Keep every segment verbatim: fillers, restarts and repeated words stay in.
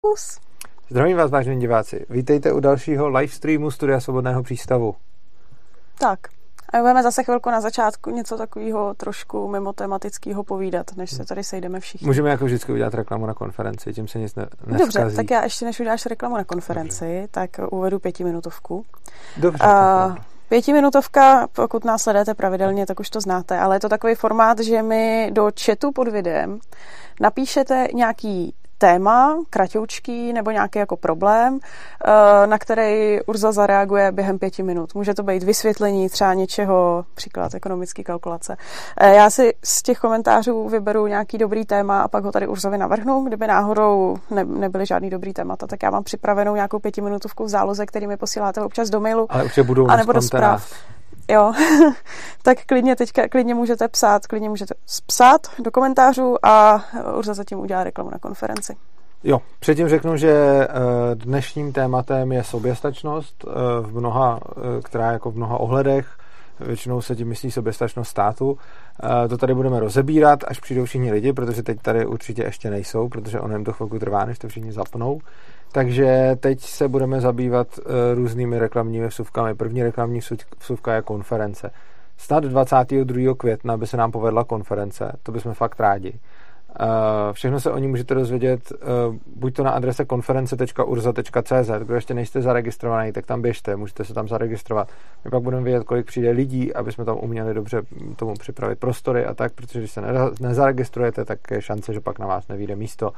Zdravím vás, vážení diváci. Vítejte u dalšího livestreamu Studia Svobodného přístavu. Tak, a budeme zase chvilku na začátku něco takového trošku mimo tematického povídat, než se tady sejdeme všichni. Můžeme jako vždycky udělat reklamu na konferenci, tím se nic ne- neskazí. Dobře, tak já ještě než uděláš reklamu na konferenci, Dobře. tak uvedu pětiminutovku. Dobře. A pětiminutovka, pokud nás sledujete pravidelně, tak už to znáte, ale je to takový formát, že mi do chatu pod videem napíšete nějaký téma, kratoučký, nebo nějaký jako problém, na který Urza zareaguje během pěti minut. Může to být vysvětlení třeba něčeho, příklad ekonomické kalkulace. Já si z těch komentářů vyberu nějaký dobrý téma a pak ho tady Urzovi navrhnu. Kdyby náhodou ne, nebyly žádný dobrý témata, tak já mám připravenou nějakou pětiminutovku v záloze, který mi posíláte občas do mailu. Ale určitě budou a nebo do zpráv. Jo, tak klidně teďka, klidně můžete psát, klidně můžete psát do komentářů a Urza zatím udělá reklamu na konferenci. Jo, předtím řeknu, že dnešním tématem je soběstačnost, v mnoha, která je jako v mnoha ohledech, většinou se tím myslí soběstačnost státu. To tady budeme rozebírat, až přijdou všichni lidi, protože teď tady určitě ještě nejsou, protože ono jim to chvilku trvá, než to všichni zapnou. Takže teď se budeme zabývat různými reklamními vsuvkami. První reklamní vsuvka je konference. Snad dvacátého druhého května by se nám povedla konference, to bychom fakt rádi. Všechno se o ní můžete dozvědět buď to na adrese konference tečka urza tečka cé zet, kdo ještě nejste zaregistrovaný, tak tam běžte, můžete se tam zaregistrovat. My pak budeme vědět, kolik přijde lidí, aby jsme tam uměli dobře tomu připravit prostory a tak, protože když se nezaregistrujete, tak je šance, že pak na vás nevyjde místo.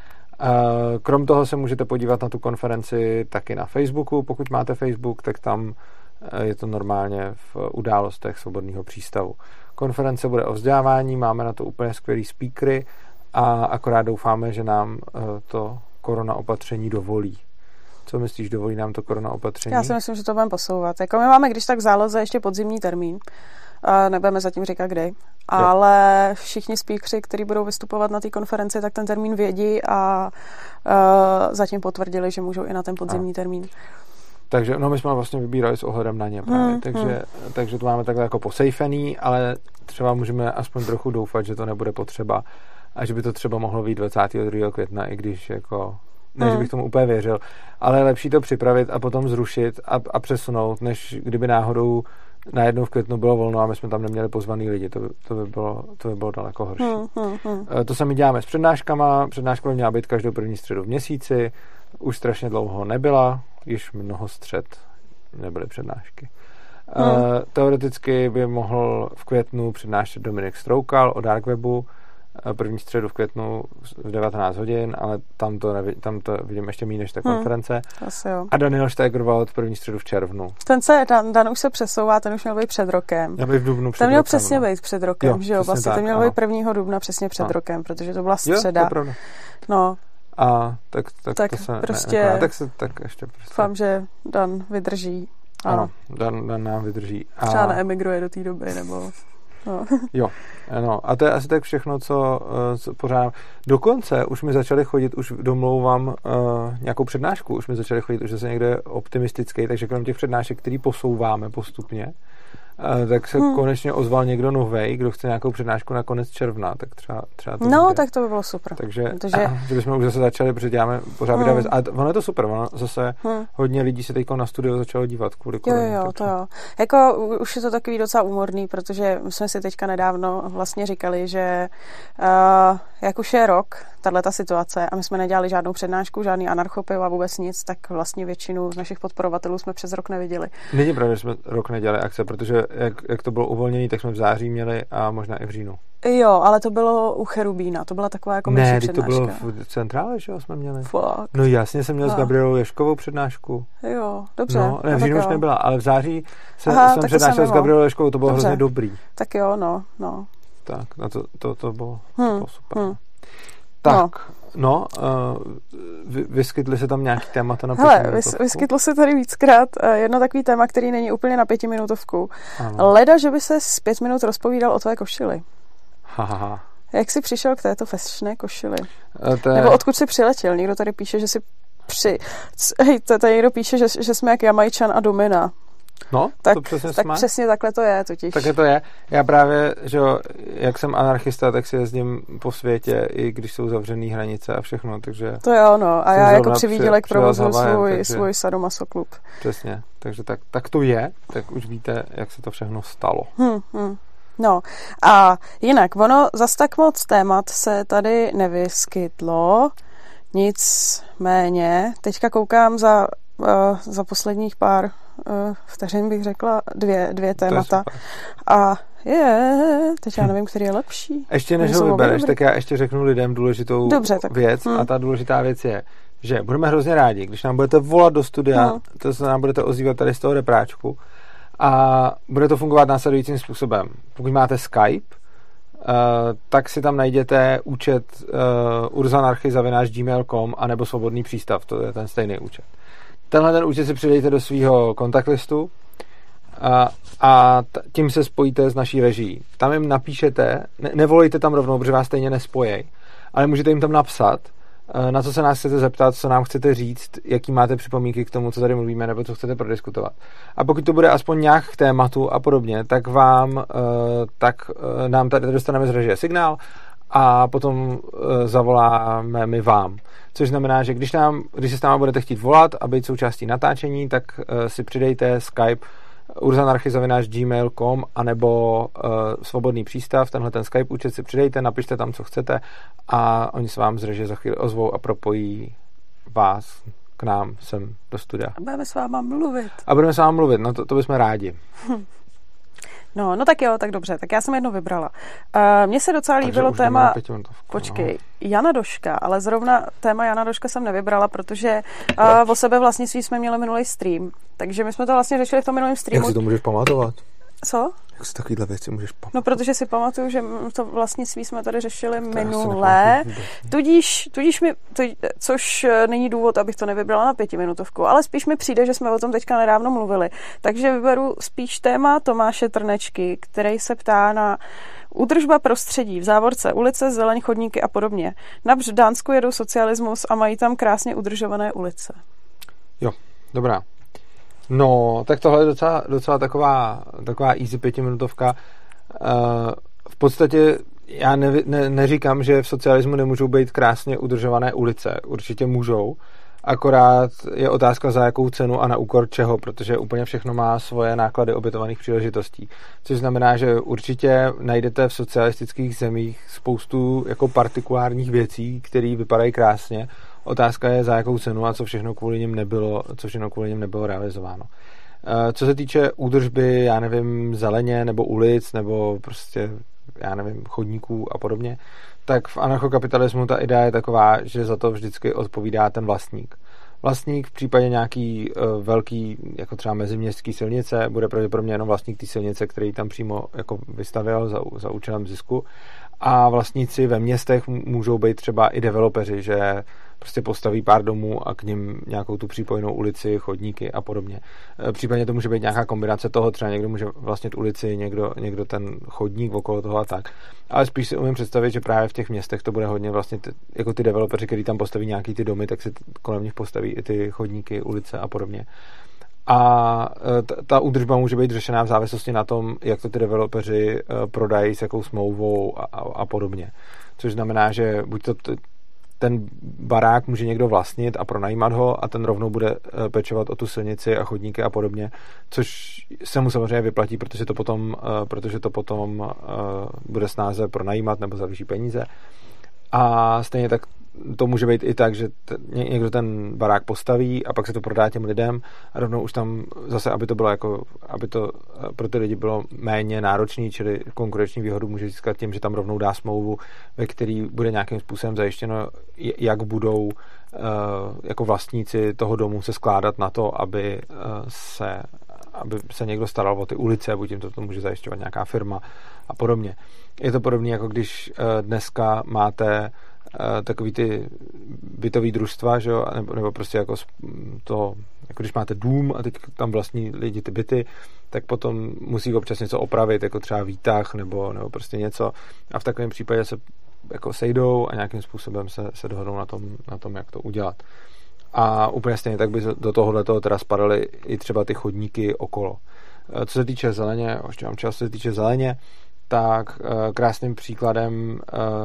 Krom toho se můžete podívat na tu konferenci taky na Facebooku, pokud máte Facebook, tak tam je to normálně v událostech Svobodného přístavu. Konference bude o vzdělávání, máme na to úplně skvělý speakery a akorát doufáme, že nám to korona opatření dovolí. Co myslíš, dovolí nám to korona opatření? Já si myslím, že to budeme posouvat. Jako my máme, když tak v záloze, ještě podzimní termín. Nebudeme zatím říkat kdy. Ale všichni speakeři, kteří budou vystupovat na té konferenci, tak ten termín vědí a uh, zatím potvrdili, že můžou i na ten podzimní a. termín. Takže no, my jsme vlastně vybírali s ohledem na ně právě. Hmm, takže, hmm. takže to máme takhle jako posejfený, ale třeba můžeme aspoň trochu doufat, že to nebude potřeba a že by to třeba mohlo být dvacátého druhého května, i když jako ne, hmm. že bych tomu úplně věřil, ale je lepší to připravit a potom zrušit a, a přesunout, než kdyby náhodou najednou v květnu bylo volno a my jsme tam neměli pozvaný lidi. To by, to by, bylo, to by bylo daleko horší. Hmm, hmm, hmm. To sami děláme s přednáškama. Přednáška by měla být každou první středu v měsíci. Už strašně dlouho nebyla. Již mnoho střed nebyly přednášky. Hmm. Uh, teoreticky by mohl v květnu přednášet Dominik Stroukal o Darkwebu. První středu v květnu v devatenáct hodin, ale tam to, nevi, tam to vidím ještě méně než ta konference. Hmm, asi jo. A Daniel Štégrwald první středu v červnu. Ten se, Dan, Dan už se přesouvá, ten už měl být před rokem. Já bych v dubnu před ten měl rokem, přesně no. být před rokem, jo, že jo? Vlastně tak, ten měl ano. být prvního dubna přesně před no. rokem, protože to byla středa. Jo, to je pravda. No. A tak, tak, tak to se prostě, ne, tak se tak ještě prostě. Doufám, že Dan vydrží. Ano, ano Dan, Dan nám vydrží. A... Třeba neemigruje do té doby, nebo... No. Jo, no a to je asi tak všechno, co, co pořád. Dokonce už mi začali chodit, už domlouvám uh, nějakou přednášku, už mi začali chodit už zase někde optimistický, takže krom těch přednášek, který posouváme postupně, uh, tak se hmm. konečně ozval někdo novej, kdo chce nějakou přednášku na konec června, tak třeba, třeba to No, bude. tak to by bylo super. Takže, protože... uh, že bychom už zase začali, protože děláme pořád hmm. vydávat. A ono je to super, ono zase hmm. hodně lidí se teď na studio začalo dívat kvůli koroně. Jo, jo, takže... to jo. Jako už je to takový docela úmorný, protože jsme si teďka nedávno vlastně říkali, že uh, jak už je rok, tato situace a my jsme nedělali žádnou přednášku, žádný anarchopil a vůbec nic, tak vlastně většinu z našich podporovatelů jsme přes rok neviděli. Není pravda, že jsme rok nedělali akce, protože jak, jak to bylo uvolněné, tak jsme v září měli a možná i v říjnu. Jo, ale to bylo u Cherubína, to byla taková jako menší přednáška. Ne, to bylo v centrále, že jo, jsme měli. Fakt. No jasně, jsem měl no. s Gabrielou Ješkovou přednášku. Jo, dobře. No, ne, v říjnu už nebyla, ale v září se, Aha, jsem přednášel s Gabrielou Ješkovou, to bylo dobře. Hrozně dobrý. Tak jo, no, no. Tak, no to, to, to, bylo, hmm. to bylo super. Hmm. Tak, no, no uh, vy, vyskytly se tam nějaký témata na Hele, vys, vyskytlo se tady víckrát uh, jedno takový téma, který není úplně na pětiminutovku. Ano. Leda, že by se z pět minut rozpovídal o tvé košili. Haha. Jak jsi přišel k této fešné košili? To je... Nebo odkud jsi přiletěl? Někdo tady píše, že jsi při... Hej, tady někdo píše, že, že jsme jak Jamajčan a Domina. No, tak, to přesně tak jsme. přesně takhle to je totiž. Také to je. Já právě, že jo, jak jsem anarchista, tak si jezdím po světě, i když jsou zavřený hranice a všechno, takže... To je ono. A já jako přivídělek provozuju svůj, takže... svůj sadomasoklub. Přesně. Takže tak, tak to je, tak už víte, jak se to všechno stalo. Hmm, hmm. No a jinak, ono zas tak moc témat se tady nevyskytlo, nicméně, teďka koukám za, uh, za posledních pár uh, vteřin bych řekla dvě, dvě témata a je, teď já nevím, který je lepší. Ještě než ho vybereš, tak já ještě řeknu lidem důležitou Dobře, tak. věc hmm. a ta důležitá věc je, že budeme hrozně rádi, když nám budete volat do studia, hmm. to se nám budete ozývat tady z toho repráčku a bude to fungovat následujícím způsobem. Pokud máte Skype, uh, tak si tam najděte účet uh, urzanarchy zavináč gmail tečka com anebo Svobodný přístav, to je ten stejný účet. Tenhle ten účet si přidejte do svého kontaktlistu a, a t- tím se spojíte s naší režií. Tam jim napíšete, ne, nevolejte tam rovnou, protože vás stejně nespojej, ale můžete jim tam napsat, na co se nás chcete zeptat, co nám chcete říct, jaký máte připomínky k tomu, co tady mluvíme, nebo co chcete prodiskutovat. A pokud to bude aspoň nějak k tématu a podobně, tak vám, tak nám tady dostaneme z režie signál a potom zavoláme my vám. Což znamená, že když, nám, když se s námi budete chtít volat a být součástí natáčení, tak si přidejte Skype urzanarchy zavináč gmail tečka com anebo uh, Svobodný přístav, tenhle ten Skype účet si přidejte, napište tam, co chcete a oni se vám z režie za chvíli ozvou a propojí vás k nám sem do studia. A budeme s váma mluvit. A budeme s váma mluvit, no to, to bychom rádi. Hm. No, no tak jo, tak dobře, tak já jsem jedno vybrala. Uh, Mně se docela líbilo téma, počkej, no. Jana Doška, ale zrovna téma Jana Doška jsem nevybrala, protože uh, o sebevlastnictví jsme měli minulý stream, takže my jsme to vlastně řešili v tom minulém streamu. Jak si to můžeš pamatovat? Co? Jak si takovýhle věci můžeš pamatovat? No, protože si pamatuju, že to vlastnictví jsme tady řešili to minulé, tudíž, tudíž mi, to, což není důvod, abych to nevybrala na pětiminutovku, ale spíš mi přijde, že jsme o tom teďka nedávno mluvili. Takže vyberu spíš téma Tomáše Trnečky, který se ptá na údržba prostředí, v závorce ulice, zeleň, chodníky a podobně. Na Dánsku jedou socialismus a mají tam krásně udržované ulice. Jo, dobrá. No, tak tohle je docela, docela taková, taková easy pětiminutovka. Uh, v podstatě já ne, ne, neříkám, že v socialismu nemůžou být krásně udržované ulice. Určitě můžou. Akorát je otázka, za jakou cenu a na úkor čeho, protože úplně všechno má svoje náklady obětovaných příležitostí. Což znamená, že určitě najdete v socialistických zemích spoustu jako partikulárních věcí, které vypadají krásně. Otázka je, za jakou cenu a co všechno kvůli nim nebylo, co všechno kvůli nim nebylo realizováno. Co se týče údržby, já nevím, zeleně nebo ulic, nebo prostě, já nevím, chodníků a podobně, tak v anarchokapitalismu ta idea je taková, že za to vždycky odpovídá ten vlastník. Vlastník v případě nějaký uh, velký, jako třeba meziměstský silnice, bude pravděpodobně jenom vlastník té silnice, který tam přímo jako vystavil za, za účelem zisku. A vlastníci ve městech můžou být třeba i developeři, že prostě postaví pár domů a k nim nějakou tu přípojnou ulici, chodníky a podobně. Případně to může být nějaká kombinace toho, třeba někdo může vlastnit ulici, někdo, někdo ten chodník okolo toho a tak. Ale spíš si umím představit, že právě v těch městech to bude hodně vlastně t- jako ty developeři, kteří tam postaví nějaký ty domy, tak si t- kolem nich postaví i ty chodníky, ulice a podobně. A t- ta údržba může být řešená v závislosti na tom, jak to ty developeři prodají, s jakou smlouvou a, a, a podobně. Což znamená, že buď to t- ten barák může někdo vlastnit a pronajímat ho a ten rovnou bude pečovat o tu silnici a chodníky a podobně, což se mu samozřejmě vyplatí, protože to potom, protože to potom bude snáze pronajímat nebo za vyšší peníze. A stejně tak to může být i tak, že t- někdo ten barák postaví a pak se to prodá těm lidem a rovnou už tam zase, aby to bylo jako, aby to pro ty lidi bylo méně náročný, čili konkurenční výhodu může získat tím, že tam rovnou dá smlouvu, ve který bude nějakým způsobem zajištěno, jak budou jako vlastníci toho domu se skládat na to, aby se, aby se někdo staral o ty ulice, buď jim to, to může zajišťovat nějaká firma a podobně. Je to podobné, jako když dneska máte takový ty bytový družstva, že jo, nebo, nebo prostě jako to, jako když máte dům a teď tam vlastní lidi ty byty, tak potom musí občas něco opravit, jako třeba výtah nebo, nebo prostě něco a v takovém případě se jako sejdou a nějakým způsobem se, se dohodnou na tom, na tom, jak to udělat. A úplně stejně tak by do tohohle toho teda spadaly i třeba ty chodníky okolo. Co se týče zeleně, ještě mám čas, co se týče zeleně, tak krásným příkladem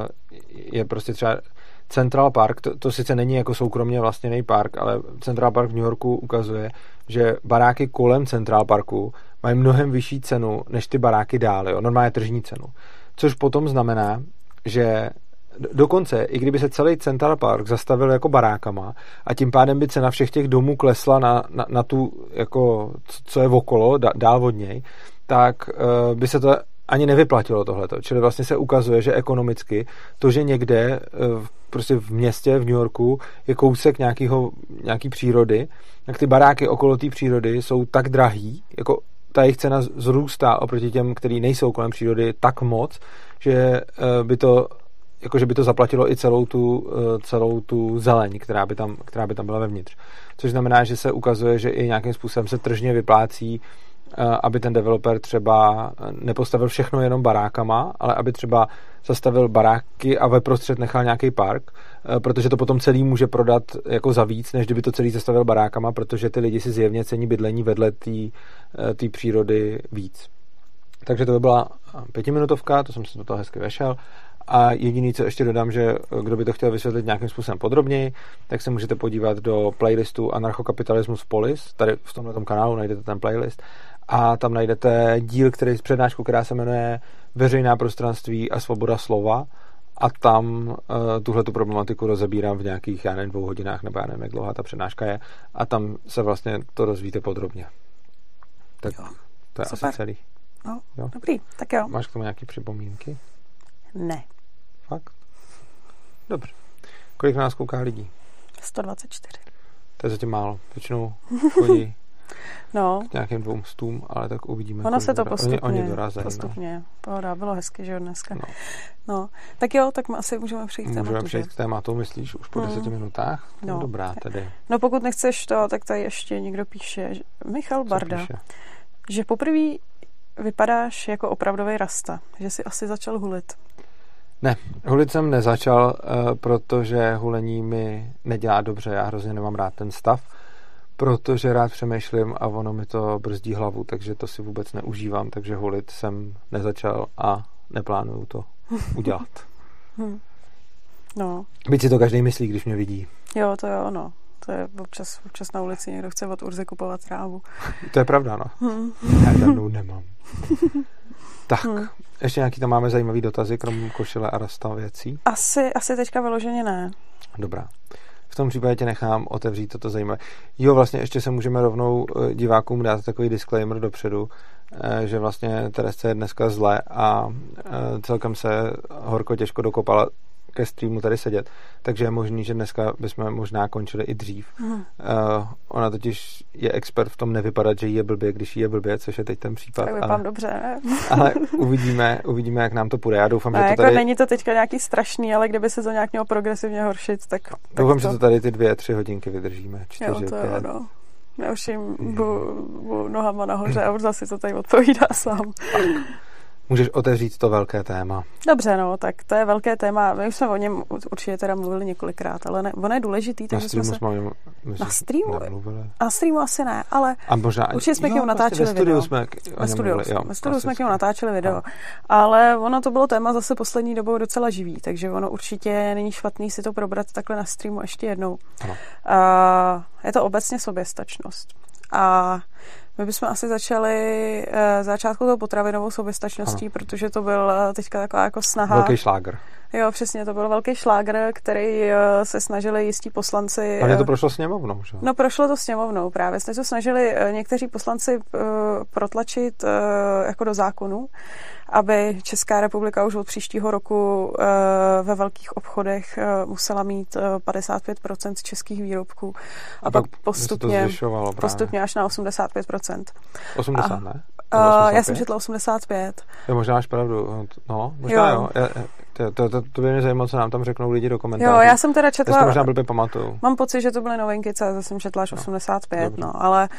je prostě třeba Central Park, to, to sice není jako soukromně vlastněný park, ale Central Park v New Yorku ukazuje, že baráky kolem Central Parku mají mnohem vyšší cenu než ty baráky dál, jo, normálně tržní cenu. Což potom znamená, že dokonce, i kdyby se celý Central Park zastavil jako barákama a tím pádem by cena všech těch domů klesla na, na, na tu, jako, co je okolo, dál od něj, tak uh, by se to ani nevyplatilo tohleto. Čili vlastně se ukazuje, že ekonomicky to, že někde prostě v městě, v New Yorku je kousek nějakýho, nějaký přírody, tak ty baráky okolo té přírody jsou tak drahý, jako ta jejich cena zrůstá oproti těm, který nejsou kolem přírody, tak moc, že by to, jako že by to zaplatilo i celou tu, celou tu zeleň, která by tam, která by tam byla vevnitř. Což znamená, že se ukazuje, že i nějakým způsobem se tržně vyplácí, aby ten developer třeba nepostavil všechno jenom barákama, ale aby třeba zastavil baráky a ve prostřed nechal nějaký park, protože to potom celý může prodat jako za víc, než kdyby to celý zastavil barákama, protože ty lidi si zjevně cení bydlení vedle té přírody víc. Takže to by byla pětiminutovka, to jsem si do toho hezky vešel. A jediný, co ještě dodám, že kdo by to chtěl vysvětlit nějakým způsobem podrobněji, tak se můžete podívat do playlistu Anarchokapitalismus v Polis, tady v tomhle kanálu najdete ten playlist a tam najdete díl, který z přednášku, která se jmenuje Veřejná prostranství a svoboda slova a tam uh, tuhletu problematiku rozebírám v nějakých, já nevím, dvou hodinách, nebo já nevím, jak dlouhá ta přednáška je a tam se vlastně to dozvíte podrobně. Tak jo. To je Super. asi celý. No, jo? Dobrý, tak jo. Máš k tomu nějaký připomínky? Ne. Fakt? Dobře. Kolik nás kouká lidí? sto dvacet čtyři. To je zatím málo. Většinou chodí no. k nějakým dvou stům, ale tak uvidíme. Ono se to postupně, oni, oni dorazí, postupně. No. Pohoda, bylo hezky, že od dneska. No. no. Tak jo, tak my asi můžeme přejít k tématu. Můžeme přejít k tématu, myslíš, už po mm. deseti minutách? To no. Dobrá tedy. No pokud nechceš to, tak tady ještě někdo píše, že Michal Barda, píše? Že poprvé vypadáš jako opravdový rasta, že jsi asi začal hulit. Ne, hulit jsem nezačal, protože hulení mi nedělá dobře, já hrozně nemám rád ten stav, protože rád přemýšlím a ono mi to brzdí hlavu, takže to si vůbec neužívám, takže hulit jsem nezačal a neplánuju to udělat. hmm. No. Byť si to každý myslí, když mě vidí. Jo, to je ono. To je občas, občas na ulici někdo chce od Urzy kupovat trávu. To je pravda, no. Hmm. Já žádnou nemám. Tak, hmm. ještě nějaký tam máme zajímavý dotazy, krom košile a rasta věcí? Asi, asi teďka vyloženě ne. Dobrá. V tom případě tě nechám otevřít toto zajímavé. Jo, vlastně ještě se můžeme rovnou divákům dát takový disclaimer dopředu, že vlastně Teresce je dneska zle a celkem se horko těžko dokopala ke streamu tady sedět, takže je možný, že dneska bychom možná končili i dřív. Hmm. Uh, ona totiž je expert v tom nevypadat, že jí je blbě, když jí je blbě, což je teď ten případ. Tak vypadám dobře, ne? Ale uvidíme, uvidíme, jak nám to půjde. Já doufám, ne, že to jako tady... není to teďka nějaký strašný, ale kdyby se to nějak mělo progresivně horšit, tak... tak doufám, to... že to tady ty dvě, tři hodinky vydržíme. Čtyři, jo, to je pět. ono. Já už jim budu nohama nahoře a už zase to tady odpovídá sám. Tak. Můžeš otevřít to velké téma. Dobře, no, tak to je velké téma. My už jsme o něm určitě teda mluvili několikrát, ale ne, ono je důležitý. Na streamu jsme, se... jsme na streamu? Nemluvili. Na streamu asi ne, ale a možná... určitě jsme k němu natáčeli vlastně video. Jsme ve studiu, mluvili, jo, ve studiu jsme k němu natáčeli video. No. Ale ono to bylo téma zase poslední dobou docela živý, takže ono určitě není špatný si to probrat takhle na streamu ještě jednou. Ano. A je to obecně soběstačnost. A my bychom asi začali uh, začátku toho potravinovou soběstačností, ano. protože to byl uh, teďka taková jako snaha. Velký šlágr. Jo, přesně, to byl velký šlágr, který uh, se snažili jistí poslanci... Ale to prošlo sněmovnou, že? No, prošlo to sněmovnou právě. Jsme se snažili uh, někteří poslanci uh, protlačit uh, jako do zákonu, aby Česká republika už od příštího roku uh, ve velkých obchodech uh, musela mít uh, padesát pět procent českých výrobků a, a pak postupně, postupně až na osmdesát pět procent. osmdesát, a, ne? Uh, já jsem četla osmdesát pět. Jo, možná máš pravdu. No, možná jo. jo. Já, to, to, to, to by mě zajímalo, co nám tam řeknou lidi do komentářů. Jo, já jsem teda četla... Já si to možná blbě pamatuju. Mám pocit, že to byly novinky, co já jsem četla až no, osmdesát pět, dobře. no, ale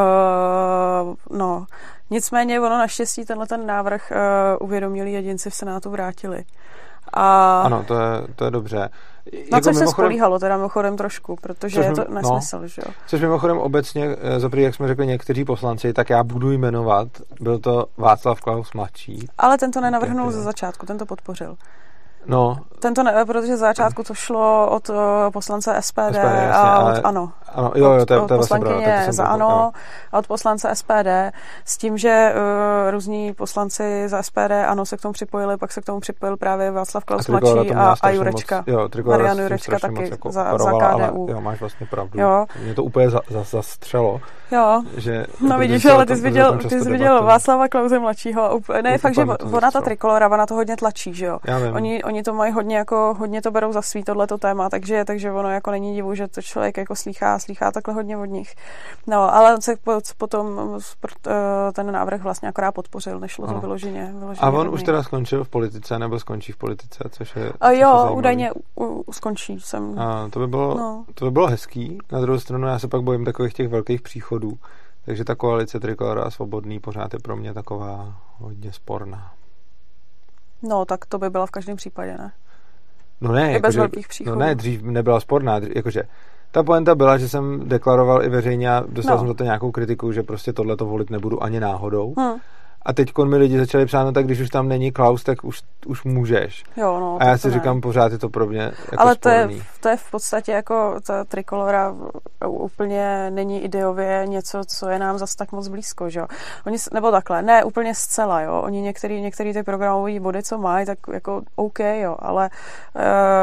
uh, no, nicméně ono naštěstí tenhle ten návrh uh, uvědomilí jedinci v Senátu vrátili. A... Ano, to je, to je dobře. Na což se spolíhalo teda mimochodem trošku, protože je to nesmysl, no, že jo. Což mimochodem obecně, zaprvé, jak jsme řekli někteří poslanci, tak já budu jmenovat, byl to Václav Klaus mladší. Ale ten to nenavrhnul ze začátku, ten to podpořil. No. Tento ne, protože z začátku to šlo od poslance S P D, S P D jasně, a od ANO. Ano, jo, jo, to je, od to je poslankyně vlastně za ANO a od poslance S P D s tím, že uh, různí poslanci za S P D ANO se k tomu připojili, pak se k tomu připojil právě Václav Klaus mladší a, a Jurečka. Moc, jo, Marian Jurečka taky jako za, za K D U. Ale, jo, máš vlastně pravdu. Jo. Mě to úplně za, za, zastřelo. Jo, že, no vidíš, ale ty jsi viděl, ty jsi viděl Václava Klause mladšího. Ne, no, fakt, že ona ta trikolora, ona to hodně tlačí, že jo. Oni, oni to mají hodně jako, hodně to berou za svý tohleto téma, takže, takže ono jako není divu, že to člověk jako slýchá, slýchá takhle hodně od nich. No, ale on se potom ten návrh vlastně akorát podpořil, nešlo to no. vyloženě, vyloženě. A on už teda skončil v politice, nebo skončí v politice, což je... A jo, údajně u, skončí jsem. A to by bylo, no. to by bylo hezký. Na druhou stranu já se pak bojím takových těch velkých příchodů. Takže ta koalice Trikolora a Svobodný pořád je pro mě taková hodně sporná. No, tak to by byla v každém případě, ne? No ne, jako, bez že, velkých příchodů. No ne, dřív nebyla sporná, jakože ta poenta byla, že jsem deklaroval i veřejně a dostal no. jsem za to nějakou kritiku, že prostě tohleto volit nebudu ani náhodou. Hmm. A teď mi lidi začali psát, no tak když už tam není Klaus, tak už, už můžeš. Jo, no, a já si říkám, pořád je to pro mě jako ale to je, sporný. to je v podstatě jako ta Trikolora úplně není ideově něco, co je nám zas tak moc blízko, že jo. Oni, nebo takhle, ne úplně zcela, jo. Oni některý, některý ty programové body, co mají, tak jako OK, jo, ale uh,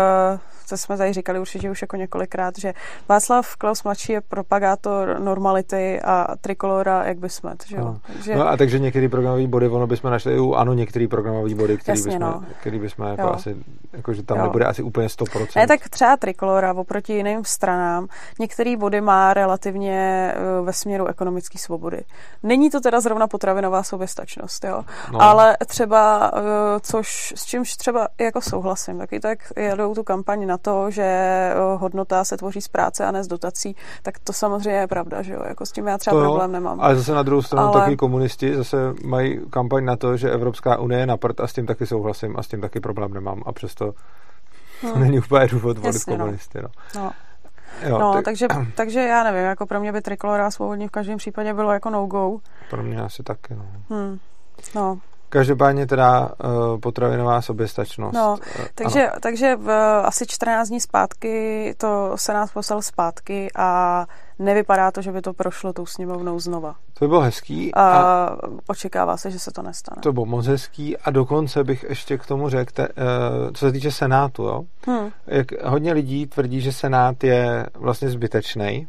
to jsme tady říkali určitě už jako několikrát, že Václav Klaus mladší je propagátor normality a Trikolora jak by smet, že jo. No. Takže, no a takže některý programový body, ono bychom našli u ANO některý programový body, který jasně, bychom, no. který bychom jako jo. asi, jako, že tam jo. nebude asi úplně sto procent. Ne, tak třeba Trikolora oproti jiným stranám některý body má relativně uh, ve směru ekonomické svobody. Není to teda zrovna potravinová soběstačnost, jo, no. ale třeba, uh, což s čímž třeba jako souhlasím, taky tak jedou tu kampaň na to, že uh, hodnota se tvoří z práce a ne z dotací, tak to samozřejmě je pravda, že jo, jako s tím já třeba to problém jo, nemám. Ale zase na druhou stranu ale... taky komunisti zase mají kampaň na to, že Evropská unie je na prd a s tím taky souhlasím a s tím taky problém nemám a přesto hmm. není úplně důvod volit komunisty. No. No. Jo, no, tak... takže, takže já nevím, jako pro mě by Trikolora Svobodní v každém případě bylo jako no-go. Pro mě asi taky, no. Hmm. No. Každopádně teda uh, potravinová soběstačnost. No, takže, takže v, asi čtrnáct dní zpátky to Senát poslal zpátky a nevypadá to, že by to prošlo tou sněmovnou znova. To by bylo hezký. A, a očekává se, že se to nestane. To bylo moc hezký a dokonce bych ještě k tomu řekl, te, uh, co se týče Senátu, jo? Hmm. Jak hodně lidí tvrdí, že Senát je vlastně zbytečný,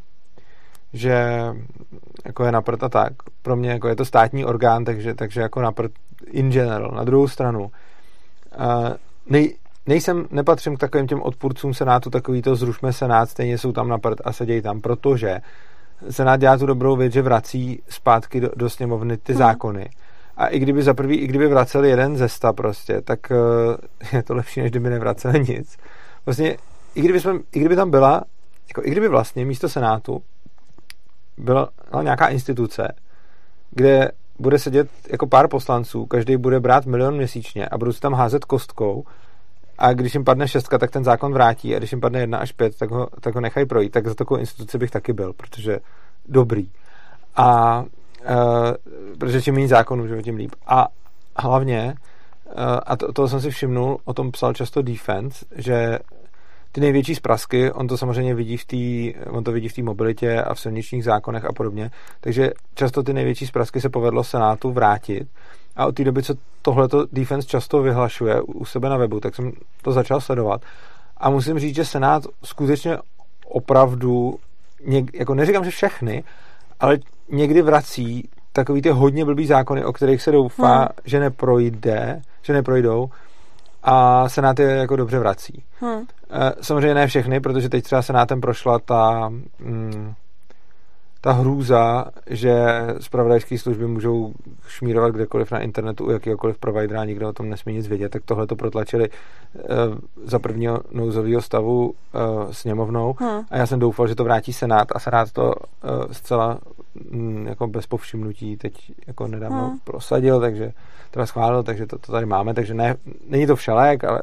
že jako je na prd a tak. Pro mě jako je to státní orgán, takže, takže jako na prd in general. Na druhou stranu uh, nej, nejsem, nepatřím k takovým těm odpůrcům Senátu, takový to zrušme Senát, stejně jsou tam na prd a sedějí tam, protože Senát dělá tu dobrou věc, že vrací zpátky do, do sněmovny ty hmm. zákony. A i kdyby za prvý, i kdyby vraceli jeden ze sta prostě, tak uh, je to lepší, než kdyby nevraceli nic. Vlastně, i kdyby, jsme, i kdyby tam byla, jako i kdyby vlastně místo Senátu byla nějaká instituce, kde bude sedět jako pár poslanců, každý bude brát milion měsíčně a budou si tam házet kostkou a když jim padne šestka, tak ten zákon vrátí a když jim padne jedna až pět, tak ho, tak ho nechají projít. Tak za takovou instituci bych taky byl, protože dobrý. A uh, protože čím méně zákonů, že tím líp. A hlavně, uh, a to, toho jsem si všimnul, o tom psal často Defense, že ty největší zprasky, on to samozřejmě vidí v té, on to vidí v té mobilitě a v silničních zákonech a podobně, takže často ty největší zprasky se povedlo Senátu vrátit a od té doby, co tohleto Defense často vyhlašuje u sebe na webu, tak jsem to začal sledovat a musím říct, že Senát skutečně opravdu, něk, jako neříkám, že všechny, ale někdy vrací takový ty hodně blbý zákony, o kterých se doufá, hmm. že neprojde, že neprojdou, a Senát je jako dobře vrací. Hmm. Samozřejmě ne všechny, protože teď třeba Senátem prošla ta, mm, ta hrůza, že zpravodajské služby můžou šmírovat kdekoliv na internetu u jakýhokoliv providera a nikdo o tom nesmí nic vědět, tak tohle to protlačili uh, za prvního nouzového stavu uh, sněmovnou hmm. a já jsem doufal, že to vrátí Senát a Senát to uh, zcela mm, jako bez povšimnutí teď jako nedávno hmm. prosadil, takže teda schválil, takže to, to tady máme, takže ne, není to všelék, ale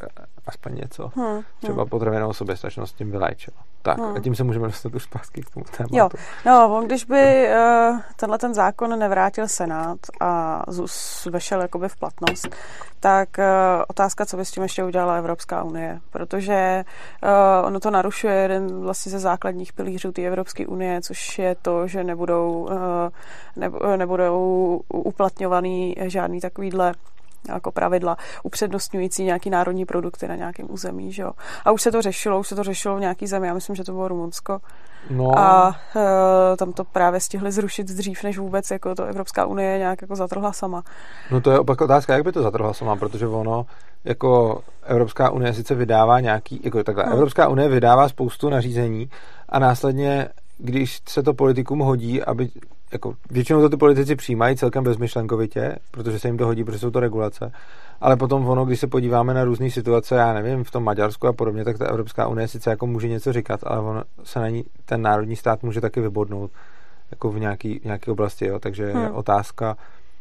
aspoň něco. Hmm. Třeba potravinovou soběstačnost tím vyléčila. Tak hmm. a tím se můžeme dostat už zpátky k tomu tématu. Jo, no, on když by uh, tenhle ten zákon nevrátil Senát a zus vešel jakoby v platnost, tak uh, otázka, co by s tím ještě udělala Evropská unie, protože uh, ono to narušuje jeden vlastně ze základních pilířů té Evropské unie, což je to, že nebudou, uh, neb, nebudou uplatňovaný žádný takovýhle jako pravidla upřednostňující nějaký národní produkty na nějakém území, že jo. A už se to řešilo, už se to řešilo v nějaký zemi, já myslím, že to bylo Rumunsko. No. A e, tam to právě stihli zrušit dřív, než vůbec jako to Evropská unie nějak jako zatrhla sama. No to je opak otázka, jak by to zatrhla sama, protože ono jako Evropská unie sice vydává nějaký, jako takhle, hmm. Evropská unie vydává spoustu nařízení a následně, když se to politikům hodí, aby jako většinou to ty politici přijímají celkem bezmyšlenkovitě, protože se jim to hodí, protože jsou to regulace, ale potom ono, když se podíváme na různé situace, já nevím, v tom Maďarsku a podobně, tak ta Evropská unie sice jako může něco říkat, ale on se na ní ten národní stát může taky vybodnout jako v nějaký, v nějaké oblasti, jo, takže hmm. je otázka,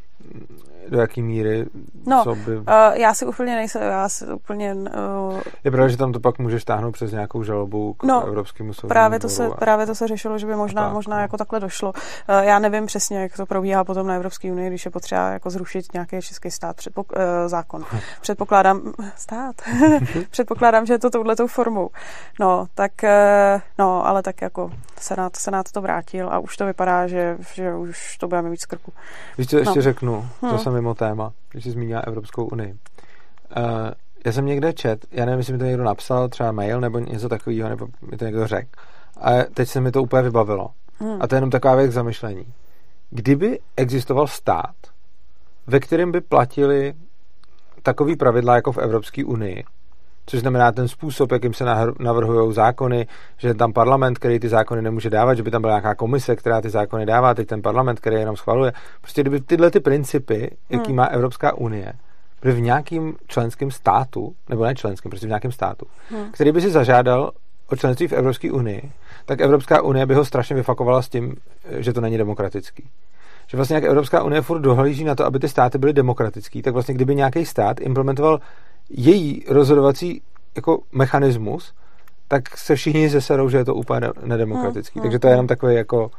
do jaký míry, no, co by... Uh, já si úplně nejsem, já si úplně... Uh... Je pravda, že tam to pak můžeš táhnout přes nějakou žalobu k no, Evropskému soudnímu právě to dvoru se, a... právě to se řešilo, že by možná, tak, možná no. jako takhle došlo. Uh, já nevím přesně, jak to probíhá potom na Evropské unii, když je potřeba jako zrušit nějaký český stát, předpok, uh, zákon. Předpokládám... Stát. Předpokládám, že je to touhletou formou. No, tak... Uh, no, ale tak jako Senát, Senát to vrátil a už to vypadá, že, že už to budeme mít z krku. Víš, co ještě no. řeknu? Hmm. Zase mimo téma, když jsi zmínila Evropskou unii. Uh, já jsem někde čet, já nevím, jestli mi to někdo napsal, třeba mail, nebo něco takového, nebo mi to někdo řekl. A teď se mi to úplně vybavilo. Hmm. A to je jenom taková věc k zamyšlení. Kdyby existoval stát, ve kterém by platili takový pravidla jako v Evropské unii, což znamená ten způsob, jakým se navrhují zákony, že tam parlament, který ty zákony nemůže dávat, že by tam byla nějaká komise, která ty zákony dává, teď ten parlament, který jenom schvaluje. Prostě kdyby tyhle ty principy, jaký hmm. má Evropská unie, byly v nějakým členském státu, nebo ne členském, prostě v nějakém státu, hmm. který by si zažádal o členství v Evropské unii, tak Evropská unie by ho strašně vyfakovala s tím, že to není demokratický. Že vlastně jak Evropská unie furt dohlíží na to, aby ty státy byly demokratický, tak vlastně kdyby nějaký stát implementoval její rozhodovací jako mechanismus, tak se všichni zeserou, že je to úplně nedemokratický. Hmm, Takže to je jenom takový jako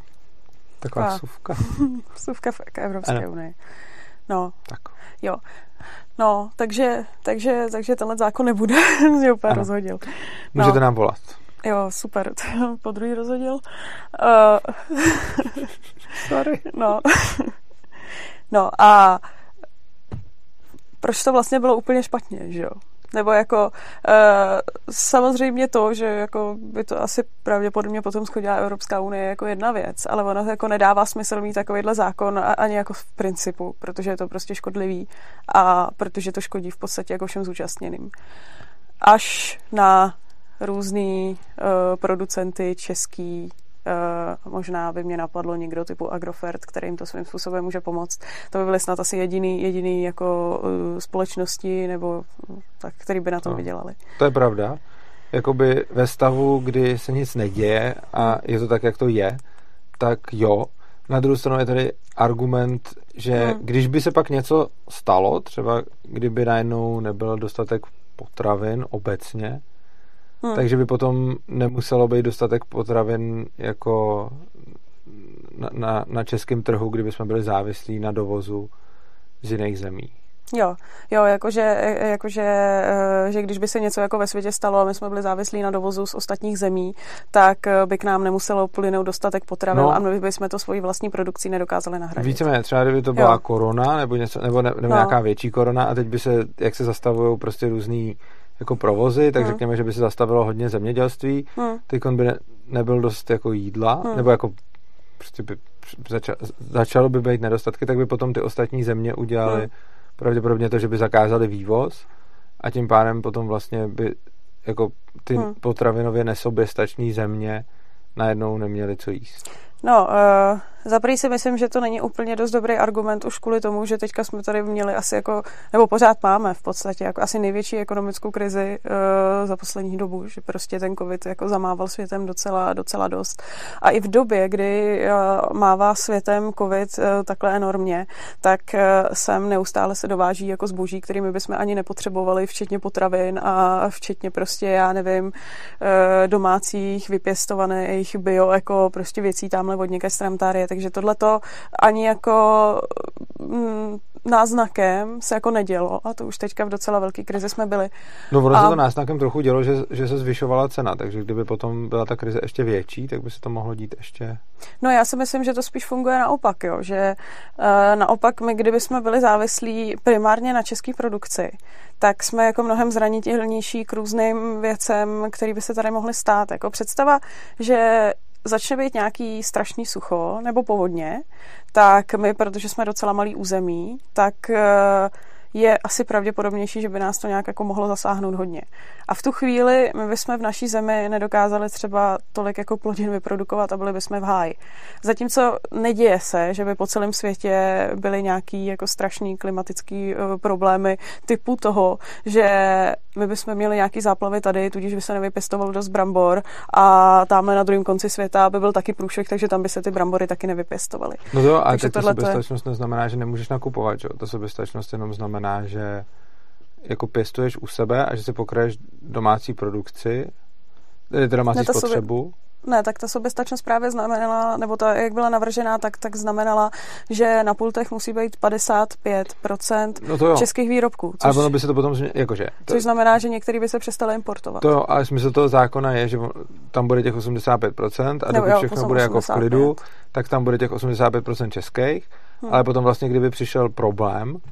taková a. suvka. Suvka k Evropské ano. unii. No. Tak. Jo. No, takže, takže, takže tenhle zákon nebude. Mě úplně ano. rozhodil. Můžete no. nám volat. Jo, super. Po druhý rozhodil. Uh, Sorry. No. No a proč to vlastně bylo úplně špatně, že jo? Nebo jako uh, samozřejmě to, že jako by to asi pravděpodobně potom schodila Evropská unie jako jedna věc, ale ono jako nedává smysl mít takovýhle zákon ani jako v principu, protože je to prostě škodlivý a protože to škodí v podstatě jako všem zúčastněným. Až na různý uh, producenty český, Uh, možná by mě napadlo někdo typu Agrofert, který jim to svým způsobem může pomoct. To by byly snad asi jediný, jediný jako uh, společnosti, nebo uh, tak, který by na tom no, vydělali. To je pravda. Jakoby ve stavu, kdy se nic neděje a je to tak, jak to je, tak jo. Na druhou stranu je tady argument, že hmm. když by se pak něco stalo, třeba kdyby najednou nebyl dostatek potravin obecně, Hmm. takže by potom nemuselo být dostatek potravin jako na, na, na českém trhu, kdyby jsme byli závislí na dovozu z jiných zemí. Jo, jo, jakože, jakože že když by se něco jako ve světě stalo a my jsme byli závislí na dovozu z ostatních zemí, tak by k nám nemuselo plynout dostatek potravin no, a my bychom to svojí vlastní produkcí nedokázali nahradit. Víceméně, třeba kdyby to byla jo. korona nebo, něco, nebo, ne, nebo no. nějaká větší korona a teď by se, jak se zastavují prostě různý jako provozy, tak hmm. řekněme, že by se zastavilo hodně zemědělství, hmm. teď on by ne, nebyl dost jako jídla, hmm. nebo jako prostě by zača, začalo by být nedostatky, tak by potom ty ostatní země udělali hmm. pravděpodobně to, že by zakázali vývoz a tím pádem potom vlastně by jako ty hmm. potravinově nesoběstačný země najednou neměli co jíst. No, uh, Za první si myslím, že to není úplně dost dobrý argument už kvůli tomu, že teďka jsme tady měli asi jako, nebo pořád máme v podstatě jako asi největší ekonomickou krizi uh, za poslední dobu, že prostě ten covid jako zamával světem docela, docela dost. A i v době, kdy uh, mává světem covid uh, takhle enormně, tak uh, sem neustále se dováží jako zboží, kterými bychom ani nepotřebovali, včetně potravin a včetně prostě, já nevím, uh, domácích, vypěstovaných bio, jako prostě věcí tamhle od něké stramtárie, takže tohleto ani jako mm, náznakem se jako nedělo a to už teďka v docela velké krizi jsme byli. No ono a... se to náznakem trochu dělo, že, že se zvyšovala cena, takže kdyby potom byla ta krize ještě větší, tak by se to mohlo dít ještě... No já si myslím, že to spíš funguje naopak, jo, že uh, naopak my, kdyby jsme byli závislí primárně na české produkci, tak jsme jako mnohem zranitelnější k různým věcem, které by se tady mohly stát. Jako představa, že začne být nějaký strašný sucho nebo povodně, tak my, protože jsme docela malý území, tak je asi pravděpodobnější, že by nás to nějak jako mohlo zasáhnout hodně. A v tu chvíli my bychom v naší zemi nedokázali třeba tolik jako plodin vyprodukovat a byli bychom v háji. Zatímco neděje se, že by po celém světě byly nějaký jako strašný klimatický uh, problémy typu toho, že my bychom měli nějaký záplavy tady, tudíž by se nevypěstovalo dost brambor a tamhle na druhém konci světa by byl taky průšvih, takže tam by se ty brambory taky nevypěstovaly. No to, a tak ta soběstačnost je... neznamená, že nemůžeš nakupovat, že? Ta soběstačnost jenom znamená, že jako pěstuješ u sebe a že si pokryješ domácí produkci, tedy domácí ne, spotřebu. Sobě... Ne, tak ta soběstačnost právě znamenala, nebo ta, jak byla navržená, tak, tak znamenala, že na pultech musí být padesát pět procent no českých výrobků. Což, ale ono by se to potom, jakože... To, což znamená, že některý by se přestali importovat. To jo, ale smysl toho zákona je, že tam bude těch osmdesát pět procent a dokud všechno bude jako v klidu, tak tam bude těch osmdesát pět procent českých, hmm. ale potom vlastně, kdyby přišel problém, uh,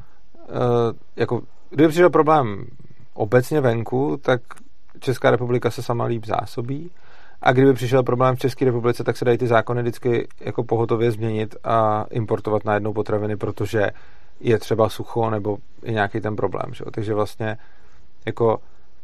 jako kdyby přišel problém obecně venku, tak Česká republika se sama líp zásobí. A kdyby přišel problém v České republice, tak se dají ty zákony vždycky jako pohotově změnit a importovat najednou potraviny, protože je třeba sucho nebo je nějaký ten problém. Že? Takže vlastně jako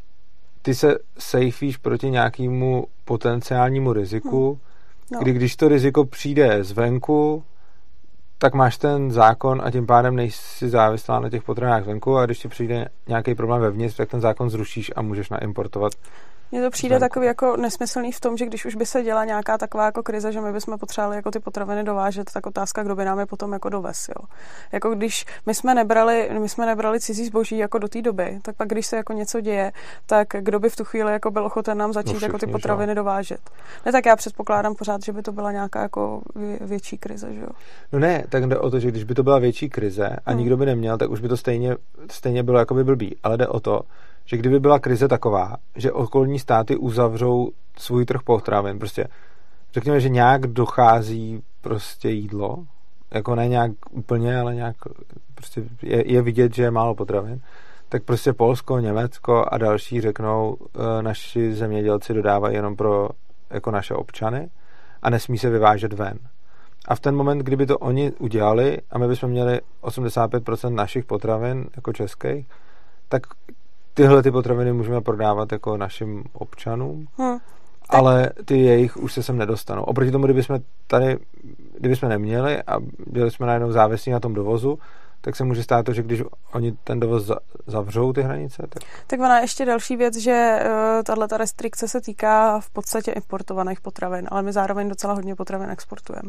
ty se sejfíš proti nějakému potenciálnímu riziku, no. kdy když to riziko přijde zvenku, tak máš ten zákon a tím pádem nejsi závislá na těch potravinách zvenku a když ti přijde nějaký problém vevnitř, tak ten zákon zrušíš a můžeš naimportovat. Mně to přijde zvenku. Takový jako nesmyslný v tom, že když už by se děla nějaká taková jako krize, že my bychom potřebovali jako ty potraviny dovážet, tak otázka, kdo by nám je potom jako dovez, jo. Jako když my jsme nebrali, my jsme nebrali cizí zboží jako do té doby, tak pak když se jako něco děje, tak kdo by v tu chvíli jako byl ochoten nám začít no všichni, jako ty potraviny že? dovážet. Ne, tak já předpokládám pořád, že by to byla nějaká jako větší krize, že jo. No ne, tak jde o to, že když by to byla větší krize a hmm. nikdo by neměl, tak už by to stejně stejně bylo jako by blbý, ale jde o to, že kdyby byla krize taková, že okolní státy uzavřou svůj trh potravin, prostě řekněme, že nějak dochází prostě jídlo, jako ne nějak úplně, ale nějak prostě je, je vidět, že je málo potravin, tak prostě Polsko, Německo a další řeknou, e, naši zemědělci dodávají jenom pro jako naše občany a nesmí se vyvážet ven. A v ten moment, kdyby to oni udělali a my bychom měli osmdesát pět procent našich potravin jako českých, tak tyhle ty potraviny můžeme prodávat jako našim občanům, hmm, ale ty jejich už se sem nedostanou. Oproti tomu, kdybychom tady, kdybychom neměli a byli jsme najednou závislí na tom dovozu, tak se může stát to, že když oni ten dovoz zavřou ty hranice. Tak, tak ona ještě další věc, že uh, tato restrikce se týká v podstatě importovaných potravin, ale my zároveň docela hodně potravin exportujeme.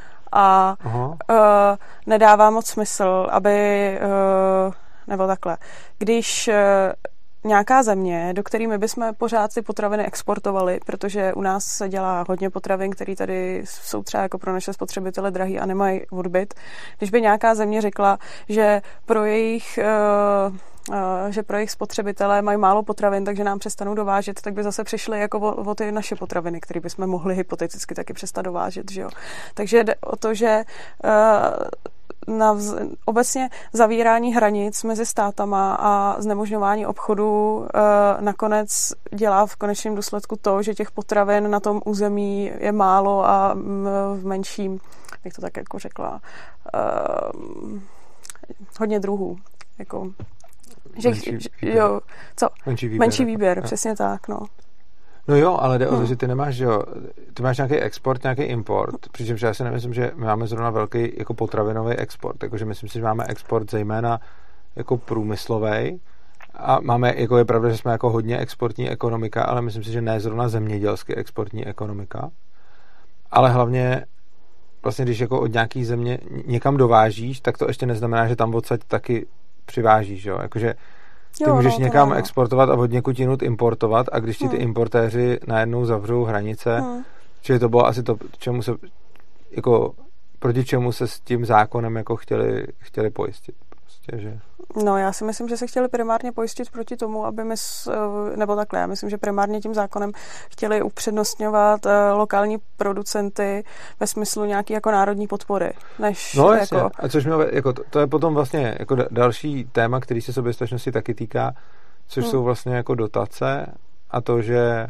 A uh, nedává moc smysl, aby uh, nebo takhle, když uh, nějaká země, do které my bychom pořád ty potraviny exportovali, protože u nás se dělá hodně potravin, které tady jsou třeba jako pro naše spotřebitele drahý a nemají odbyt. Když by nějaká země řekla, že pro jejich uh, Uh, že pro jejich spotřebitelé mají málo potravin, takže nám přestanou dovážet, tak by zase přišly jako o, o ty naše potraviny, které bychom mohli hypoteticky taky přestat dovážet. Že jo? Takže jde o to, že uh, na vz, obecně zavírání hranic mezi státama a znemožňování obchodu uh, nakonec dělá v konečném důsledku to, že těch potravin na tom území je málo a m, v menším, jak to tak jako řekla, uh, hodně druhů. Jako Že, menší že, jo, co? Menší výběr. Menší výběr, přesně tak, no. No jo, ale jde o to, hmm. že ty nemáš, že jo, ty máš nějaký export, nějaký import, přičemž já si nemyslím, že my máme zrovna velký jako potravinový export, takže myslím si, že máme export zejména jako průmyslový a máme, jako je pravda, že jsme jako hodně exportní ekonomika, ale myslím si, že ne zrovna zemědělsky exportní ekonomika, ale hlavně vlastně, když jako od nějaký země někam dovážíš, tak to ještě neznamená, že tam odsaď taky přivážíš, jo, jakože ty jo, můžeš no, někam no. exportovat a od někud jinut importovat a když ti ty hmm. importéři najednou zavřou hranice, hmm. čili to bylo asi to, čemu se, jako, proti čemu se s tím zákonem jako chtěli, chtěli pojistit. Prostě, že... No, já si myslím, že se chtěli primárně pojistit proti tomu, aby my, nebo takhle, já myslím, že primárně tím zákonem chtěli upřednostňovat lokální producenty ve smyslu nějaký jako národní podpory. Než no jasně, jako... a což mě, jako to, to je potom vlastně jako další téma, který se soběstačnosti taky týká, což hmm. jsou vlastně jako dotace a to, že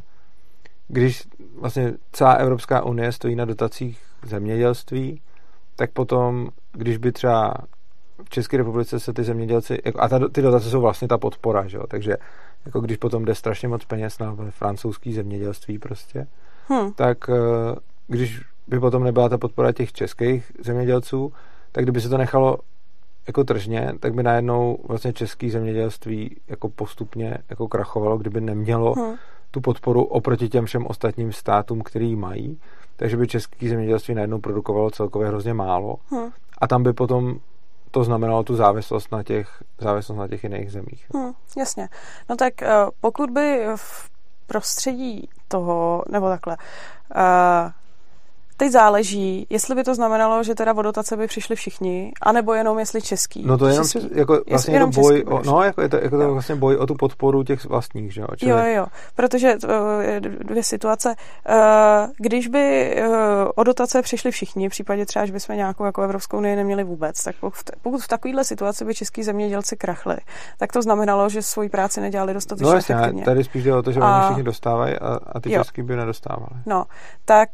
když vlastně celá Evropská unie stojí na dotacích zemědělství, tak potom, když by třeba v České republice se ty zemědělci, jako, a ta, ty dotace jsou vlastně ta podpora, že jo? Takže jako když potom jde strašně moc peněz na francouzský zemědělství prostě, hmm. tak když by potom nebyla ta podpora těch českých zemědělců, tak kdyby se to nechalo jako tržně, tak by najednou vlastně český zemědělství jako postupně jako krachovalo, kdyby nemělo hmm. tu podporu oproti těm všem ostatním státům, který mají, takže by český zemědělství najednou produkovalo celkově hrozně málo hmm. a tam by potom to znamenalo tu závislost na těch, závislost na těch jiných zemích. Hmm, jasně. No tak pokud by v prostředí toho, nebo takhle, uh, teď záleží, jestli by to znamenalo, že teda o dotace by přišli všichni, anebo jenom jestli český. No to je jenom, český, jako vlastně jenom je to boj, o, no jako je to, jako to vlastně boj o tu podporu těch vlastních, že jo? Čili... Jo, jo, protože dvě situace, když by o dotace přišli všichni, v případě třeba, že bychom nějakou jako Evropskou unii neměli vůbec, tak pokud v takovéhle situaci by český zemědělci krachli, tak to znamenalo, že svoji práci nedělali dostatečně no, jasně, efektivně. Tady spíš jde o to, že a... oni všichni dostávají a, a ty jo. český by nedostávali. No, tak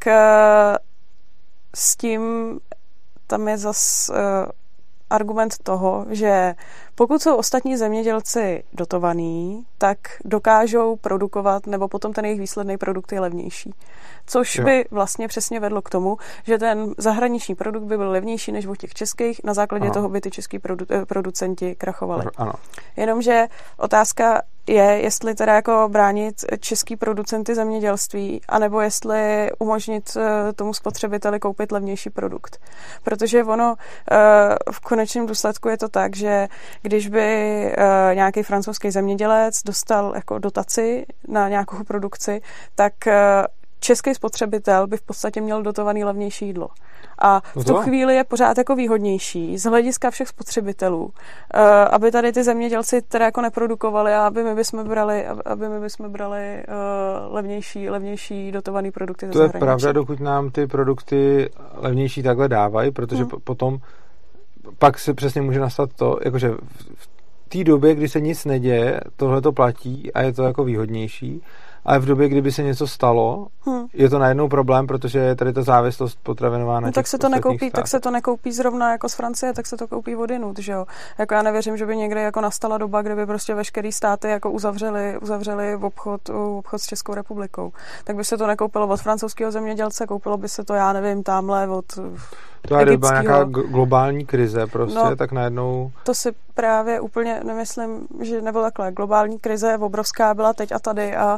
s tím tam je zas uh, argument toho, že pokud jsou ostatní zemědělci dotovaní, tak dokážou produkovat, nebo potom ten jejich výsledný produkt je levnější. Což jo. by vlastně přesně vedlo k tomu, že ten zahraniční produkt by byl levnější než u těch českých, na základě ano. toho by ty český produ- producenti krachovali. Ano. Jenomže otázka je, jestli teda jako bránit český producenty zemědělství, anebo jestli umožnit tomu spotřebiteli koupit levnější produkt. Protože ono v konečném důsledku je to tak, že když by nějaký francouzský zemědělec dostal jako dotaci na nějakou produkci, tak český spotřebitel by v podstatě měl dotovaný levnější jídlo. A v tu chvíli je pořád jako výhodnější z hlediska všech spotřebitelů, aby tady ty zemědělci teda jako neprodukovali a aby my bychom brali, aby my bychom brali levnější, levnější dotovaný produkty ze zahraničí. To je pravda, dokud nám ty produkty levnější takhle dávají, protože hmm. potom pak se přesně může nastat to, jakože v té době, kdy se nic neděje, tohle to platí a je to jako výhodnější, ale v době, kdyby se něco stalo, hmm. je to najednou problém, protože je tady ta závislost potravinová na no, tak se to nekoupí, tak se to nekoupí zrovna jako z Francie, tak se to koupí odinut, že jo. Jako já nevěřím, že by někdy jako nastala doba, kde by prostě veškerý státy jako uzavřeli, uzavřeli v obchod, v obchod s Českou republikou. Tak by se to nekoupilo od francouzského zemědělce, koupilo by se to, já nevím, tamhle od to je byla nějaká globální krize prostě, no, tak najednou... To si právě úplně nemyslím, že nebo takhle. Globální krize obrovská byla teď a tady a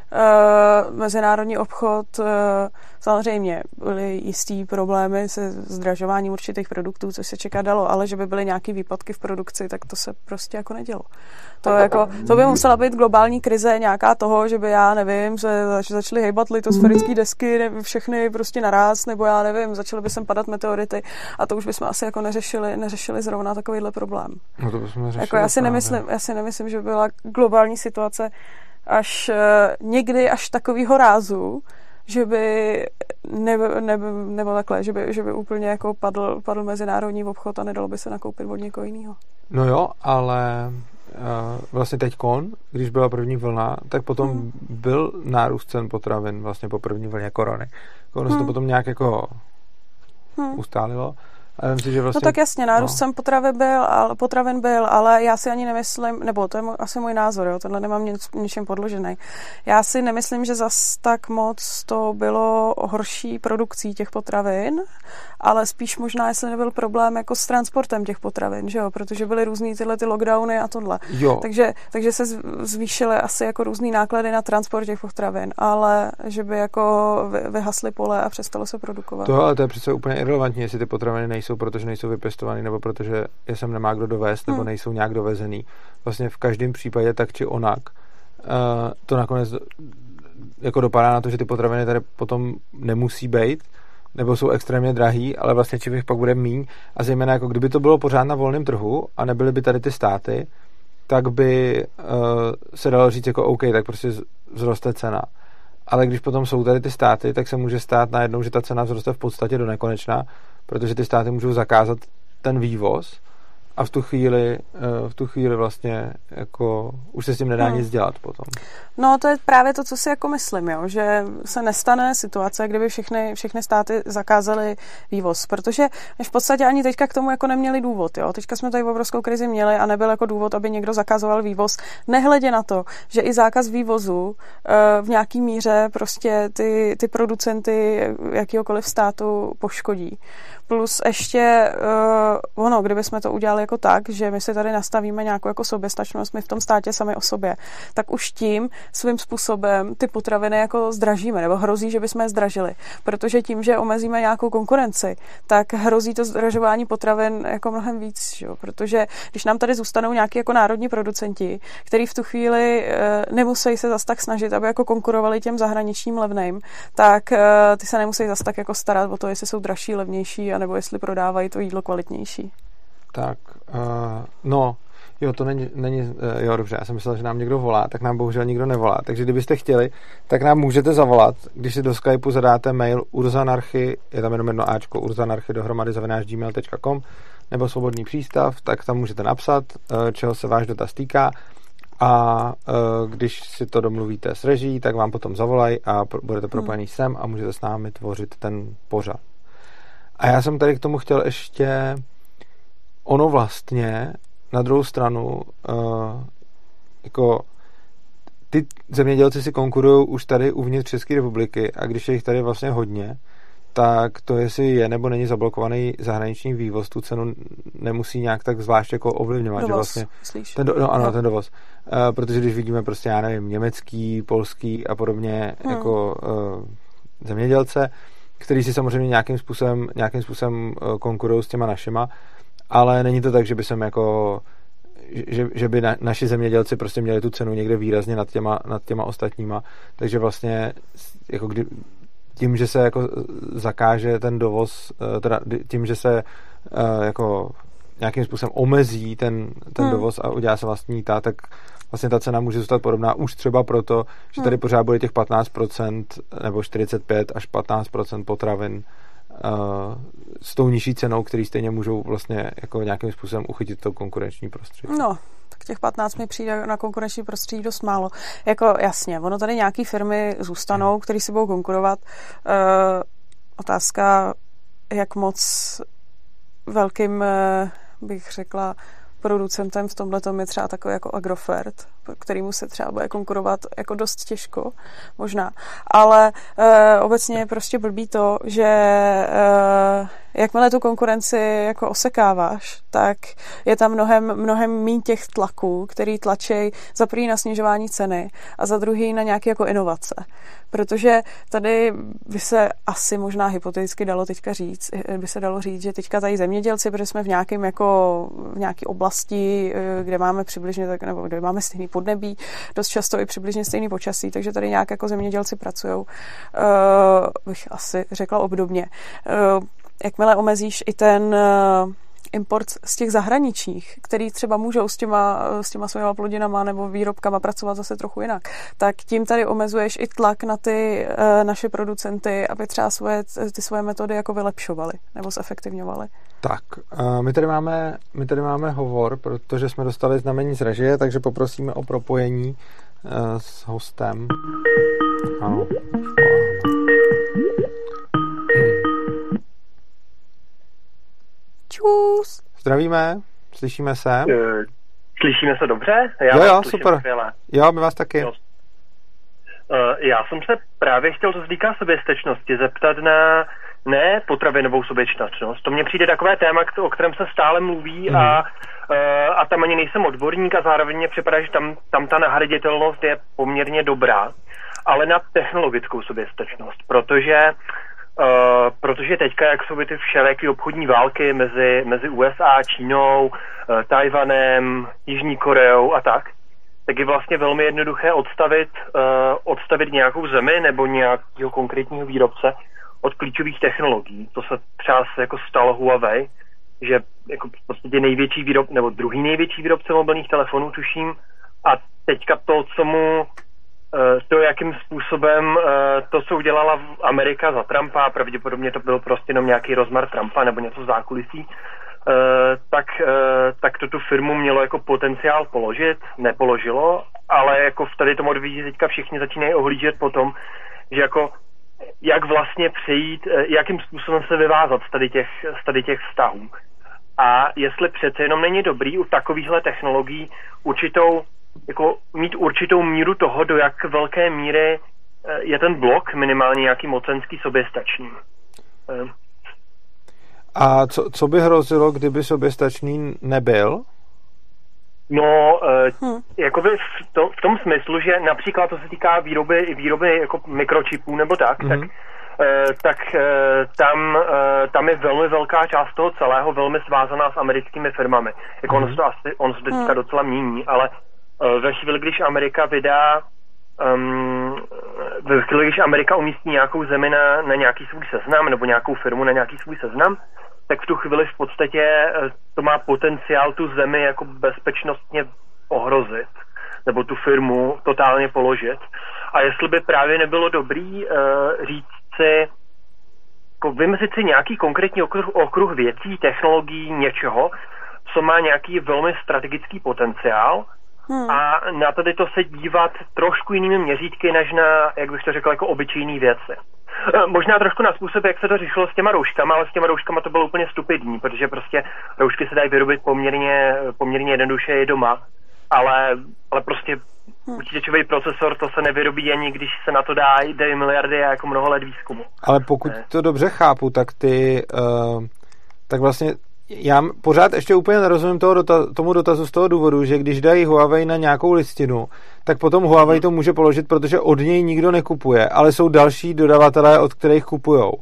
uh, mezinárodní obchod uh, samozřejmě byly jistý problémy se zdražováním určitých produktů, což se čekat dalo, ale že by byly nějaký výpadky v produkci, tak to se prostě jako nedělo. To, jako, to by musela být globální krize nějaká toho, že by, já nevím, se začaly hejbat litosférické desky, ne, všechny prostě naraz, nebo já nevím, začaly by sem padat meteority a to už bychom asi jako neřešili, neřešili zrovna takovýhle problém. No to bychom neřešili. Jako já si nemyslím, já si nemyslím, že byla globální situace až uh, někdy až takovýho rázu, že by nebo, nebo, nebo takhle, že by, že by úplně jako padl, padl mezinárodní obchod a nedalo by se nakoupit od někoho jiného. No jo, ale uh, vlastně teďkon, když byla první vlna, tak potom hmm. byl nárůst cen potravin vlastně po první vlně korony. Ono hmm. se to potom nějak jako hmm. ustálilo. Ale myslím, že vlastně, no tak jasně, nárůst no. cen potravin byl, ale, potravin byl, ale já si ani nemyslím, nebo to je můj, asi můj názor, jo, tenhle nemám nic, ničím podložený. Já si nemyslím, že zas tak moc to bylo horší produkcí těch potravin, ale spíš možná, jestli nebyl problém jako s transportem těch potravin, že jo, protože byly různý tyhle ty lockdowny a tohle. Jo. Takže, takže se zvýšily asi jako různý náklady na transport těch potravin, ale že by jako vyhasly pole a přestalo se produkovat. To, ale to je přece úplně irrelevantní, jestli ty potraviny nejsou, protože nejsou vypěstovaný, nebo protože je sem nemá kdo dovést, nebo hmm. nejsou nějak dovezený. Vlastně v každém případě tak či onak uh, to nakonec jako dopadá na to, že ty potraviny tady potom nemusí být, nebo jsou extrémně drahý, ale vlastně čím jich pak bude míň. A zejména jako kdyby to bylo pořád na volném trhu a nebyly by tady ty státy, tak by uh, se dalo říct jako OK, tak prostě vzroste cena. Ale když potom jsou tady ty státy, tak se může stát najednou, že ta cena vzroste v podstatě do nekonečna, protože ty státy můžou zakázat ten vývoz a v tu chvíli, v tu chvíli vlastně jako už se s tím nedá hmm. nic dělat potom. No to je právě to, co si jako myslím, jo, že se nestane situace, kdyby všechny, všechny státy zakázaly vývoz, protože v podstatě ani teďka k tomu jako neměli důvod, jo. Teďka jsme tady obrovskou krizi měli a nebyl jako důvod, aby někdo zakazoval vývoz, nehledě na to, že i zákaz vývozu v nějaký míře prostě ty, ty producenty jakýhokoliv státu poškodí. Plus ještě uh, ono, kdyby jsme to udělali jako tak, že my si tady nastavíme nějakou jako soběstačnost, my v tom státě sami o sobě, tak už tím svým způsobem ty potraviny jako zdražíme, nebo hrozí, že bychom je zdražili. Protože tím, že omezíme nějakou konkurenci, tak hrozí to zdražování potravin jako mnohem víc, jo? Protože když nám tady zůstanou nějaký jako národní producenti, který v tu chvíli uh, nemusí se zas tak snažit, aby jako konkurovali těm zahraničním levným, tak uh, ty se nemusí zas tak jako starat o to, jestli jsou dražší, levnější, nebo jestli prodávají to jídlo kvalitnější. Tak, uh, no, jo, to není, není uh, jo, dobře, já jsem myslel, že nám někdo volá, tak nám bohužel nikdo nevolá, takže kdybyste chtěli, tak nám můžete zavolat, když si do Skypeu zadáte mail urzanarchy, je tam jenom jedno áčko, urzanarchy dohromady zavináč gmail tečka com, nebo svobodný přístav, tak tam můžete napsat, uh, čeho se váš dotaz týká, a uh, když si to domluvíte s režií, tak vám potom zavolají a pro, budete propojený hmm. sem a můžete s námi tvořit ten pořad. A já jsem tady k tomu chtěl ještě ono vlastně na druhou stranu uh, jako ty zemědělci si konkurují už tady uvnitř České republiky a když je jich tady vlastně hodně, tak to, jestli je nebo není zablokovaný zahraniční vývoz, tu cenu nemusí nějak tak zvlášť jako ovlivňovat. Dovoz, že vlastně myslíš? Ten do, no, ano, no. ten dovoz. Uh, protože když vidíme prostě, já nevím, německý, polský a podobně hmm. jako uh, zemědělce, který si samozřejmě nějakým způsobem, nějakým způsobem konkurují s těma našima, ale není to tak, že by jsem jako že, že by na, naši zemědělci prostě měli tu cenu někde výrazně nad těma, nad těma ostatníma, takže vlastně jako kdy, tím, že se jako zakáže ten dovoz, teda tím, že se jako nějakým způsobem omezí ten, ten hmm. dovoz a udělá se vlastní ta, tak vlastně ta cena může zůstat podobná už třeba proto, že tady pořád bude těch patnáct procent nebo čtyřicet pět až patnáct procent potravin uh, s tou nižší cenou, který stejně můžou vlastně jako nějakým způsobem uchytit to konkurenční prostředí. No, tak těch patnáct mi přijde na konkurenční prostředí dost málo. Jako jasně, ono tady nějaký firmy zůstanou, hmm. které si budou konkurovat. Uh, otázka, jak moc velkým, uh, bych řekla, producentem v tomhletom je třeba takový jako Agrofert, kterýmu se třeba bude konkurovat jako dost těžko, možná. Ale e, obecně je prostě blbý to, že e, jakmile tu konkurenci jako osekáváš, tak je tam mnohem, mnohem míň těch tlaků, který tlačí za první na snižování ceny a za druhý na nějaké jako inovace. Protože tady by se asi možná hypoteticky dalo teďka říct, by se dalo říct, že teďka tady zemědělci, protože jsme v nějakém jako v nějaké oblasti, kde máme přibližně tak, nebo kde máme stejný podnebí, dost často i přibližně stejný počasí, takže tady nějak jako zemědělci pracujou, uh, bych asi řekla obdobně. Uh, jakmile omezíš i ten uh, import z těch zahraničních, který třeba můžou s těma, s těma svýma plodinama nebo výrobkama pracovat zase trochu jinak, tak tím tady omezuješ i tlak na ty uh, naše producenty, aby třeba svoje, ty svoje metody jako vylepšovali nebo zefektivňovali. Tak, uh, my tady máme, my tady máme hovor, protože jsme dostali znamení z režie, takže poprosíme o propojení uh, s hostem. Ano. Čus. Zdravíme, slyšíme se. Slyšíme se dobře? Já jo, jo, super. Skvěle. Jo, my vás taky. Jo. Já jsem se právě chtěl, co se týká soběstačnosti, zeptat na ne potravinovou soběstačnost. To mně přijde takové téma, o kterém se stále mluví mm. a, a tam ani nejsem odborník a zároveň mě připadá, že tam, tam ta nahraditelnost je poměrně dobrá, ale na technologickou soběstačnost, protože Uh, protože teďka, jak jsou ty všelijaké obchodní války mezi, mezi U S A, Čínou, uh, Tajvanem, Jižní Koreou a tak, tak je vlastně velmi jednoduché odstavit, uh, odstavit nějakou zemi nebo nějakého konkrétního výrobce od klíčových technologií. To se třeba se jako stalo Huawei, že jako v podstatě největší výrob, nebo druhý největší výrobce mobilních telefonů, tuším, a teďka to, co mu to, jakým způsobem to, co udělala Amerika za Trumpa, pravděpodobně to byl prostě jenom nějaký rozmar Trumpa nebo něco v zákulisí, tak, tak to tu firmu mělo jako potenciál položit, nepoložilo, ale jako v tady tom odvětví teďka všichni začínají ohlížet potom, že jako jak vlastně přejít, jakým způsobem se vyvázat z tady těch, z tady těch vztahů. A jestli přece jenom není dobrý u takovýchhle technologií určitou jako mít určitou míru toho, do jak velké míry je ten blok minimálně nějaký mocenský soběstačný. A co, co by hrozilo, kdyby soběstačný nebyl? No, hmm. jakoby v, to, v tom smyslu, že například to se týká výroby, výroby jako mikročipů nebo tak, hmm. tak tak tam, tam je velmi velká část toho celého velmi svázaná s americkými firmami. Jako hmm. ono se to asi, ono se to teďka docela mění, ale ve chvíli, když Amerika vydá, um, ve chvíli, když Amerika umístí nějakou zemi na, na nějaký svůj seznam nebo nějakou firmu na nějaký svůj seznam, tak v tu chvíli v podstatě to má potenciál tu zemi jako bezpečnostně ohrozit nebo tu firmu totálně položit. A jestli by právě nebylo dobrý uh, říct si, jako vymyslit si nějaký konkrétní okruh, okruh věcí, technologií, něčeho, co má nějaký velmi strategický potenciál, Hmm. a na tady to se dívat trošku jinými měřítky, než na, jak bych to řekl, jako obyčejný věci. Možná trošku na způsob, jak se to řešilo s těma rouškama, ale s těma rouškama to bylo úplně stupidní, protože prostě roušky se dají vyrobit poměrně, poměrně jednoduše i doma, ale, ale prostě hmm. počítačový procesor, to se nevyrobí ani, když se na to dá dají miliardy a jako mnoho let výzkumu. Ale pokud ne. to dobře chápu, tak ty, uh, tak vlastně já pořád ještě úplně nerozumím toho dota- tomu dotazu z toho důvodu, že když dají Huawei na nějakou listinu, tak potom Huawei to může položit, protože od něj nikdo nekupuje, ale jsou další dodavatelé, od kterých kupujou.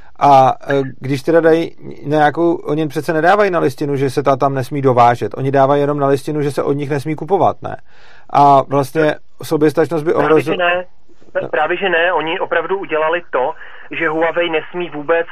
A když teda dají nějakou, oni přece nedávají na listinu, že se ta tam nesmí dovážet. Oni dávají jenom na listinu, že se od nich nesmí kupovat, ne? A vlastně soběstačnost by ohrozila... Právě, že ne. Právě, že ne. Oni opravdu udělali to, že Huawei nesmí vůbec,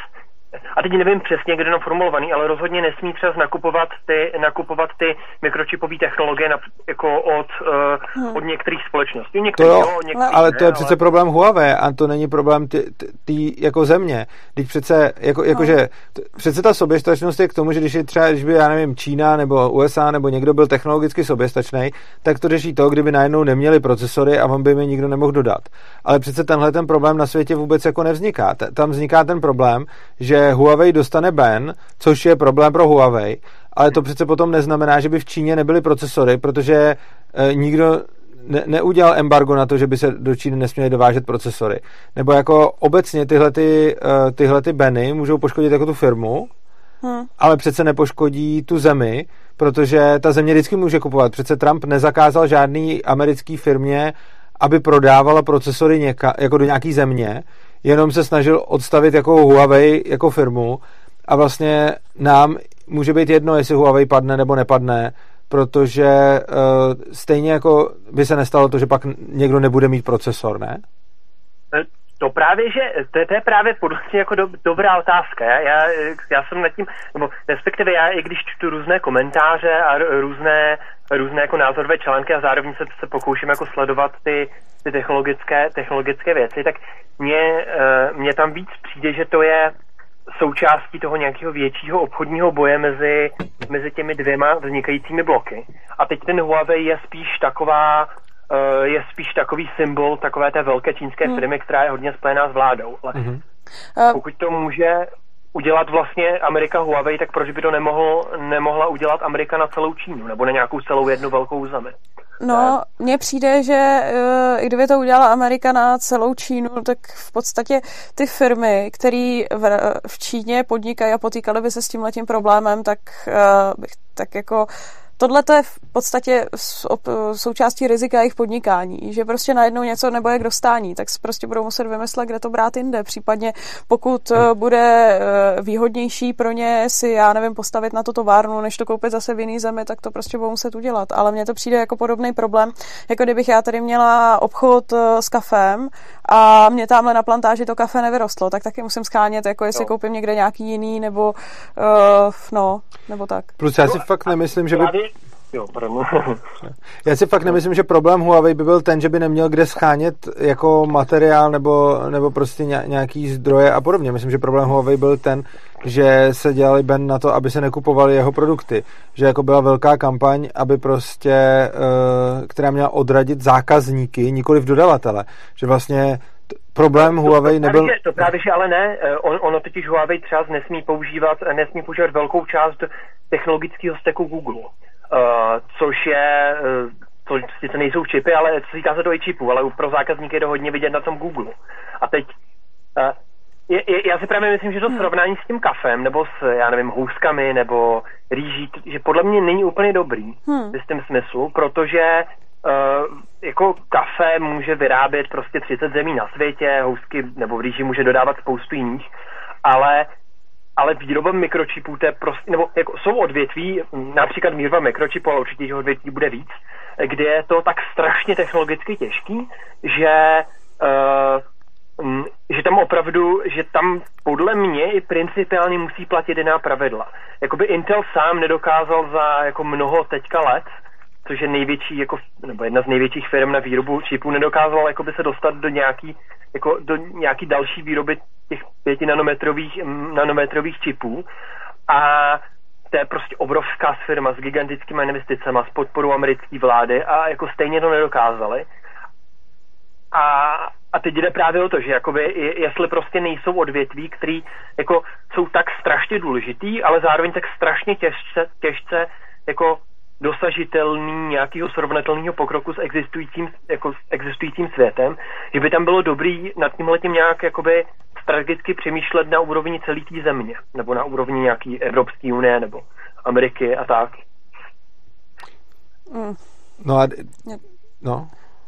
a teď nevím přesně, kde je formulovaný, ale rozhodně nesmí třeba nakupovat ty, nakupovat ty mikročipové technologie na, jako od, uh, hmm. od některých společností. Některých, to jo, jo, některých ale ne, to je přece ale... problém Huawei a to není problém ty, ty, ty jako země. Teď přece, jako, jako no. že, t, přece ta soběstačnost je k tomu, že když je třeba, když by, já nevím, Čína nebo U S A nebo někdo byl technologicky soběstačný, tak to řeší to, kdyby najednou neměli procesory a on by mi nikdo nemohl dodat. Ale přece tenhle ten problém na světě vůbec jako nevzniká. T- tam vzniká ten problém, že Huawei dostane ban, což je problém pro Huawei, ale to přece potom neznamená, že by v Číně nebyly procesory, protože e, nikdo ne, neudělal embargo na to, že by se do Číny nesměly dovážet procesory. Nebo jako obecně tyhle, ty, e, tyhle ty bany můžou poškodit jako tu firmu, hmm. ale přece nepoškodí tu zemi, protože ta země vždycky může kupovat. Přece Trump nezakázal žádný americký firmě, aby prodávala procesory něka, jako do nějaký země, jenom se snažil odstavit jako Huawei jako firmu a vlastně nám může být jedno, jestli Huawei padne nebo nepadne, protože uh, stejně jako by se nestalo to, že pak někdo nebude mít procesor, ne? To právě, že to, to je právě podle jako do, dobrá otázka. Já, já, já jsem nad tím, nebo respektive já, i když čtu různé komentáře a různé, různé jako názorové články a zároveň se, se pokouším jako sledovat ty, ty technologické, technologické věci, tak mně, mně tam víc přijde, že to je součástí toho nějakého většího obchodního boje mezi, mezi těmi dvěma vznikajícími bloky. A teď ten Huawei je spíš taková je spíš takový symbol takové té velké čínské firmy, která je hodně spojená s vládou. Ale mm-hmm. pokud to může, udělat vlastně Amerika Huawei, tak proč by to nemohl, nemohla udělat Amerika na celou Čínu, nebo na nějakou celou jednu velkou zemi? No, mně přijde, že i kdyby to udělala Amerika na celou Čínu, tak v podstatě ty firmy, které v, v Číně podnikají a potýkaly by se s tímhletím problémem, tak bych tak jako tohle to je v podstatě součástí rizika jejich podnikání, že prostě najednou něco nebo je k dostání, tak prostě budou muset vymyslet, kde to brát jinde. Případně pokud bude výhodnější pro ně si, já nevím, postavit na to továrnu, než to koupit zase v jiný zemi, tak to prostě budou muset udělat. Ale mně to přijde jako podobný problém, jako kdybych já tady měla obchod s kafem a mě tamhle na plantáži to kafe nevyrostlo, tak taky musím schánět, jako jestli no. koupím někde nějaký jiný, nebo uh, no, nebo tak. Plus já si no, fakt nemyslím, že by... Jo, pardon. Já si fakt nemyslím, že problém Huawei by byl ten, že by neměl kde schánět jako materiál nebo, nebo prostě nějaký zdroje a podobně. Myslím, že problém Huawei byl ten, že se dělali ban na to, aby se nekupovaly jeho produkty. Že jako byla velká kampaň, aby prostě, která měla odradit zákazníky, nikoliv dodavatele. Že vlastně problém to, Huawei to nebyl... Právě, to právě, že ale ne. On, ono totiž Huawei třeba nesmí používat, nesmí používat velkou část technologického stacku Google. Uh, což je, uh, to sice nejsou čipy, ale co týká se to i čipů, ale pro zákazníky je to hodně vidět na tom Google. A teď, uh, je, je, já si právě myslím, že to srovnání s tím kafem, nebo s, já nevím, houskami, nebo rýží, že podle mě není úplně dobrý hmm. v jistém smyslu, protože uh, jako kafe může vyrábět prostě třicet zemí na světě, housky nebo rýži může dodávat spoustu jiných, ale ale výroba mikročipů, to je prostě, nebo jako jsou odvětví, například výroba mikročipů, ale určitě těch odvětví bude víc, kde je to tak strašně technologicky těžký, že, uh, že tam opravdu, že tam podle mě i principiálně musí platit jiná pravidla. Jakoby Intel sám nedokázal za jako mnoho teďka let, což je největší, jako, nebo jedna z největších firm na výrobu čipů, nedokázal jakoby se dostat do nějaký, jako, do nějaký další výroby těch pěti nanometrových, nanometrových čipů. A to je prostě obrovská firma s gigantickými investicemi, s podporou americké vlády a jako stejně to nedokázali. A, a teď jde právě o to, že jakoby, jestli prostě nejsou odvětví, které jako jsou tak strašně důležitý, ale zároveň tak strašně těžce, těžce jako dosažitelný nějakého srovnatelného pokroku s existujícím, jako s existujícím světem, že by tam bylo dobrý nad tímhletím nějak jakoby strategicky přemýšlet na úrovni celé té země, nebo na úrovni nějaký Evropské unie, nebo Ameriky a tak. Mm. No a... No.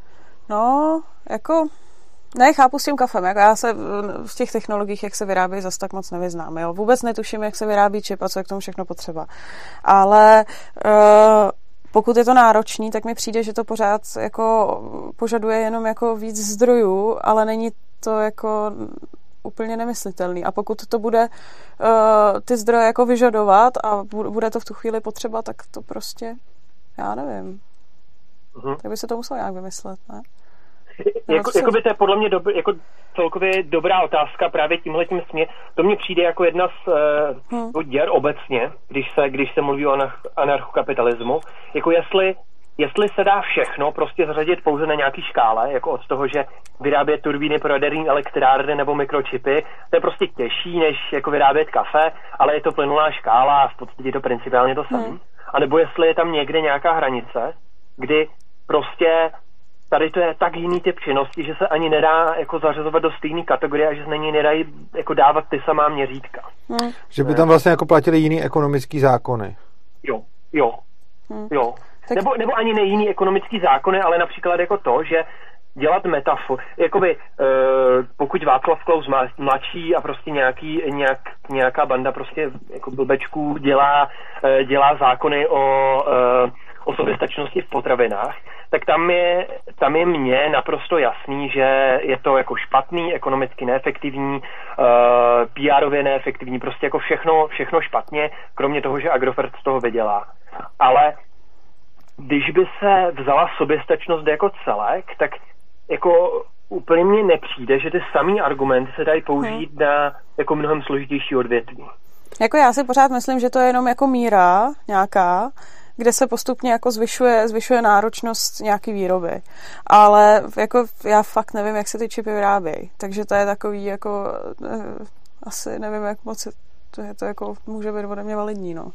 No, jako... Ne, chápu s tím kafem, jako já se v těch technologiích, jak se vyrábí, zase tak moc nevyznám. Jo. Vůbec netuším, jak se vyrábí čip a co je k tomu všechno potřeba. Ale uh, pokud je to náročný, tak mi přijde, že to pořád jako požaduje jenom jako víc zdrojů, ale není to jako úplně nemyslitelný. A pokud to bude uh, ty zdroje jako vyžadovat a bude to v tu chvíli potřeba, tak to prostě, já nevím. Uh-huh. Tak by se to muselo nějak vymyslet, ne? Jako, jako by to je podle mě dob, jako celkově dobrá otázka právě tímhletím směr. To mně přijde jako jedna z uh, hmm. děr obecně, když se, když se mluví o anarchokapitalismu. Jako jestli, jestli se dá všechno prostě zařadit pouze na nějaký škále, jako od toho, že vyrábět turbíny pro jaderné elektrárny nebo mikročipy, to je prostě těžší, než jako vyrábět kafe, ale je to plynulá škála a v podstatě je to principiálně to samé. Hmm. A nebo jestli je tam někde nějaká hranice, kdy prostě tady to je tak jiný typ činnosti, že se ani nedá jako zařazovat do stejné kategorie a že se na ní nedají jako dávat ty samá měřítka. Hmm. Že by tam vlastně jako platily jiný ekonomický zákony. Jo, jo, hmm. jo. Tak... Nebo, nebo ani ne jiný ekonomický zákony, ale například jako to, že dělat metafor, jakoby uh, pokud Václav Klaus mladší a prostě nějaký, nějak, nějaká banda prostě jako blbečků dělá, uh, dělá zákony o, uh, o soběstačnosti v potravinách, tak tam je, tam je mně naprosto jasný, že je to jako špatný, ekonomicky neefektivní, uh, P R ově neefektivní, prostě jako všechno, všechno špatně, kromě toho, že Agrofert z toho vydělá. Ale když by se vzala soběstačnost jako celek, tak jako úplně mně nepřijde, že ty samý argumenty se dají použít hmm. na jako mnohem složitější odvětví. Jako já si pořád myslím, že to je jenom jako míra nějaká, kde se postupně jako zvyšuje, zvyšuje náročnost nějaký výroby. Ale jako já fakt nevím, jak se ty čipy vyrábějí. Takže to je takový jako eh, asi nevím, jak moc To je to jako, může být ode mě validní, no.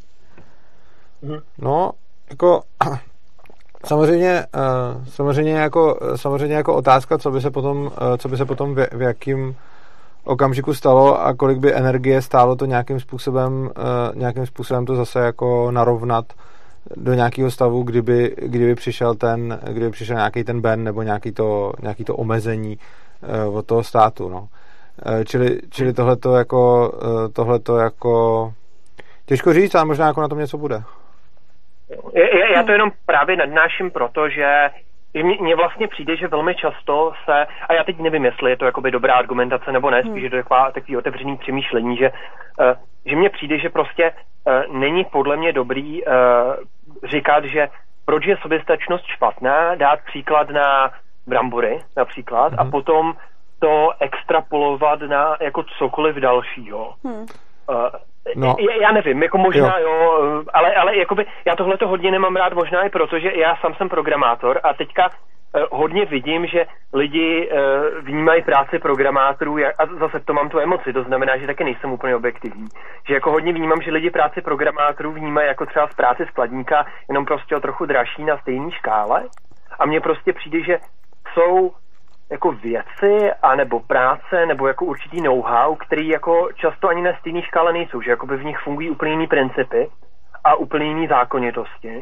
No, jako samozřejmě, samozřejmě jako, samozřejmě jako otázka, co by se potom, co by se potom v, v jakým okamžiku stalo a kolik by energie stálo to nějakým způsobem, nějakým způsobem to zase jako narovnat do nějakého stavu, kdyby, kdyby přišel ten, kdyby přišel nějaký ten ban nebo nějaký to, nějaký to omezení od toho státu, no. Čili, čili tohleto jako, tohleto jako těžko říct, ale možná jako na tom něco bude. Já, já to jenom právě nadnáším, protože mně vlastně přijde, že velmi často se, a já teď nevím, jestli je to jakoby dobrá argumentace nebo ne, spíš je to taková, takový otevřený přemýšlení, že, že mně přijde, že prostě není podle mě dobrý říkat, že proč je soběstačnost špatná, dát příklad na brambory například hmm. a potom to extrapolovat na jako cokoliv dalšího. Hmm. No. Já, já nevím, jako možná jo, jo ale, ale jakoby já tohle to hodně nemám rád, možná i proto, že já sám jsem programátor a teďka eh, hodně vidím, že lidi eh, vnímají práci programátorů a zase to mám tu emoci, to znamená, že taky nejsem úplně objektivní. Že jako hodně vnímám, že lidi práci programátorů vnímají jako třeba z práci skladníka jenom prostě o trochu dražší na stejné škále a mně prostě přijde, že jsou jako věci, anebo práce, nebo jako určitý know-how, který jako často ani na stejné škále nejsou, že jakoby v nich fungují úplně jiný principy a úplně jiný zákonitosti.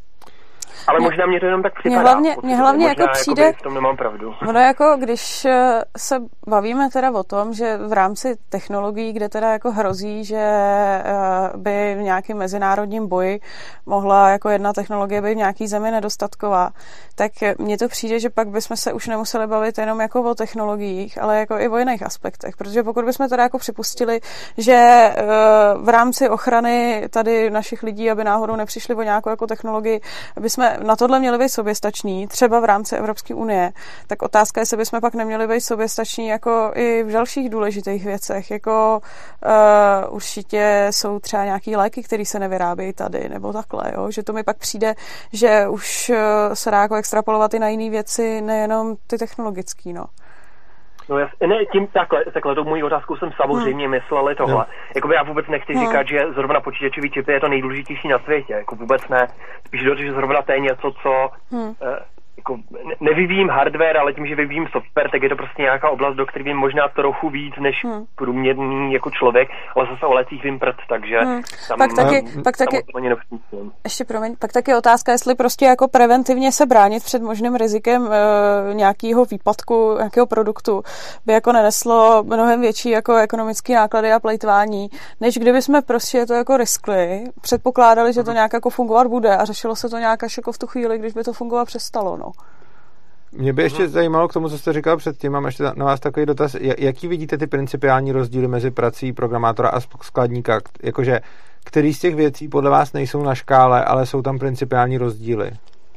Ale mě, možná mě to jenom tak připadá. Mě hlavně, mě hlavně jako přijde, v tom nemám pravdu. Ono jako, když se bavíme teda o tom, že v rámci technologií, kde teda jako hrozí, že by v nějakém mezinárodním boji mohla jako jedna technologie být v nějaký zemi nedostatková, tak mně to přijde, že pak bychom se už nemuseli bavit jenom jako o technologiích, ale jako i o jiných aspektech, protože pokud bychom teda jako připustili, že v rámci ochrany tady našich lidí, aby náhodou nepřišli o nějakou jako technologii, aby jsme na tohle měli být soběstační, třeba v rámci Evropské unie, tak otázka je, jestli bychom pak neměli být soběstační jako i v dalších důležitých věcech, jako uh, určitě jsou třeba nějaký léky, které se nevyrábějí tady, nebo takhle, jo? Že to mi pak přijde, že už uh, se dá jako extrapolovat i na jiné věci, nejenom ty technologické, no. No jas, ne, tím takhle, takhle, tou mojí otázkou jsem samozřejmě hmm. mysleli tohle. No. Jakoby já vůbec nechci hmm. říkat, že zrovna počítačový čipy je to nejdůležitější na světě, jako vůbec ne. Spíš do, že zrovna to je něco, co hmm. eh, jako nevyvíjím hardware, ale tím, že vyvíjím software, tak je to prostě nějaká oblast, do které vím možná trochu víc než hmm. průměrný jako člověk, ale zase o lecích vím prd, takže hmm. tam, pak taky, tam, pak tam taky, tam ještě promiň, pak taky otázka, jestli prostě jako preventivně se bránit před možným rizikem e, nějakého výpadku, nějakého produktu by jako neneslo mnohem větší jako ekonomické náklady a plejtvání, než kdyby jsme prostě to jako riskli, předpokládali, že to nějak jako fungovat bude a řešilo se to nějak až jako v tu chvíli, když by to fungovat přestalo, no. Mě by ještě zajímalo k tomu, co jste říkal předtím, mám ještě na vás takový dotaz, jaký vidíte ty principiální rozdíly mezi prací programátora a skladníka, jakože který z těch věcí podle vás nejsou na škále, ale jsou tam principiální rozdíly?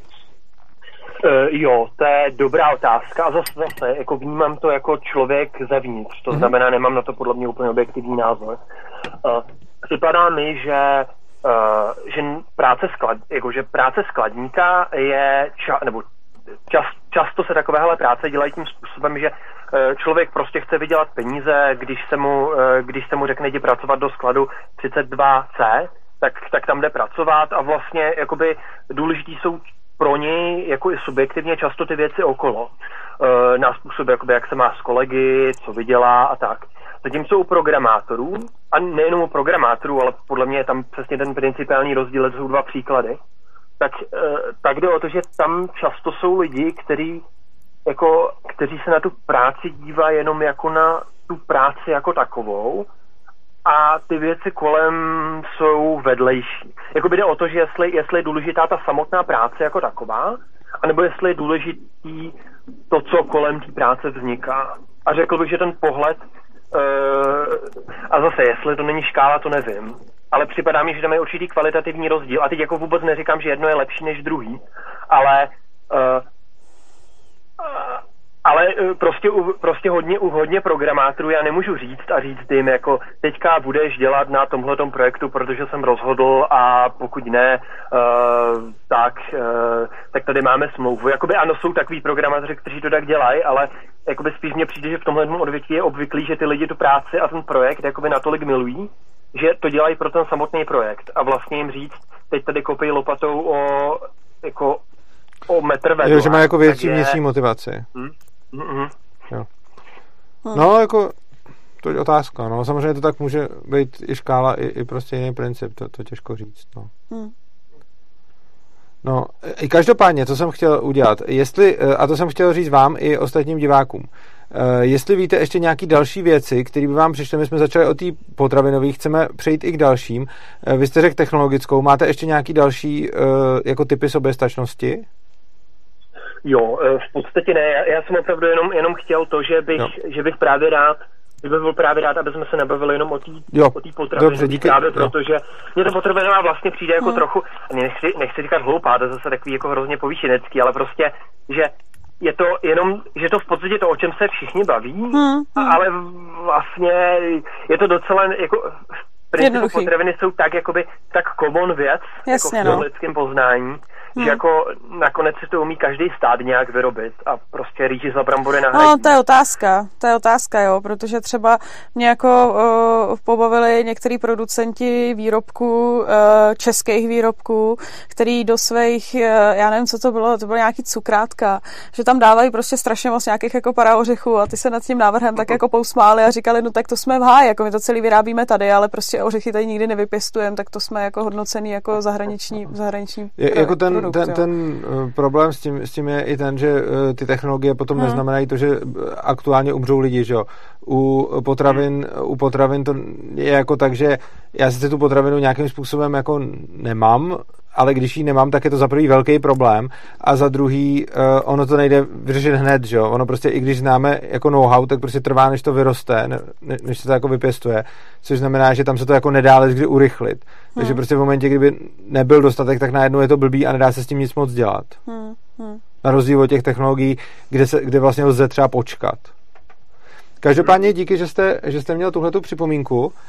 Uh, jo, to je dobrá otázka a zase, zase jako vnímám to jako člověk zevnitř, to mm-hmm. znamená, nemám na to podle mě úplně objektivní názor. Uh, připadá mi, že Uh, že práce sklad, jako, že práce skladníka je ča, nebo čas, často se takovéhle práce dělají tím způsobem, že uh, člověk prostě chce vydělat peníze, když se mu, uh, když se mu řekne jdi pracovat do skladu třicet dva C, tak, tak tam jde pracovat a vlastně jakoby důležitý jsou pro něj jako i subjektivně často ty věci okolo. Uh, na způsob, jakoby, jak se má s kolegy, co vydělá a tak. Zatímco u programátorů, a nejenom u programátorů, ale podle mě je tam přesně ten principiální rozdíl, to jsou dva příklady, tak, tak jde o to, že tam často jsou lidi, kteří, jako, kteří se na tu práci dívají jenom jako na tu práci jako takovou a ty věci kolem jsou vedlejší. Jakoby jde o to, že jestli, jestli je důležitá ta samotná práce jako taková, anebo jestli je důležitý to, co kolem té práce vzniká. A řekl bych, že ten pohled Uh, a zase, jestli to není škála, to nevím. Ale připadá mi, že tam je určitý kvalitativní rozdíl. A teď jako vůbec neříkám, že jedno je lepší než druhý, ale uh, uh, ale prostě, prostě hodně, u hodně programátorů já nemůžu říct a říct jim jako teďka budeš dělat na tomhletom projektu, protože jsem rozhodl a pokud ne, uh, tak, uh, tak tady máme smlouvu. Jakoby ano, jsou takový programátoři, kteří to tak dělají, ale jakoby spíš mně přijde, že v tomhle odvětví je obvyklý, že ty lidi tu práci a ten projekt jakoby natolik milují, že to dělají pro ten samotný projekt a vlastně jim říct, teď tady kopej lopatou o, jako, o metr vedle. Jo, že má jako větší takže... vnitřní motivaci. Hmm? Mm-hmm. Jo. No, jako, to je otázka, no. Samozřejmě to tak může být i škála, i, i prostě jiný princip, to, to těžko říct, no. Hmm. No, i každopádně, co jsem chtěl udělat, jestli, a to jsem chtěl říct vám i ostatním divákům, jestli víte ještě nějaký další věci, které by vám přišly, my jsme začali od té potravinové, chceme přejít i k dalším. Vy jste řekl technologickou, máte ještě nějaký další jako typy soběstačnosti? Jo, v podstatě ne, já, já jsem opravdu jenom, jenom chtěl to, že bych, že bych právě rád, že bych byl právě rád, aby jsme se nebavili jenom o té potravinové právě, protože mně to potravinová vlastně přijde jako hmm. trochu, nechci, nechci říkat hloupá, to je zase takový jako hrozně povýšenecký, ale prostě, že je to jenom, že to v podstatě to, o čem se všichni baví, hmm. ale vlastně je to docela jako v principu potraviny jsou tak jakoby tak common věc, jasně, jako v no. lidském poznání, Hmm. že jako nakonec si to umí každý stát nějak vyrobit a prostě rýži za brambory nahradí. No, to je otázka, to je otázka, jo, protože třeba mě jako uh, pobavili některý producenti výrobků, uh, českých výrobků, který do svých, uh, já nevím, co to bylo, to bylo nějaký cukrátka, že tam dávají prostě strašně moc nějakých jako paraořechů a ty se nad tím návrhem tak jako pousmáli a říkali, no tak to jsme v háji, jako my to celý vyrábíme tady, ale prostě ořechy tady nikdy nevypěstujeme, tak to jsme jako hodnocený jako zahraniční, zahraniční je, pro, jako ten, produkt, ten, ten uh, problém s tím, s tím je i ten, že uh, ty technologie potom hmm. neznamenají to, že aktuálně umřou lidi, že jo. U potravin, u potravin to je jako tak, že já sice tu potravinu nějakým způsobem jako nemám, ale když ji nemám, tak je to za prvý velký problém a za druhý uh, ono to nejde vyřešit hned, že jo. Ono prostě, i když známe jako know-how, tak prostě trvá, než to vyroste, ne, než se to jako vypěstuje, což znamená, že tam se to jako nedá kdy urychlit. Hmm. Takže prostě v momentě, kdyby nebyl dostatek, tak najednou je to blbý a nedá se s tím nic moc dělat. Hmm. Hmm. Na rozdíl od těch technologií, kde, se, kde vlastně lze třeba počkat. Každopádně díky, že jste, že jste měl tuhletu připomínku. Uh,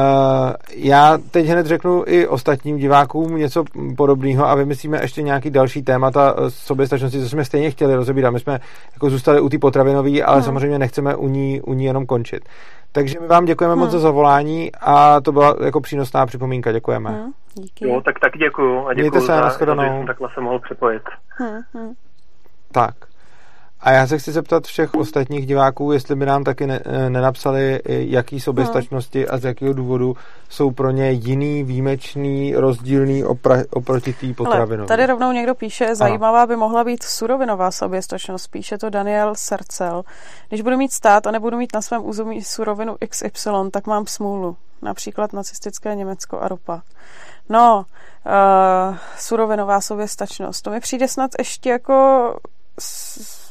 já teď hned řeknu i ostatním divákům něco podobného a vymyslíme ještě nějaký další témata soběstačnosti, co jsme stejně chtěli rozebírat. My jsme jako zůstali u té potravinové, ale hmm. samozřejmě nechceme u ní, u ní jenom končit. Takže my vám děkujeme hmm. moc za zavolání a to byla jako přínosná připomínka. Děkujeme. Hmm. Díky. Jo, tak taky děkuju a děkuju za, za to, že jsem takhle se mohl připojit. Hmm. Hmm. Tak. A já se chci zeptat všech ostatních diváků, jestli by nám taky ne, nenapsali, jaký soběstačnosti a z jakého důvodu jsou pro ně jiný, výjimečný, rozdílný opra, oproti té potravinové. Tady rovnou někdo píše, zajímavá by mohla být surovinová soběstačnost, píše to Daniel Sercel. Když budu mít stát a nebudu mít na svém území surovinu X Y, tak mám smůlu. Například nacistické Německo a ropa. No, uh, surovinová soběstačnost. To mi přijde snad ještě jako... S,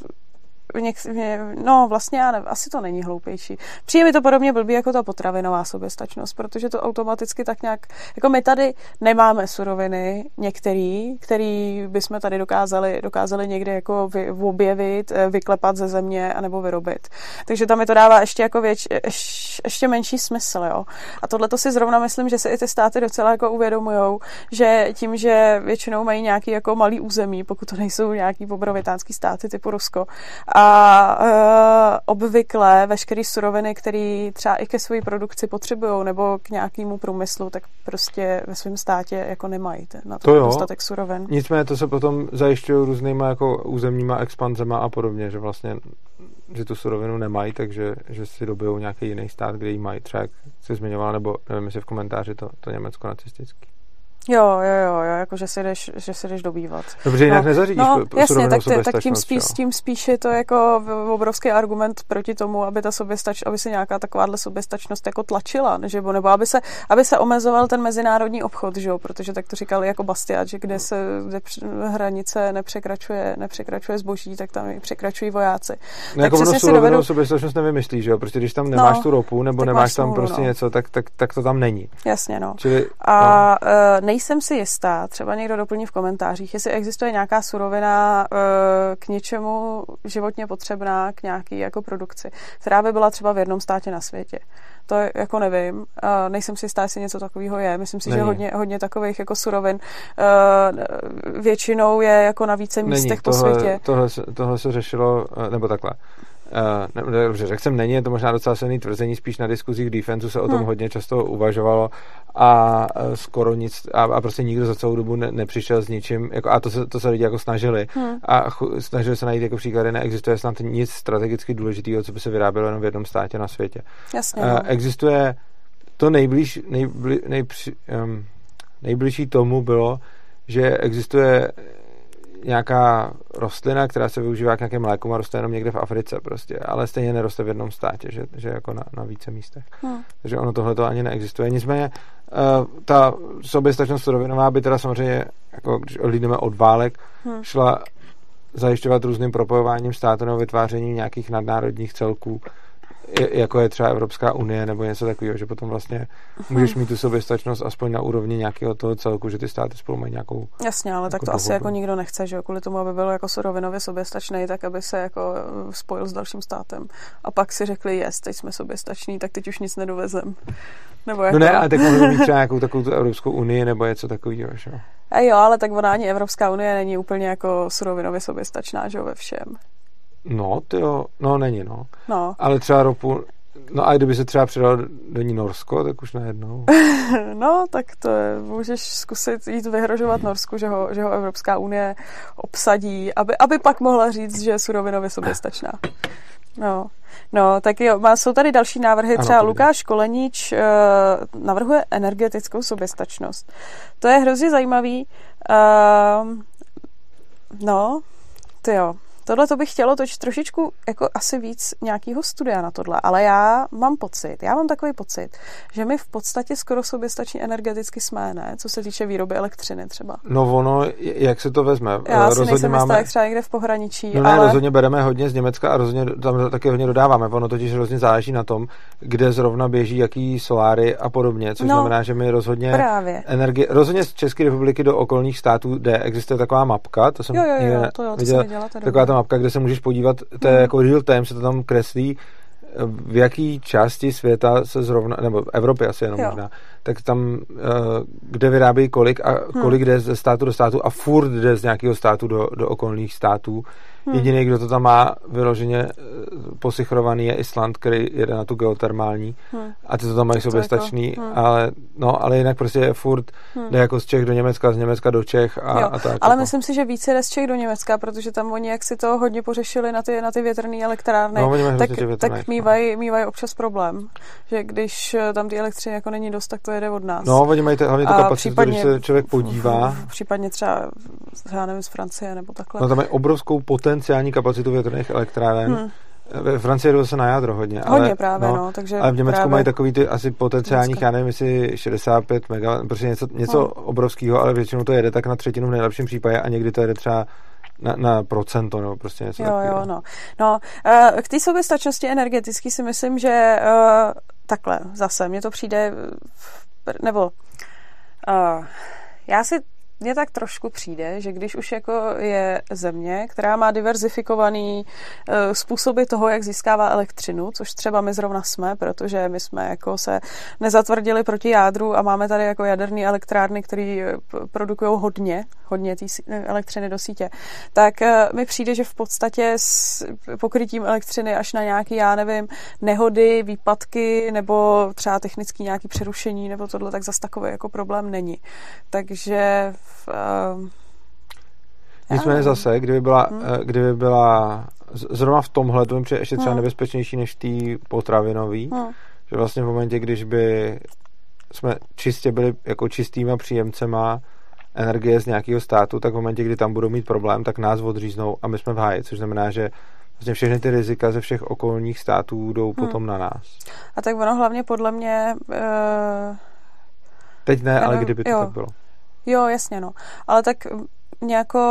no vlastně já nevím, asi to není hloupější. Přijde mi to podobně blbý jako ta potravinová soběstačnost, protože to automaticky tak nějak, jako my tady nemáme suroviny některý, který bychom tady dokázali, dokázali někde jako vy, objevit, vyklepat ze země anebo vyrobit. Takže tam mi to dává ještě jako věč, ješ, ještě menší smysl, jo. A tohle to si zrovna myslím, že si i ty státy docela jako uvědomujou, že tím, že většinou mají nějaký jako malý území, pokud to nejsou nějaký obrovitánský státy typu Rusko, a uh, obvykle veškeré suroviny, které třeba i ke své produkci potřebují nebo k nějakému průmyslu, tak prostě ve svém státě jako nemají na to, to dostatek surovin. Nicméně to se potom zajišťují různýma jako územníma expanzema a podobně, že vlastně že tu surovinu nemají, takže že si dobijou nějaký jiný stát, kde ji mají. Třeba jak jsi zmiňoval, nebo nevím, jestli v komentáři to, to Německo nacistický. Jo, jo, jo, jo, jako že si jdeš, že si jdeš dobývat. Dobře, jinak no, nezařídíš no, jasně, tak, ty, tak tím, spíš, jo. tím spíš je to jako obrovský argument proti tomu, aby ta soběstač, aby se nějaká takováhle soběstačnost jako tlačila, že, nebo aby se, aby se omezoval ten mezinárodní obchod, že jo, protože tak to říkali jako Bastiat, že kde se kde hranice nepřekračuje, nepřekračuje zboží, tak tam i překračují vojáci. No, jako ono surovinou dovedu... soběstačnost nevymyslíš, že jo, protože když tam nemáš no, tu ropu, nebo nemáš tam smůlu, prostě no. něco, tak, tak, tak to tam není. Jasně, no. Čili, a no. uh, nejsem si jistá, třeba někdo doplní v komentářích, jestli existuje nějaká surovina uh, k něčemu životně potřebná, k nějaký jako produkci, která by byla třeba v jednom státě na světě. To jako nevím. Uh, nejsem si jistá, jestli něco takového je. Myslím si, Není. že hodně, hodně takových jako surovin uh, většinou je jako na více místech Není. po tohle, světě. Tohle, tohle se řešilo, nebo takhle. uh, ne, dobře, řekl jsem není, je to možná docela silný tvrzení, spíš na diskuzích defensu se o tom hmm. hodně často uvažovalo a uh, skoro nic, a, a prostě nikdo za celou dobu ne, nepřišel s ničím, jako, a to se, to se lidi jako snažili hmm. a ch, snažili se najít jako příklady, neexistuje snad nic strategicky důležitého, co by se vyrábělo jenom v jednom státě na světě. Jasně, uh, no. Existuje to nejblíž, nejblí, nejpři, um, nejbližší tomu bylo, že existuje nějaká rostlina, která se využívá k nějakým lékům a roste jenom někde v Africe prostě, ale stejně neroste v jednom státě, že, že jako na, na více místech. Hmm. Takže ono tohle to ani neexistuje. Nicméně uh, ta soběstačnost surovinová by teda samozřejmě, jako když odhlídneme od válek, hmm. šla zajišťovat různým propojováním státu nebo vytvářením nějakých nadnárodních celků, jako je třeba Evropská unie nebo něco takového, že potom vlastně můžeš mít tu soběstačnost aspoň na úrovni nějakého toho celku, že ty státy spolu mají nějakou. Jasně, ale tak to dohodu. Asi jako nikdo nechce, že kvůli tomu, aby byl jako surovinově soběstačný, tak aby se jako spojil s dalším státem. A pak si řekli, jest, teď jsme soběstační, tak teď už nic nedovezem. Nebo jako... No ne, ale tak mohli mít třeba nějakou takovou tu Evropskou unii nebo něco takového, že? A jo, ale tak ona ani Evropská unie není úplně jako surovinově soběstačná, že jo, ve všem. No, tyjo, no není, no. no. Ale třeba ropu, no a kdyby se třeba přidal do ní Norsko, tak už najednou. No, tak to je, můžeš zkusit jít vyhrožovat Norsku, že ho, že ho Evropská unie obsadí, aby, aby pak mohla říct, že je surovinově soběstačná. No, no, tak jo, má, jsou tady další návrhy, ano, třeba Lukáš Koleníč uh, navrhuje energetickou soběstačnost. To je hrozně zajímavý. Uh, no, ty jo. Tohle to bych chtělo toč trošičku jako asi víc nějakého studia na tohle, ale já mám pocit, já mám takový pocit, že my v podstatě skoro soběstační energeticky jsme, ne? Co se týče výroby elektřiny třeba. No ono, jak se to vezme? Já asi nejsem jistá, jak třeba někde v pohraničí. No ne, ale... rozhodně bereme hodně z Německa a rozhodně tam taky hodně dodáváme. Ono totiž rozhodně záleží na tom, kde zrovna běží jaký soláry a podobně, což no, znamená, že my rozhodně právě. energie, rozhodně z České republiky do okolních států, kde existuje taková mapka, to jsem jo, jo, jo, to jo, to viděla, taková ta mapka, kde se můžeš podívat, to je mm. jako real time, se to tam kreslí, v jaký části světa se zrovna, nebo Evropy asi jenom jo. možná, tak tam, kde vyrábějí kolik a kolik hmm. jde ze státu do státu a furt jde z nějakého státu do, do okolních států. Hmm. Jediný, kdo to tam má vyloženě posichrovaný, je Island, který jede na tu geotermální hmm. a ty to tam mají soběstačný, jako, hmm. ale, no, ale jinak prostě je furt hmm. jde jako z Čech do Německa, z Německa do Čech a, a tak. Ale jako. myslím si, že více jde z Čech do Německa, protože tam oni jak si to hodně pořešili na ty, na ty větrné elektrárny, no, tak, tak mívají, mívají občas problém, že když tam ty elektřiny jako není dost, tak to jede od nás. No, oni mají t- hlavně tu kapacitu, když se člověk podívá. Případně třeba, já nevím, z Francie nebo takhle. No, tam je obrovskou potenciální kapacitu větrných elektráren. Hmm. Ve Francii jde se na jádro hodně. Hodně ale, právě, no, no. Takže ale v Německu právě... mají takový ty asi potenciálních, Německa. Já nevím, jestli šedesát pět megawattů, prostě něco, něco hmm. obrovského, ale většinou to jede tak na třetinu v nejlepším případě a někdy to jede třeba na, na procento nebo prostě něco jo, takového. Jo, no. No, k té soběstačnosti energetické si myslím, že uh, takhle zase, mně to přijde, nebo uh, já si mně tak trošku přijde, že když už jako je země, která má diverzifikovaný uh, způsoby toho, jak získává elektřinu, což třeba my zrovna jsme, protože my jsme jako se nezatvrdili proti jádru a máme tady jako jaderné elektrárny, které produkují hodně, hodně té elektřiny do sítě, tak uh, mi přijde, že v podstatě s pokrytím elektřiny až na nějaký, já nevím, nehody, výpadky nebo třeba technický nějaký přerušení nebo tohle, tak zas takový jako problém není. Takže Uh, nicméně zase, kdyby byla, hmm. kdyby byla zrovna v tomhle, to mi přijde ještě třeba hmm. nebezpečnější než tý potravinový, hmm. že vlastně v momentě, když by jsme čistě byli jako čistýma příjemcema energie z nějakého státu, tak v momentě, kdy tam budou mít problém, tak nás odříznou a my jsme v háji, což znamená, že vlastně všechny ty rizika ze všech okolních států jdou hmm. potom na nás. A tak ono hlavně podle mě uh, teď ne, ale kdyby to jo. tak bylo. Jo, jasně, no. Ale tak nějako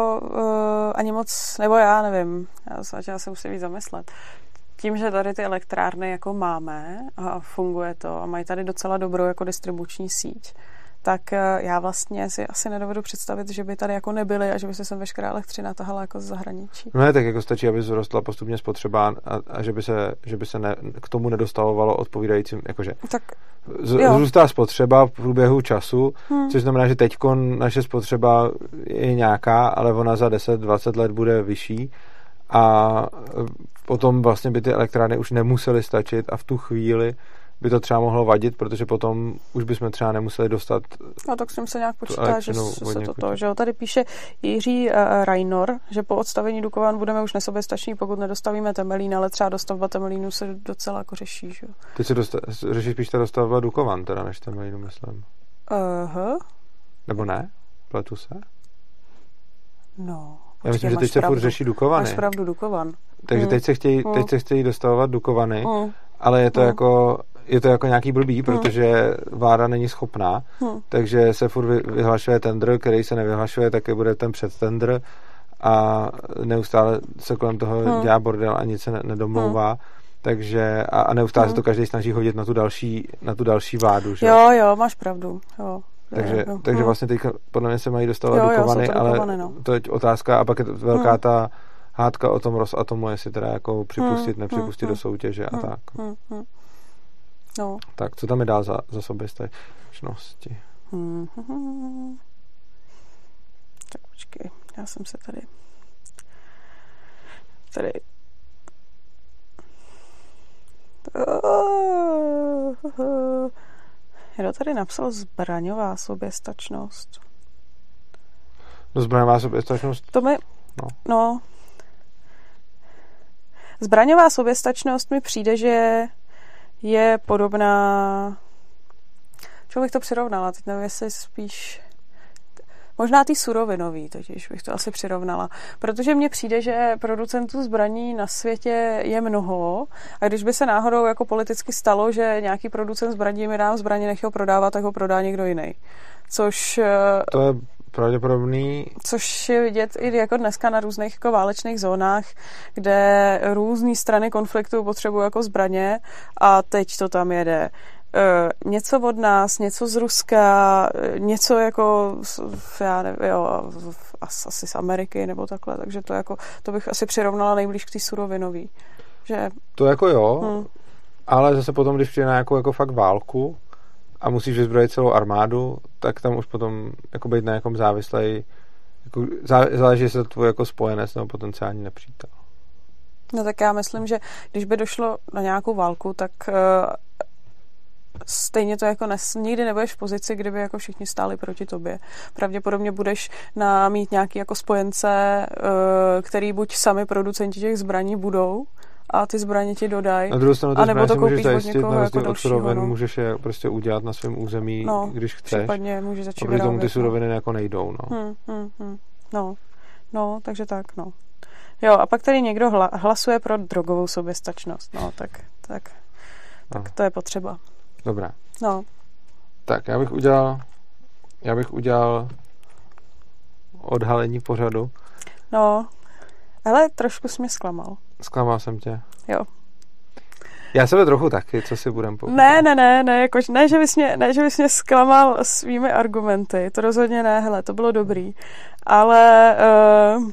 uh, ani moc, nebo já nevím, já, já se musím víc zamyslet. Tím, že tady ty elektrárny jako máme a funguje to a mají tady docela dobrou jako distribuční síť, tak já vlastně si asi nedovedu představit, že by tady jako nebyly a že by se sem veškerá elektřina tahala jako z zahraničí. No ne, tak jako stačí, aby zrostla postupně spotřeba a, a že by se, že by se ne, k tomu nedostavovalo odpovídajícím, jakože tak, zrůstá spotřeba v průběhu času, hmm. což znamená, že teďko naše spotřeba je nějaká, ale ona za deset dvacet let bude vyšší a potom vlastně by ty elektrárny už nemusely stačit a v tu chvíli by to třeba mohlo vadit, protože potom už bychom třeba nemuseli dostat. No tak s tím se nějak počítá, že se to to, že jo. Tady píše Jiří uh, Rajnor, že po odstavení Dukovan budeme už nesoběstační, pokud nedostavíme Temelín, ale třeba dostavba Temelínu se docela jako řeší, že jo. Ty se dosta- řešíš spíš ta dostavba Dukovan, teda než Temelínu, myslím. Aha. Nebo ne? Pletu se? No. Já myslím, že teď se furt řeší Dukovany. Máš pravdu, Dukovan. Takže hmm. teď se chtějí, hmm. teď se chtějí dostavovat Dukovany, hmm. ale je to hmm. jako je to jako nějaký blbý, protože vláda není schopná, hmm. takže se furt vyhlašuje tendr, který se nevyhlašuje, taky bude ten předtendr a neustále se kolem toho hmm. dělá bordel a nic se nedomlouvá. Hmm. Takže a, a neustále hmm. se to každý snaží hodit na tu další, na tu další vládu. Že? Jo, jo, máš pravdu. Jo. Takže, jo. takže hmm. vlastně teď podle mě se mají dostávat Dukovany, ale Dukovany, no. To je otázka a pak je to velká hmm. ta hádka o tom Rosatomu, jestli teda jako připustit, hmm. nepřipustit hmm. do soutěže a hmm. tak. Hmm. Hmm. No. Tak, co tam je dál za, za soběstačnosti? Hmm. Tak počkej, já jsem se tady tady Kdo tady napsal zbraňová soběstačnost? No zbraňová soběstačnost? To mi, no. no. Zbraňová soběstačnost mi přijde, že je podobná, čemu bych to přirovnala, teď nevím, jestli spíš možná ty surovinový, totiž bych to asi přirovnala. Protože mně přijde, že producentů zbraní na světě je mnoho a když by se náhodou jako politicky stalo, že nějaký producent zbraní mi dá zbraně, nech ho prodávat, tak ho prodá někdo jiný. Což to je pravděpodobný. Což je vidět i jako dneska na různých jako válečných zónách, kde různé strany konfliktu potřebují jako zbraně a teď to tam jede. Uh, něco od nás, něco z Ruska, něco jako já nevím, jo, asi z Ameriky nebo takhle, takže to jako, to bych asi přirovnala nejblíž k té surovinový. Že... To jako jo, hmm. ale zase potom, když přijde na nějakou jako fakt válku a musíš vyzbrojit celou armádu, tak tam už potom jako být na nějakom závislej, jako záleží, jestli to tvůj jako spojenec nebo potenciální nepřítel. No tak já myslím, že když by došlo na nějakou válku, tak uh, stejně to jako nes, nikdy nebudeš v pozici, kdyby jako všichni stáli proti tobě. Pravděpodobně budeš na, mít nějaký jako spojence, uh, který buď sami producenti těch zbraní budou a ty zbraně ti dodají. Na druhou stranu ty zbraně si můžeš zajistit na jako od surovin, no. Můžeš je prostě udělat na svém území, no, když chceš. Případně můžeš začít vyrábět. A tomu ty suroviny no. jako nejdou. No. Hmm, hmm, hmm. no. No, takže tak, no. Jo, a pak tady někdo hla, hlasuje pro drogovou soběstačnost. No, tak, tak, tak no. To je potřeba. Dobrá. No. Tak, já bych udělal já bych udělal odhalení pořadu. No, ale trošku jsi mě zklamal. Zklamal jsem tě. Jo. Já sebe trochu taky, co si budem povídat. Ne, ne, ne, ne, jakož, ne, že bys mě, ne, že bys mě zklamal svými argumenty, to rozhodně ne, hele, to bylo dobrý, ale uh,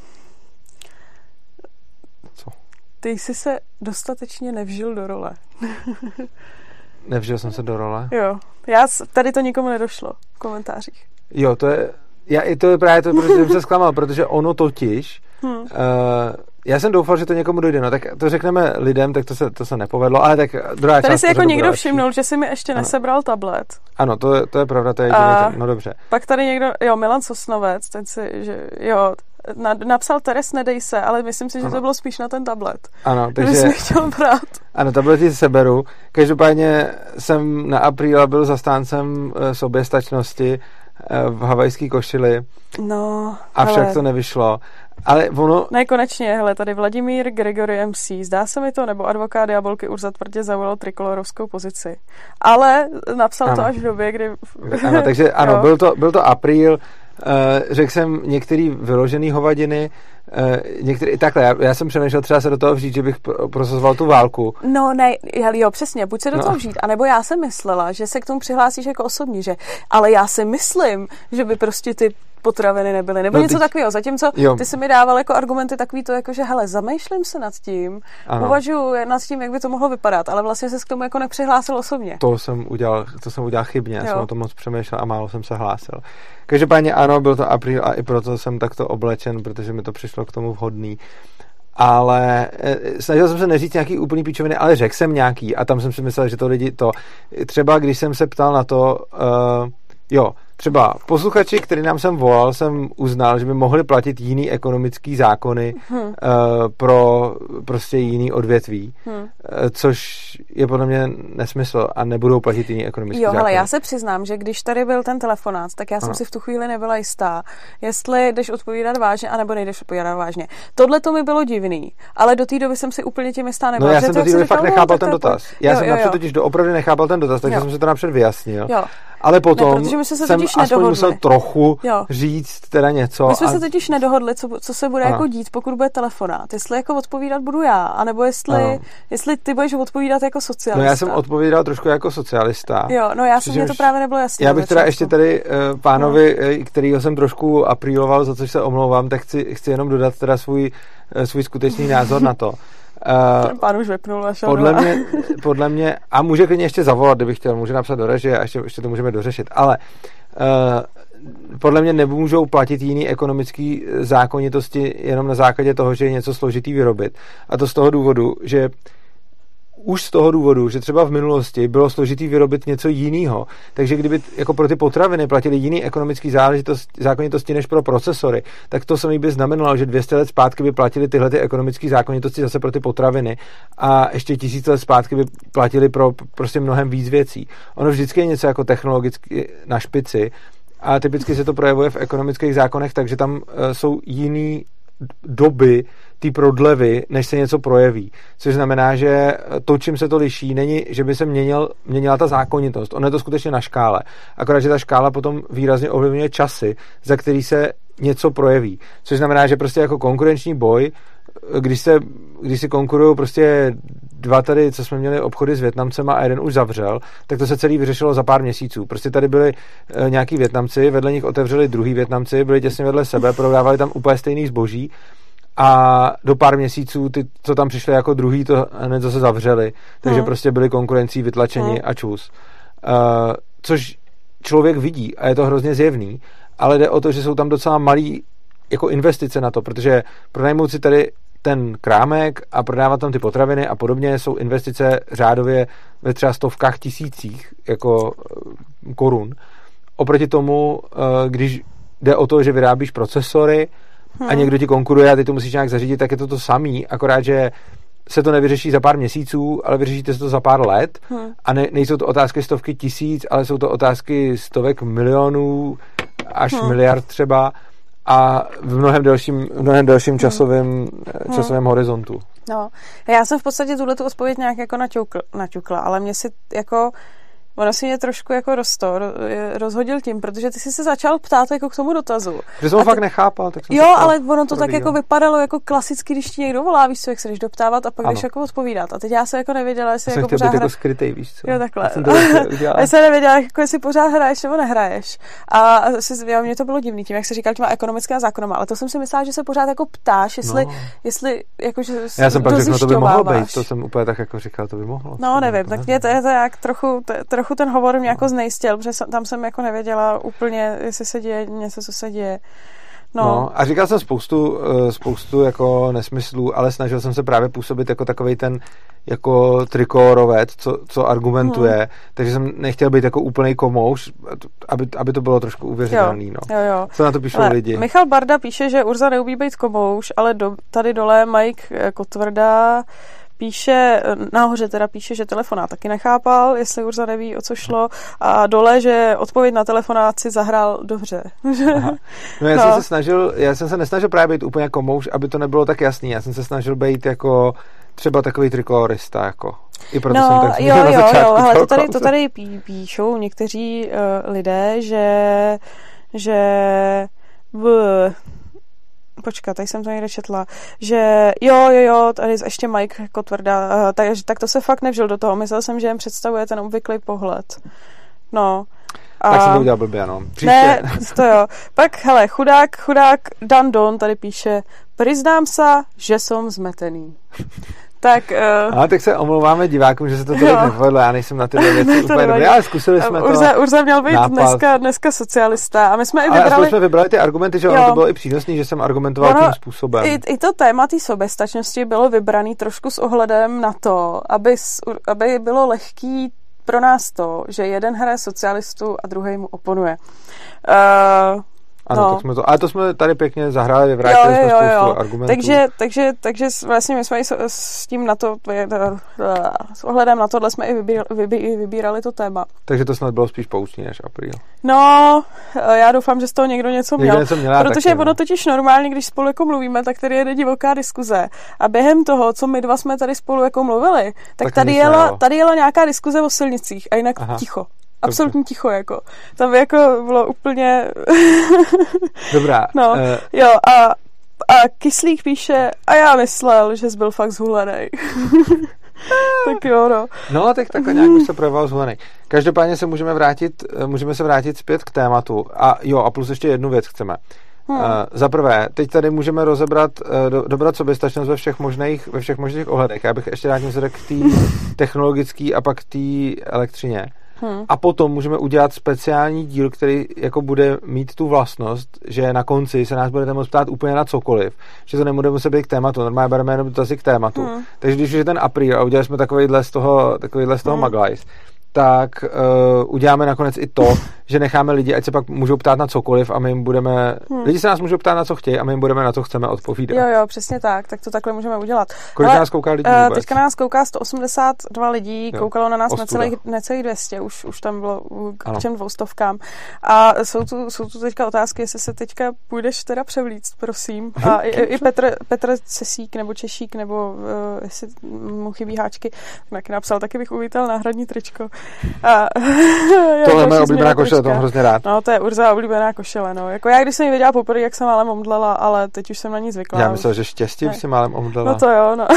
co? Ty jsi se dostatečně nevžil do role. Nevžil jsem se do role? Jo, já, tady to nikomu nedošlo v komentářích. Jo, to je, já, to je právě to, protože jsem se zklamal, protože ono totiž, hmm. uh, já jsem doufal, že to někomu dojde, no tak to řekneme lidem, tak to se, to se nepovedlo, ale tak druhá část. Tady si jako někdo všimnul, že si mi ještě ano. nesebral tablet. Ano, to je, to je pravda, to je jediný, no dobře. Pak tady někdo, jo, Milan Sosnovec, ten si, že jo, na, napsal Teres, nedej se, ale myslím si, že ano. to bylo spíš na ten tablet. Ano, takže... Kdyby jsi mi chtěl brát. Ano, tablety si seberu. Každopádně jsem na apríla byl zastáncem uh, soběstačnosti uh, v havajský košili. No, avšak hele. to nevyšlo. Ale ono... Ne, konečně, hele, tady Vladimír Gregory M C. Zdá se mi to, nebo advokát Diabolky Urza tvrdě zavolal trikolorovskou pozici. Ale napsal ano. to až v době, kdy... Ano, takže ano, byl to, byl to apríl. Uh, řekl jsem některý vyložený hovadiny, uh, některý, takhle, já, já jsem přemýšlel třeba se do toho vžít, že bych prosazoval tu válku. No ne, jo, přesně, buď se do no. toho vžít, anebo já jsem myslela, že se k tomu přihlásíš jako osobně, že, ale já si myslím, že by prostě ty potraviny nebyly, nebo no, něco ty... takového, zatímco jo. ty si mi dával jako argumenty takový to, jako že hele, zamýšlím se nad tím, ano. uvažuji nad tím, jak by to mohlo vypadat, ale vlastně se k tomu jako nepřihlásil osobně. To jsem udělal, to jsem udělal chybně, já jsem o tom moc přemýšlel a málo jsem se hlásil. Každopádně ano, byl to apríl a i proto jsem takto oblečen, protože mi to přišlo k tomu vhodný. ale snažil jsem se neříct nějaký úplný píčoviny, ale řekl jsem nějaký a tam jsem si myslel, že to lidi to, třeba když jsem se ptal na to, uh, jo, třeba posluchači, který nám sem volal, jsem uznal, že by mohli platit jiný ekonomický zákony hmm. uh, pro prostě jiný odvětví, hmm. uh, což je podle mě nesmysl a nebudou platit jiný ekonomický jo, zákony. Jo, ale já se přiznám, že když tady byl ten telefonát, tak já jsem Aha. si v tu chvíli nebyla jistá, jestli jdeš odpovídat vážně, anebo nejdeš odpovídat vážně. Tohle to mi bylo divný, ale do té doby jsem si úplně tím jistá nebyla. No já jsem do té doby fakt nechápal ten dotaz. Já jo, jsem jo, napřed jo. totiž doopravdy nechápal ten dotaz, takže jo. jsem se to napřed vyjasnil. Jo. Ale potom ne, se jsem aspoň nedohodli. musel trochu jo. říct teda něco. My jsme a... se totiž nedohodli, co, co se bude ano. jako dít, pokud bude telefonát. Jestli jako odpovídat budu já, anebo jestli, jestli ty budeš odpovídat jako socialista. No já jsem odpovídal trošku jako socialista. Jo, no já jsem, mě to právě nebylo jasné. Já bych teda ještě tady uh, pánovi, no. kterýho jsem trošku apriloval, za což se omlouvám, tak chci, chci jenom dodat teda svůj, uh, svůj skutečný názor na to. Uh, Pán už vypnul a šel podle mě, podle mě, a může klidně ještě zavolat, kdybych chtěl, může napsat do režie a ještě, ještě to můžeme dořešit, ale uh, podle mě nemůžou platit jiný ekonomický zákonitosti jenom na základě toho, že je něco složitý vyrobit. A to z toho důvodu, že už z toho důvodu, že třeba v minulosti bylo složitý vyrobit něco jiného. Takže kdyby jako pro ty potraviny platili jiný ekonomický zákonitosti než pro procesory, tak to samý by znamenalo, že dvě stě let zpátky by platili tyhle ty ekonomické zákonitosti zase pro ty potraviny a ještě tisíc let zpátky by platili pro prostě mnohem víc věcí. Ono vždycky je něco jako technologicky na špici a typicky se to projevuje v ekonomických zákonech, takže tam uh, jsou jiný doby ty prodlevy, než se něco projeví. Což znamená, že to, čím se to liší, není, že by se měnil, měnila ta zákonitost. Ono je to skutečně na škále. Akorát, že ta škála potom výrazně ovlivňuje časy, za který se něco projeví. Což znamená, že prostě jako konkurenční boj, když se, když si konkurují prostě dva tady, co jsme měli obchody s Vietnamcema a jeden už zavřel, tak to se celý vyřešilo za pár měsíců. Prostě tady byli e, nějaký Vietnamci, vedle nich otevřeli druhý Vietnamci, byli těsně vedle sebe, prodávali tam úplně stejný zboží a do pár měsíců ty, co tam přišli jako druhý, to hned zase zavřeli. Takže hmm. prostě byli konkurencí vytlačeni hmm. a čus. E, což člověk vidí a je to hrozně zjevný, ale jde o to, že jsou tam docela malý jako investice na to, protože pronajmout si tady ten krámek a prodávat tam ty potraviny a podobně jsou investice řádově ve třeba stovkách tisících jako korun. Oproti tomu, když jde o to, že vyrábíš procesory hmm. a někdo ti konkuruje a ty to musíš nějak zařídit, tak je to to samý, akorát, že se to nevyřeší za pár měsíců, ale vyřešíte se to za pár let hmm. a ne, nejsou to otázky stovky tisíc, ale jsou to otázky stovek milionů až hmm. miliard třeba a v mnohem delším, v mnohem delším časovém, hmm. časovém horizontu. No, já jsem v podstatě tuhletu odpověď nějak jako naťukla, naťukla, ale mě si jako ono si mě trošku jako rosto, rozhodil tím, protože ty jsi se začal ptát jako k tomu dotazu. Že jsem ho fakt nechápal. Tak jsem jo, ale ono to tak jako vypadalo jako klasicky, když ti někdo volá, víš co, jak se jdeš doptávat a pak jdeš jako odpovídat. A teď já se jako nevěděla, jestli já jako pořád hra... jako skrytej, víš co. Jo, takhle. A já jsem nevěděla, jako jestli pořád hraješ nebo nehraješ. A si, jo, mě to bylo divný tím, jak se říkal těma ekonomickými zákonama, ale to jsem si myslela, že se pořád jako ptáš, jestli, no. jestli jako, že já jsem pak řekl, to by mohlo být, to jsem úplně tak jako říkal, to by mohlo. No, nevím, tak mě to je to jak trochu, trochu ten hovor mě jako znejistil, protože tam jsem jako nevěděla úplně, jestli se děje něco, co se děje. No. no a říkal jsem spoustu, spoustu jako nesmyslů, ale snažil jsem se právě působit jako takovej ten jako trikórovec, co, co argumentuje, hmm. takže jsem nechtěl být jako úplnej komouš, aby, aby to bylo trošku uvěřitelný. Jo, no. jo, jo. Co na to píšou ale lidi? Michal Barda píše, že Urza neumí být komouš, ale do, tady dole Mike Kotvrda píše, nahoře teda píše, že telefonát taky nechápal, jestli Urza neví, o co šlo, a dole, že odpověď na telefonát si zahrál dobře. Aha. No já no. jsem se snažil, já jsem se nesnažil právě být úplně komouš, aby to nebylo tak jasný, já jsem se snažil být jako třeba takový trikolorista, jako. I proto no, jsem tak jo, jo, jo, ale to tady, konce. to tady pí, píšou někteří uh, lidé, že že v Počkat, tady jsem to někde četla, že jo, jo, jo, tady ještě Mike Kotvrda, tak, tak to se fakt nevžil do toho. Myslel jsem, že jim představuje ten obvyklý pohled. No. A tak jsem to udělal blbě, no. Příště. Ne, to jo. Pak, hele, chudák, chudák Dan Don tady píše, priznám se, že jsem zmetený. Tak, uh... A tak se omlouváme divákům, že se to tolik nepovedlo, já nejsem na tyhle věci úplně dobrý, ale zkusili jsme to. Urza, Urza měl být dneska, dneska socialista a my jsme i vybrali... Ale jsme vybrali ty argumenty, že ono to bylo i přínosný, že jsem argumentoval ono, tím způsobem. I, I to téma té soběstačnosti bylo vybraný trošku s ohledem na to, aby, aby bylo lehký pro nás to, že jeden hraje socialistu a druhý mu oponuje. Uh, Ano, no. tak jsme to, ale to jsme tady pěkně zahráli, vyvrátili jsme spoustu argumentů. Takže, takže, takže vlastně my jsme i s tím na to, s ohledem na tohle jsme i vybírali, vybí, vybírali to téma. Takže to snad bylo spíš poučný než apríl. No, já doufám, že z toho někdo něco měl. Někdo něco měla, protože taky, ono no. totiž normálně, když spolu jako mluvíme, tak tady jede divoká diskuze. A během toho, co my dva jsme tady spolu jako mluvili, tak, tak tady, jela, tady jela nějaká diskuze o silnicích a jinak Aha. ticho. Absolutně ticho, jako. Tam by jako bylo úplně... Dobrá. No, uh... jo, a, a Kyslík píše, a já myslel, že jsi byl fakt zhulenej. Tak jo, no. No, tak takhle nějak bych se projevoval zhulenej. Každopádně se můžeme vrátit, můžeme se vrátit zpět k tématu. A jo, a plus ještě jednu věc chceme. Hmm. Uh, za prvé, teď tady můžeme rozebrat, uh, do, dobrat soběstačnost ve všech možných, ve všech možných ohledech. Já bych ještě rád něco řekl k té technologické a pak k té elektřině. Hmm. A potom můžeme udělat speciální díl, který jako bude mít tu vlastnost, že na konci se nás budete moct ptát úplně na cokoliv, že to nebude muset být k tématu, normálně bereme jenom dotazy k tématu. Hmm. Takže když už je ten apríl a udělali jsme takovýhle z toho, takovýhle z toho hmm. maglajs, tak uh, uděláme nakonec i to, že necháme lidi, ať se pak můžou ptát na cokoliv a my jim budeme... Hmm. Lidi se nás můžou ptát na co chtějí a my jim budeme na co chceme odpovídat. Jo, jo, přesně tak, tak to takhle můžeme udělat. Kolik Ale, nás kouká lidí uh, vůbec? Teďka nás kouká sto osmdesát dva lidí, jo. Koukalo na nás necelých, necelých dvě stě, už, už tam bylo k těm dvoustovkám. A jsou tu, jsou tu teďka otázky, jestli se teďka půjdeš teda převlíct, prosím. A i, i Petr, Petr Cesík nebo Češík, nebo uh, jestli mu chybí háčky, tak napsal, taky bych uvítal náhradní tričko. A, tohle je moje oblíbená košile, to mám hrozně rád. No, to je Urza oblíbená košile, no. Jako já, když jsem ji viděla poprvé, jak jsem málem omdlela, ale teď už jsem na ní zvykla. Já myslel, že štěstí už si málem omdlela. No to jo, no.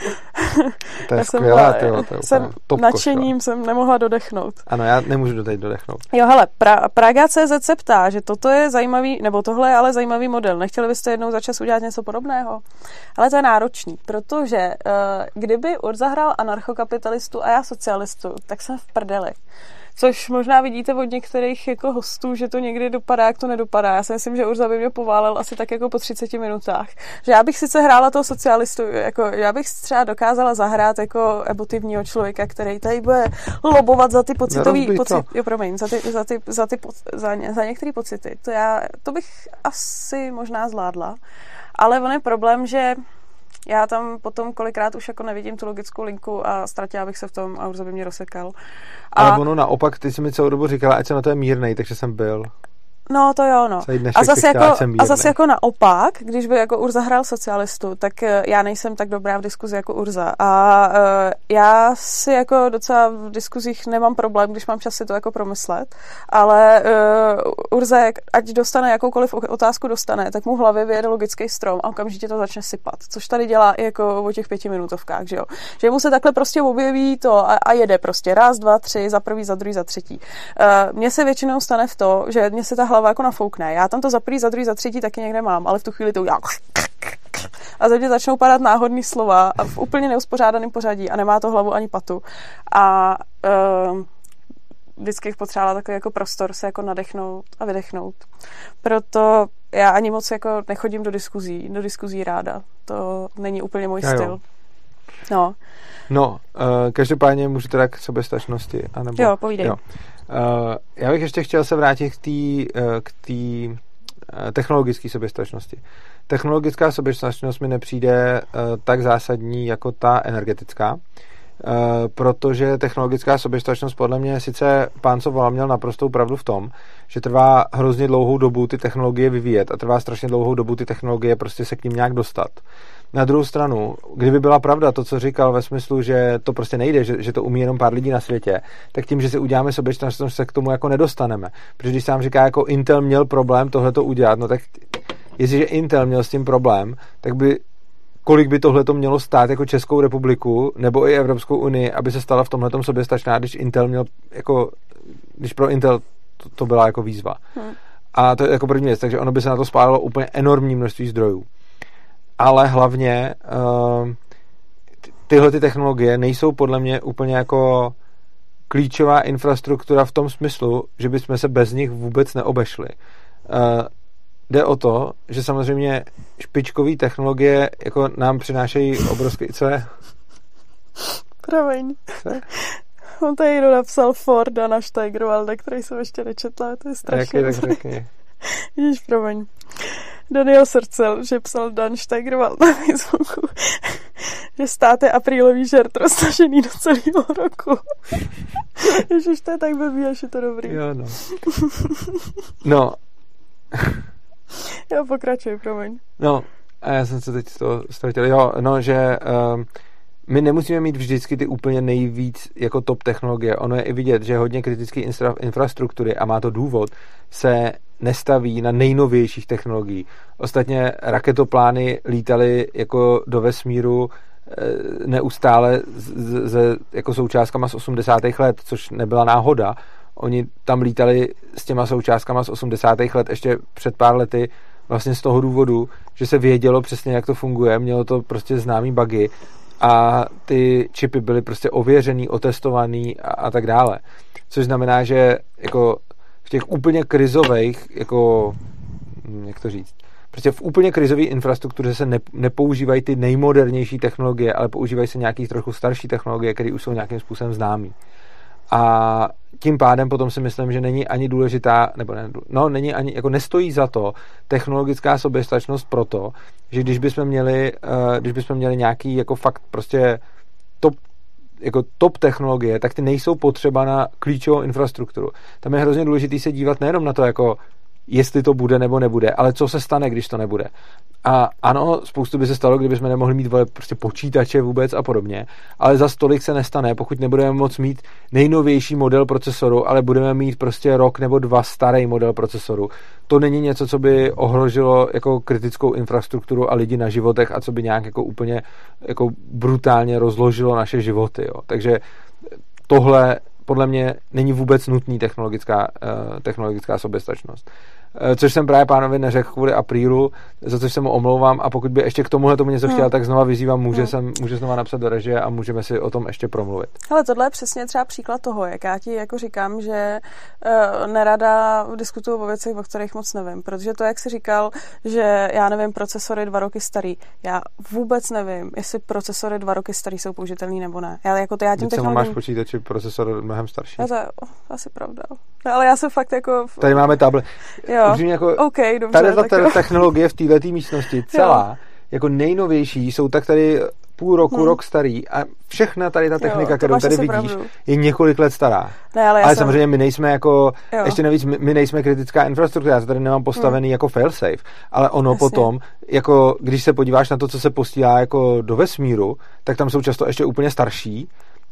To je skvělá, to je jsem nadšením jsem nemohla dodechnout. Ano, já nemůžu do teď dodechnout. Jo, hele, pra, Praga C Z se ptá, že toto je zajímavý, nebo tohle je ale zajímavý model. Nechtěli byste jednou za čas udělat něco podobného? Ale to je náročný, protože uh, kdyby Urza hrál anarchokapitalistu a já socialistu, tak jsem v prdeli. Což možná vidíte od některých jako hostů, že to někdy dopadá, jak to nedopadá. Já si myslím, že Urza by mě poválel asi tak jako po třiceti minutách. Že já bych sice hrála toho socialistu, jako já bych třeba dokázala zahrát jako emotivního člověka, který tady bude lobovat za ty pocitový pocit, jo, promiň, za ty, za ty, za ty, za, ně, za některé pocity. To já, to bych asi možná zvládla. Ale on je problém, že já tam potom kolikrát už jako nevidím tu logickou linku a ztratila bych se v tom a Urza by mě rozsekal. A... Ale ono naopak, ty jsi mi celou dobu říkala, ať jsem na to je mírnej, takže jsem byl. No to jo, no. A zase, jako, a zase jako naopak, když by jako Urza hrál socialistu, tak já nejsem tak dobrá v diskuzi jako Urza. A uh, já si jako docela v diskuzích nemám problém, když mám čas si to jako promyslet, ale uh, Urza, ať dostane jakoukoliv otázku dostane, tak mu v hlavě vyjede logický strom a okamžitě to začne sypat. Což tady dělá i jako o těch pětiminutovkách, že jo. Že mu se takhle prostě objeví to a, a jede prostě raz, dva, tři, za prvý, za druhý, za třetí. Uh, mně se většinou stane v to, že mě se ta hlava jako nafoukne. Já tam to za prvý, za druhý, za třetí taky někde mám, ale v tu chvíli to udělám a ze mě začnou padat náhodný slova a v úplně neuspořádaném pořadí a nemá to hlavu ani patu. A uh, vždycky bych potřebovala takový jako prostor se jako nadechnout a vydechnout. Proto já ani moc jako nechodím do diskuzí, do diskuzí ráda. To není úplně můj já styl. Jo. No. No, uh, každopádně můžu teda k soběstačnosti. Anebo... Jo, povídej. Jo. Uh, já bych ještě chtěl se vrátit k té uh, k té uh, technologické soběstačnosti. Technologická soběstačnost mi nepřijde uh, tak zásadní jako ta energetická, uh, protože technologická soběstačnost podle mě sice pán, co volal, měl naprostou pravdu v tom, že trvá hrozně dlouhou dobu ty technologie vyvíjet a trvá strašně dlouhou dobu ty technologie prostě se k ním nějak dostat. Na druhou stranu, kdyby byla pravda to, co říkal ve smyslu, že to prostě nejde, že, že to umí jenom pár lidí na světě, tak tím, že si uděláme soběstačnost, se k tomu jako nedostaneme. Protože když sám říká, jako Intel měl problém tohleto udělat, no tak jestliže Intel měl s tím problém, tak by kolik by tohleto mělo stát jako Českou republiku nebo i Evropskou unii, aby se stala v tomhletom soběstačná, když Intel měl jako, když pro Intel to, to byla jako výzva. Hmm. A to je jako první věc, takže ono by se na to spálilo úplně enormní množství zdrojů. Ale hlavně uh, tyhle ty technologie nejsou podle mě úplně jako klíčová infrastruktura v tom smyslu, že bychom se bez nich vůbec neobešli. Uh, jde o to, že samozřejmě špičkové technologie jako nám přinášejí obrovský... Co je? Promiň. Co je? On tady někdo napsal Ford Dana Steigerwalda, který jsem ještě nečetla, to je strašně. Jaký, tak řekni. Ježiš, promiň. Daniel Srcel, že psal Dan Steigerwald na Facebooku, že stát je aprílový žert roztažený do celého roku. Ježiš, to je tak blbý, až je to dobrý. Jo, no. No. Jo, pokračuj, promiň. No, a já jsem se teď z toho ztratil. Jo, no, že um, my nemusíme mít vždycky ty úplně nejvíc jako top technologie. Ono je i vidět, že hodně kritické infra- infrastruktury, a má to důvod, se nestaví na nejnovějších technologií. Ostatně raketoplány lítaly jako do vesmíru neustále s jako součástkama z osmdesátých let, což nebyla náhoda. Oni tam lítali s těma součástkama z osmdesátých let ještě před pár lety vlastně z toho důvodu, že se vědělo přesně, jak to funguje, mělo to prostě známý bugy a ty čipy byly prostě ověřený, otestovaný a, a tak dále. Což znamená, že jako v těch úplně krizových, jako, jak to říct, prostě v úplně krizové infrastruktuře se ne, nepoužívají ty nejmodernější technologie, ale používají se nějaký trochu starší technologie, které už jsou nějakým způsobem známý. A tím pádem potom si myslím, že není ani důležitá, nebo ne, no, není ani, jako nestojí za to technologická soběstačnost proto, že když bychom měli, uh, když bychom měli nějaký jako fakt prostě top jako top technologie, tak ty nejsou potřeba na klíčovou infrastrukturu. Tam je hrozně důležité se dívat nejenom na to, jako jestli to bude nebo nebude, ale co se stane, když to nebude. A ano, spoustu by se stalo, kdybychom nemohli mít vole, prostě počítače vůbec a podobně, ale za stolik se nestane, pokud nebudeme moct mít nejnovější model procesoru, ale budeme mít prostě rok nebo dva starý model procesoru. To není něco, co by ohrožilo jako kritickou infrastrukturu a lidi na životech a co by nějak jako úplně jako brutálně rozložilo naše životy. Jo. Takže tohle podle mě není vůbec nutný technologická, uh, technologická soběstačnost. Uh, což jsem právě pánovi neřekl kvůli aprílu, za což se mu omlouvám, a pokud by ještě k tomuhle tomu něco hmm. chtěl, tak znova vyzývám, může, hmm. sem, může znova napsat do režie a můžeme si o tom ještě promluvit. Ale tohle je přesně třeba příklad toho, jak já ti jako říkám, že uh, nerada diskutuju o věcech, o kterých moc nevím, protože to, jak jsi říkal, že já nevím, procesory dva roky starý, já vůbec nevím, jestli procesory dva roky starý jsou použitelný nebo ne. Já, jako to, já tím technologím... máš počítači procesor mnohem starší. Já to je oh, asi pravda. No, ale já jsem fakt jako... Tady máme tablet. Jo. Jako, okay, dobře, tady ta technologie v této místnosti celá, jo. Jako nejnovější, jsou tak tady půl roku, hmm. rok starý a všechna tady ta technika, jo, kterou tady vidíš, pravdu. Je několik let stará. Ne, ale ale jsem... samozřejmě my nejsme jako, jo. ještě navíc, my, my nejsme kritická infrastruktura, já to tady nemám postavený hmm. jako failsafe, ale ono Jasně. potom, jako když se podíváš na to, co se posílá jako do vesmíru, tak tam jsou často ještě úplně starší.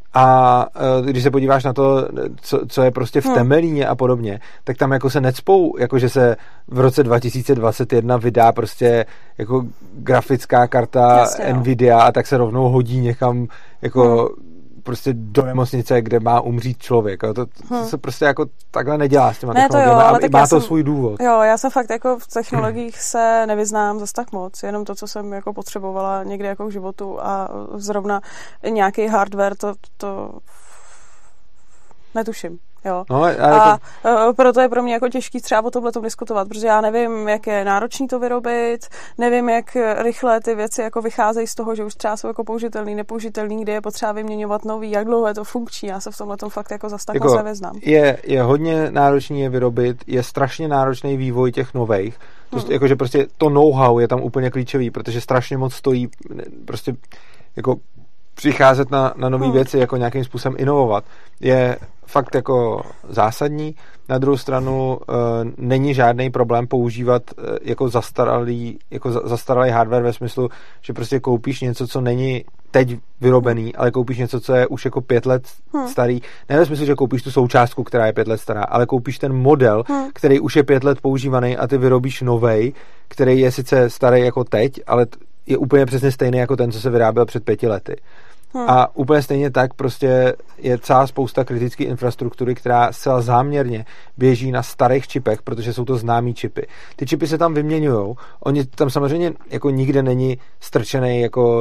A když se podíváš na to, co, co je prostě v Temelíně a podobně, tak tam jako se necpou, jako že se v roce dva tisíce dvacet jedna vydá prostě jako grafická karta Jasně, Nvidia a tak se rovnou hodí někam jako hmm. prostě do nemocnice, kde má umřít člověk. To, to hmm. se prostě jako takhle nedělá s těma ne, technologiemi, to jo, ale má to jsem, svůj důvod. Jo, já jsem fakt jako v technologiích se nevyznám zase tak moc, jenom to, co jsem jako potřebovala někdy jako v životu a zrovna nějaký hardware, to, to netuším. Jo. No, ale a to... proto je pro mě jako těžký třeba o tomhle tom diskutovat, protože já nevím, jak je náročný to vyrobit, nevím, jak rychle ty věci jako vycházejí z toho, že už třeba jsou jako použitelný, nepoužitelný, kde je potřeba vyměňovat nový, jak dlouho je to funkční. Já se v tomhle tom fakt jako zase tak jako nevyznám. Je, je hodně náročný je vyrobit, je strašně náročný vývoj těch novejch. To, hmm. jakože prostě to know-how je tam úplně klíčový, protože strašně moc stojí prostě jako přicházet na, na nové hmm. věci, jako nějakým způsobem inovovat, je fakt jako zásadní. Na druhou stranu e, není žádný problém používat e, jako zastaralý, jako za, zastaralý hardware ve smyslu, že prostě koupíš něco, co není teď vyrobený, ale koupíš něco, co je už jako pět let hmm. starý. Ne ve smyslu, že koupíš tu součástku, která je pět let stará, ale koupíš ten model, hmm. který už je pět let používaný a ty vyrobíš novej, který je sice starý jako teď, ale je úplně přesně stejný jako ten, co se vyráběl před pěti lety. Hmm. A úplně stejně tak prostě je celá spousta kritické infrastruktury, která zcela záměrně běží na starých čipech, protože jsou to známý čipy. Ty čipy se tam vyměňujou. Oni tam samozřejmě jako nikde není strčený jako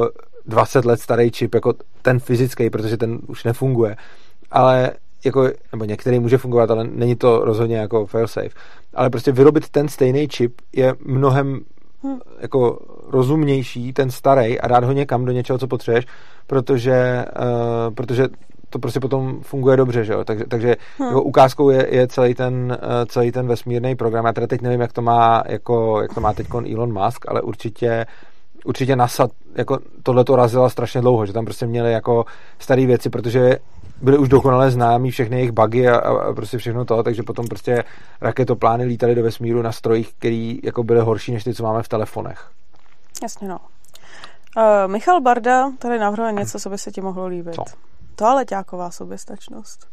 dvacet let starý čip, jako ten fyzický, protože ten už nefunguje, ale jako, nebo některý může fungovat, ale není to rozhodně jako failsafe, ale prostě vyrobit ten stejný čip je mnohem hmm. jako rozumnější, ten starý, a dát ho někam do něčeho, co potřebuješ, protože, uh, protože to prostě potom funguje dobře, že jo? Takže, takže hmm. jako ukázkou je, je celý ten, uh, celý ten vesmírný program. Já teda teď nevím, jak to má, jako, jak to má teď Elon Musk, ale určitě určitě NASA jako tohleto razila strašně dlouho, že tam prostě měli jako staré věci, protože byly už dokonale známí všechny jejich bugy a, a prostě všechno to, takže potom prostě raketoplány lítaly do vesmíru na strojích, který jako byly horší než ty, co máme v telefonech. Jasně, no. Uh, Michal Barda tady navrhuje něco, co by se ti mohlo líbit. Co? Toaleťáková soběstačnost.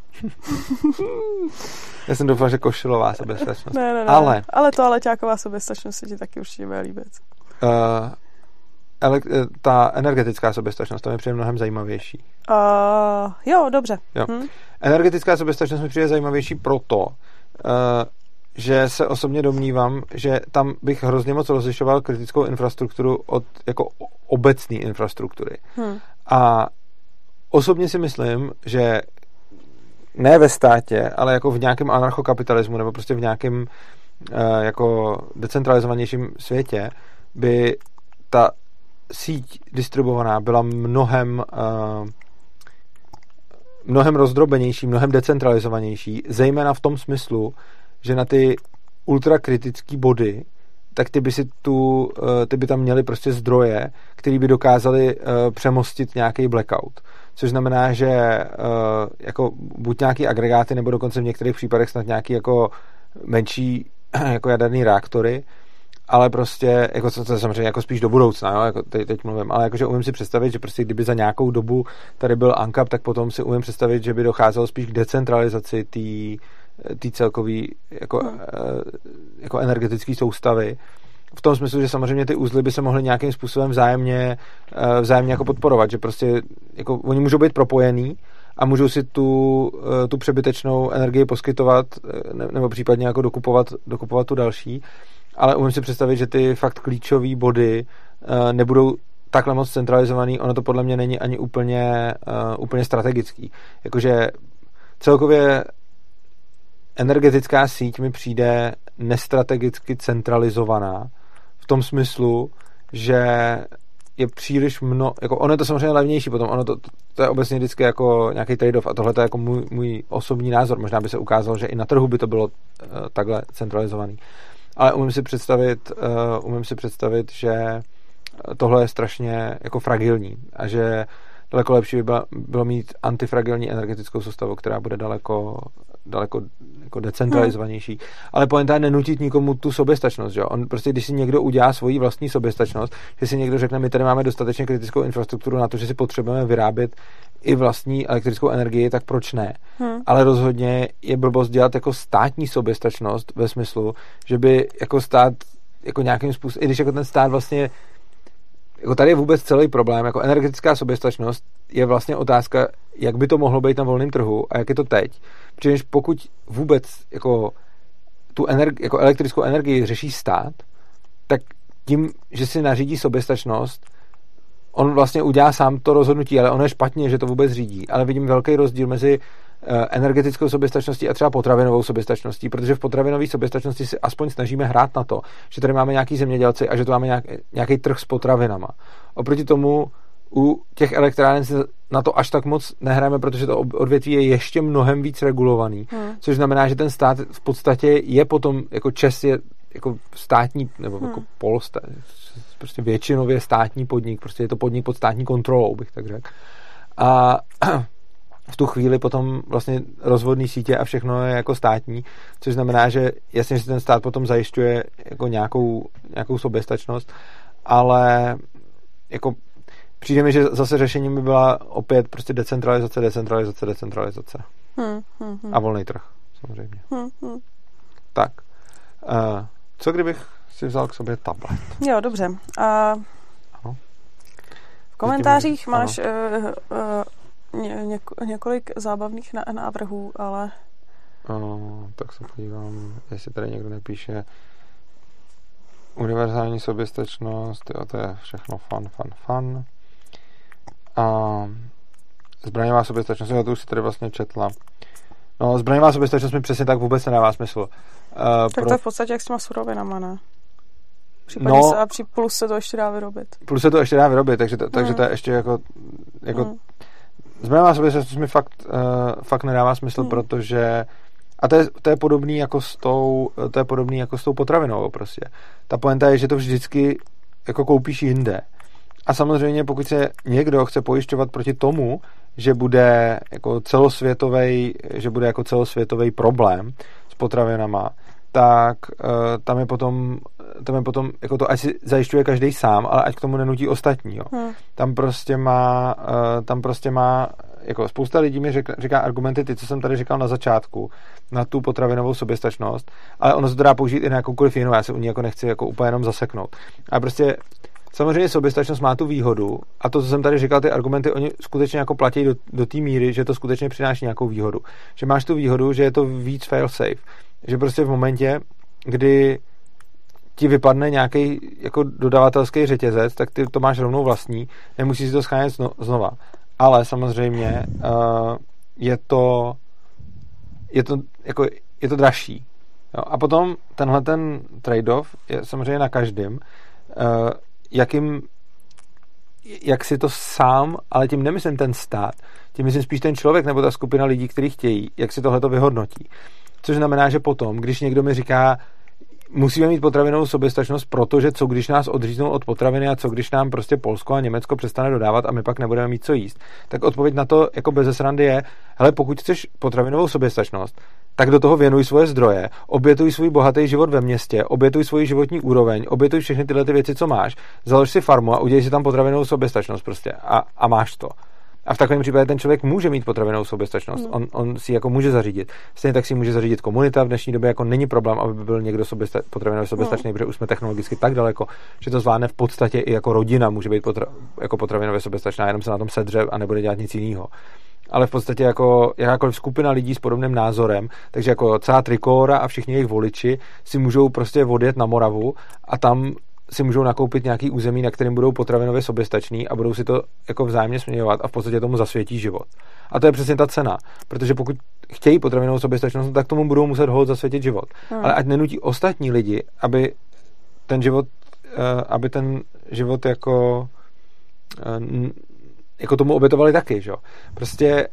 Já jsem doufal, že košilová soběstačnost. Ne, ne, ne. Ale, ale toaleťáková soběstačnost se ti taky určitě bude líbit. Uh, ale ta energetická soběstačnost, to mi přijde mnohem zajímavější. Uh, jo, dobře. Jo. Hm? Energetická soběstačnost mi přijde zajímavější proto, uh, že se osobně domnívám, že tam bych hrozně moc rozlišoval kritickou infrastrukturu od jako obecné infrastruktury. Hm. A osobně si myslím, že ne ve státě, ale jako v nějakém anarchokapitalismu nebo prostě v nějakém uh, jako decentralizovanějším světě by ta síť distribuovaná byla mnohem uh, mnohem rozdrobenější, mnohem decentralizovanější, zejména v tom smyslu, že na ty ultrakritické body, tak ty by si tu, uh, ty by tam měly prostě zdroje, který by dokázali uh, přemostit nějaký blackout. Což znamená, že uh, jako buď nějaký agregáty, nebo dokonce v některých případech snad nějaký jako menší jako jaderný reaktory, ale prostě, jako to je samozřejmě jako spíš do budoucna, jo, jako teď, teď mluvím, ale jakože umím si představit, že prostě kdyby za nějakou dobu tady byl ANCAP, tak potom si umím představit, že by docházelo spíš k decentralizaci té celkové jako, hmm. jako energetické soustavy. V tom smyslu, že samozřejmě ty uzly by se mohly nějakým způsobem vzájemně, vzájemně jako podporovat, že prostě jako oni můžou být propojený a můžou si tu, tu přebytečnou energii poskytovat nebo případně jako dokupovat, dokupovat tu další. Ale umím si představit, že ty fakt klíčové body uh, nebudou takhle moc centralizovaný, ono to podle mě není ani úplně, uh, úplně strategický. Jakože celkově energetická síť mi přijde nestrategicky centralizovaná v tom smyslu, že je příliš mno, jako ono je to samozřejmě levnější potom, ono to, to je obecně vždycky jako nějaký trade-off a tohle je jako můj, můj osobní názor, možná by se ukázalo, že i na trhu by to bylo uh, takhle centralizovaný. Ale umím si představit, uh, umím si představit, že tohle je strašně jako fragilní a že daleko lepší by bylo, bylo mít antifragilní energetickou soustavu, která bude daleko, daleko jako decentralizovanější. Hmm. Ale pointa je nenutit nikomu tu soběstačnost. Že? On prostě, když si někdo udělá svoji vlastní soběstačnost, že si někdo řekne, my tady máme dostatečně kritickou infrastrukturu na to, že si potřebujeme vyrábět i vlastní elektrickou energii, tak proč ne? Hmm. Ale rozhodně je blbost dělat jako státní soběstačnost ve smyslu, že by jako stát jako nějakým způsobem, i když jako ten stát vlastně jako tady je vůbec celý problém, jako energetická soběstačnost je vlastně otázka, jak by to mohlo být na volném trhu a jak je to teď. Protože pokud vůbec jako tu energi- jako elektrickou energii řeší stát, tak tím, že si nařídí soběstačnost, on vlastně udělá sám to rozhodnutí, ale ono je špatně, že to vůbec řídí. Ale vidím velký rozdíl mezi energetickou soběstačností a třeba potravinovou soběstačností, protože v potravinové soběstačnosti si aspoň snažíme hrát na to, že tady máme nějaký zemědělci a že tu máme nějak, nějaký trh s potravinama. Oproti tomu u těch elektráren si na to až tak moc nehráme, protože to odvětví je ještě mnohem víc regulovaný, hmm. což znamená, že ten stát v podstatě je potom, jako ČEZ je jako státní, nebo hmm. jako polostát, prostě většinově státní podnik, prostě je to podnik pod státní kontrolou, bych tak řekl. A v tu chvíli potom vlastně rozvodný sítě a všechno je jako státní, což znamená, že jasně, že ten stát potom zajišťuje jako nějakou, nějakou soběstačnost, ale jako přijde mi, že zase řešením by byla opět prostě decentralizace, decentralizace, decentralizace. Hmm, hmm, hmm. A volný trh, samozřejmě. Hmm, hmm. Tak. Uh, co kdybych si vzal k sobě tablet? Jo, dobře. Uh, ano. V komentářích máš uh, uh, ně, něko, několik zábavných návrhů, ale... Uh, tak se podívám, jestli tady někdo nepíše univerzální soběstačnost, jo, to je všechno fun, fun, fun. A zbraňová soběstačnost, já to už si tady vlastně četla. No, zbraňová soběstačnost mi přesně tak vůbec nedává smysl. Uh, tak pro... to je v podstatě jak s těma surovinama, ne? Případně no, se, a při plus se to ještě dá vyrobit. Plus se to ještě dá vyrobit, takže to, mm. takže to je ještě jako... jako mm. Zbraňová soběstačnost mi fakt, uh, fakt nedává smysl, mm. protože... A to je, to je podobný jako s tou, to je podobný jako s tou potravinou prostě. Ta pointa je, že to vždycky jako koupíš jinde. A samozřejmě, pokud se někdo chce pojišťovat proti tomu, že bude jako celosvětový, že bude jako celosvětový problém s potravinama, tak uh, tam je potom, tam je potom jako to ať si zajišťuje každý sám, ale ať k tomu nenutí ostatní. Jo. Hmm. Tam prostě má, uh, tam prostě má jako spousta lidí mi říká, říká argumenty, ty, co jsem tady říkal na začátku, na tu potravinovou soběstačnost, ale ono se to dá použít i na jakoukoliv jinou, já se u ní jako nechci jako úplně jenom zaseknout. A prostě samozřejmě soběstačnost má tu výhodu a to, co jsem tady říkal, ty argumenty, oni skutečně jako platí do, do té míry, že to skutečně přináší nějakou výhodu. Že máš tu výhodu, že je to víc fail safe. Že prostě v momentě, kdy ti vypadne nějaký jako dodavatelský řetězec, tak ty to máš rovnou vlastní, nemusíš si to schánět zno, znova. Ale samozřejmě uh, je to je to jako je to dražší. Jo? A potom tenhle ten trade-off je samozřejmě na každém, uh, jakým jak si to sám, ale tím nemyslím ten stát, tím myslím spíš ten člověk nebo ta skupina lidí, kteří chtějí, jak si tohleto vyhodnotí. Což znamená, že potom, když někdo mi říká, musíme mít potravinovou soběstačnost, protože co když nás odříznou od potraviny a co když nám prostě Polsko a Německo přestane dodávat a my pak nebudeme mít co jíst, tak odpověď na to jako bez srandy je, hele, pokud chceš potravinovou soběstačnost, tak do toho věnuj svoje zdroje, obětuj svůj bohatý život ve městě, obětuj svůj životní úroveň, obětuj všechny tyhle ty věci, co máš, založ si farmu a udělej si tam potravinovou soběstačnost prostě a, a máš to. A v takovém případě ten člověk může mít potravinovou soběstačnost. Mm. On, on si jako může zařídit. Stejně tak si může zařídit komunita. V dnešní době jako není problém, aby byl někdo soběsta, potravinově soběstačný, mm. protože už jsme technologicky tak daleko, že to zvládne v podstatě i jako rodina může být potra, jako potravinově soběstačná, jenom se na tom sedře a nebude dělat nic jiného. Ale v podstatě jako jakákoliv skupina lidí s podobným názorem, takže jako celá Trikóra a všichni jejich voliči si můžou prostě odjet na Moravu a tam si můžou nakoupit nějaký území, na kterém budou potravinově soběstační a budou si to jako vzájemně směňovat a v podstatě tomu zasvětí život. A to je přesně ta cena, protože pokud chtějí potravinovou soběstačnost, tak tomu budou muset holt zasvětit život. Hmm. Ale ať nenutí ostatní lidi, aby ten život, aby ten život jako jako tomu obětovali taky, že jo. Prostě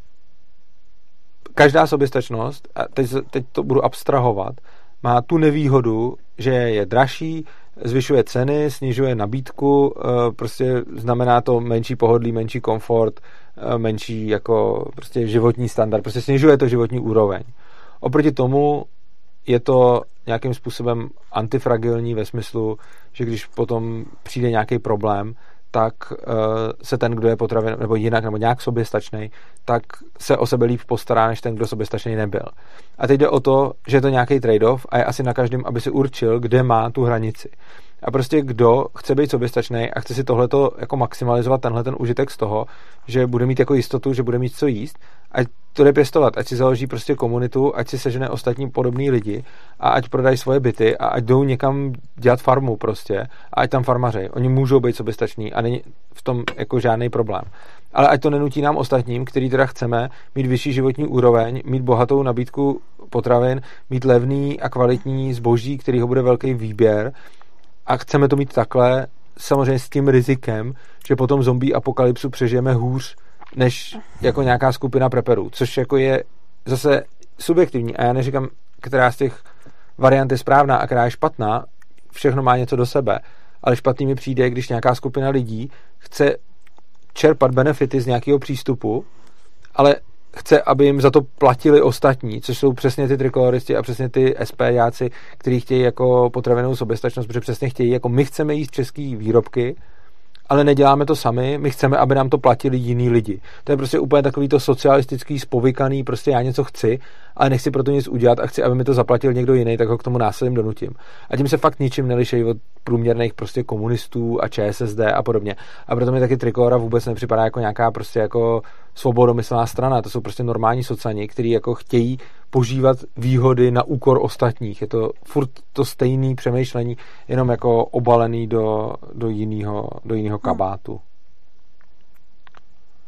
každá soběstačnost, a teď, teď to budu abstrahovat, má tu nevýhodu, že je dražší, zvyšuje ceny, snižuje nabídku, prostě znamená to menší pohodlí, menší komfort, menší jako prostě životní standard, prostě snižuje to životní úroveň. Oproti tomu je to nějakým způsobem antifragilní ve smyslu, že když potom přijde nějaký problém, tak uh, se ten, kdo je potravin, nebo jinak, nebo nějak soběstačnej, tak se o sebe líp postará, než ten, kdo soběstačnej nebyl. A teď jde o to, že je to nějaký trade-off a je asi na každém, aby si určil, kde má tu hranici. A prostě kdo chce být soběstačnej a chce si tohleto jako maximalizovat, tenhle ten užitek z toho, že bude mít jako jistotu, že bude mít co jíst, ať to jde pěstovat, ať si založí prostě komunitu, ať si sežene ostatní podobný lidi a ať prodají svoje byty a ať jdou někam dělat farmu prostě a ať tam farmařej. Oni můžou být soběstační a není v tom jako žádný problém. Ale ať to nenutí nám ostatním, který teda chceme mít vyšší životní úroveň, mít bohatou nabídku potravin, mít levný a kvalitní zboží, kterýho bude velký výběr, a chceme to mít takhle, samozřejmě s tím rizikem, že potom zombie apokalypsu přežijeme hůř, než jako nějaká skupina preperů, což jako je zase subjektivní. A já neříkám, která z těch variant je správná a která je špatná, všechno má něco do sebe. Ale špatný mi přijde, když nějaká skupina lidí chce čerpat benefity z nějakého přístupu, ale chce, aby jim za to platili ostatní, což jsou přesně ty trikoloristi a přesně ty SPáci, kteří chtějí jako potravinovou soběstačnost, protože přesně chtějí, jako my chceme jíst český výrobky, ale neděláme to sami, my chceme, aby nám to platili jiní lidi. To je prostě úplně takový to socialistický, spovykaný, prostě já něco chci, ale nechci pro to nic udělat a chci, aby mi to zaplatil někdo jiný, tak ho k tomu násilím donutím. A tím se fakt ničím neliší od průměrných prostě komunistů a ČSSD a podobně. A proto mi taky Trikóra vůbec nepřipadá jako nějaká prostě jako svobodomyslná strana. To jsou prostě normální socani, kteří jako chtějí požívat výhody na úkor ostatních. Je to furt to stejné přemýšlení, jenom jako obalený do, do jiného do jiného kabátu.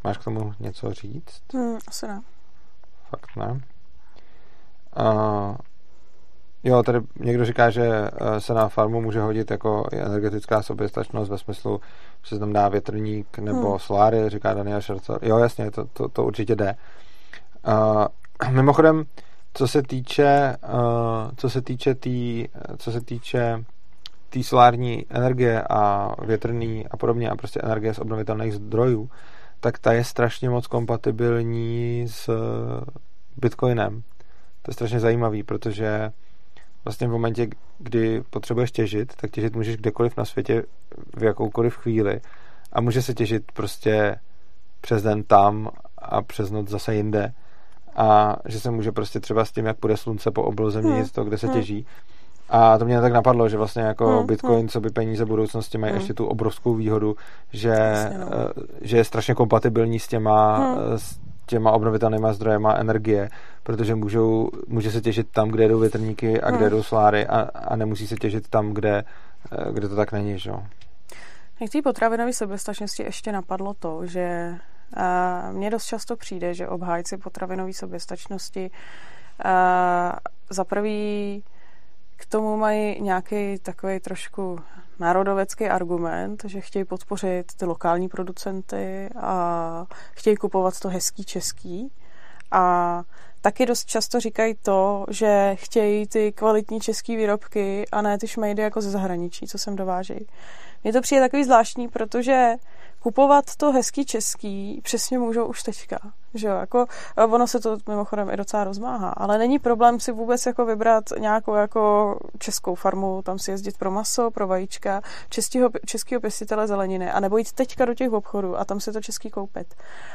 Máš k tomu něco říct? Hmm, asi ne. Fakt ne. Uh, jo, tady někdo říká, že se na farmu může hodit jako energetická soběstačnost ve smyslu, že se tam dá větrník nebo hmm. soláry, říká Daniel Šercer. Jo, jasně, to, to, to určitě jde. Uh, mimochodem, co se týče uh, co se týče tý, co se týče té solární energie a větrný a podobně a prostě energie z obnovitelných zdrojů, tak ta je strašně moc kompatibilní s Bitcoinem. To je strašně zajímavý, protože vlastně v momentě, kdy potřebuješ těžit, tak těžit můžeš kdekoliv na světě v jakoukoliv chvíli a může se těžit prostě přes den tam a přes noc zase jinde a že se může prostě třeba s tím, jak půjde slunce po obloze, měnit to, kde se těží. A to mě tak napadlo, že vlastně jako hmm, Bitcoin, hmm. co by peníze budoucnosti, mají hmm. ještě tu obrovskou výhodu, že, Jasně, no. že je strašně kompatibilní s těma, hmm. s těma obnovitelnýma zdrojema energie, protože můžou, může se těžit tam, kde jdou větrníky a kde hmm. jdou soláry a, a nemusí se těžit tam, kde, kde to tak není, že jo. K té potravinové soběstačnosti ještě napadlo to, že uh, mně dost často přijde, že obhájci potravinové soběstačnosti uh, za prvý k tomu mají nějaký takový trošku národovecký argument, že chtějí podpořit ty lokální producenty a chtějí kupovat to hezký český. A taky dost často říkají to, že chtějí ty kvalitní český výrobky a ne ty šmejdy jako ze zahraničí, co sem dovážejí. Mně to přijde takový zvláštní, protože kupovat to hezký český přesně můžou už teďka. Že jo? Jako, ono se to mimochodem i docela rozmáhá, ale není problém si vůbec jako vybrat nějakou jako českou farmu, tam si jezdit pro maso, pro vajíčka, českýho, českýho pěstitele zeleniny a nebo jít teďka do těch obchodů a tam si to český koupit.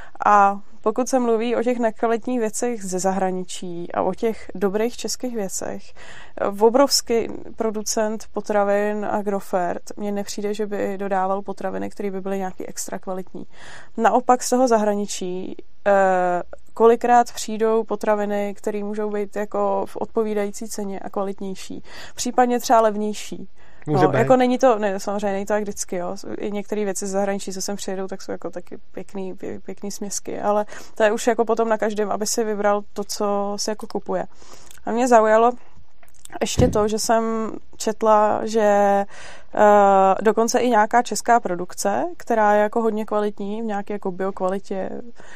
A pokud se mluví o těch nekvalitních věcech ze zahraničí a o těch dobrých českých věcech, obrovský producent potravin Agrofert mně nepřijde, že by dodával potraviny, které by byly nějaký extra kvalitní. Naopak z toho zahraničí eh, kolikrát přijdou potraviny, které můžou být jako v odpovídající ceně a kvalitnější. Případně třeba levnější. No, jako není to, ne, samozřejmě není to jak vždycky, jo. I některé věci z zahraničí, co sem přijedou, tak jsou jako taky pěkný, pěkný směsky, ale to je už jako potom na každém, aby si vybral to, co se jako kupuje. A mě zaujalo ještě to, že jsem četla, že uh, dokonce i nějaká česká produkce, která je jako hodně kvalitní, v nějaké jako biokvalitě,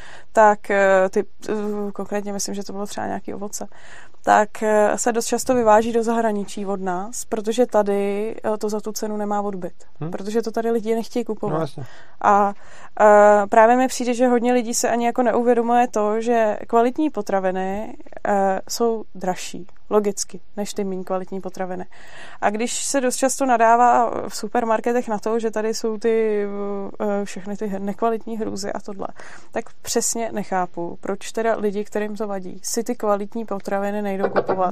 tak uh, ty, uh, konkrétně myslím, že to bylo třeba nějaký ovoce, tak uh, se dost často vyváží do zahraničí od nás, protože tady uh, to za tu cenu nemá odbyt. Hmm. Protože to tady lidi nechtějí kupovat. No, a uh, právě mi přijde, že hodně lidí se ani jako neuvědomuje to, že kvalitní potraviny uh, jsou dražší. Logicky, než ty méně kvalitní potraviny. A když se dost často nadává v supermarketech na to, že tady jsou ty všechny ty nekvalitní hrůzy a tohle, tak přesně nechápu, proč teda lidi, kterým to vadí, si ty kvalitní potraviny nejdou kupovat.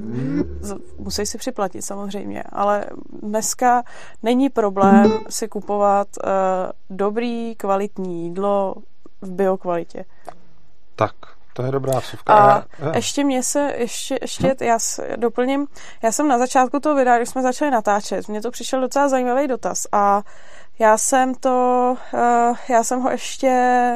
Musí si připlatit samozřejmě, ale dneska není problém si kupovat uh, dobrý, kvalitní jídlo v biokvalitě. Tak. To je dobrá vsuvka. A ještě mě se, ještě, ještě já doplním, já jsem na začátku toho videa, když jsme začali natáčet, mně to přišel docela zajímavý dotaz a já jsem to, uh, já jsem ho ještě,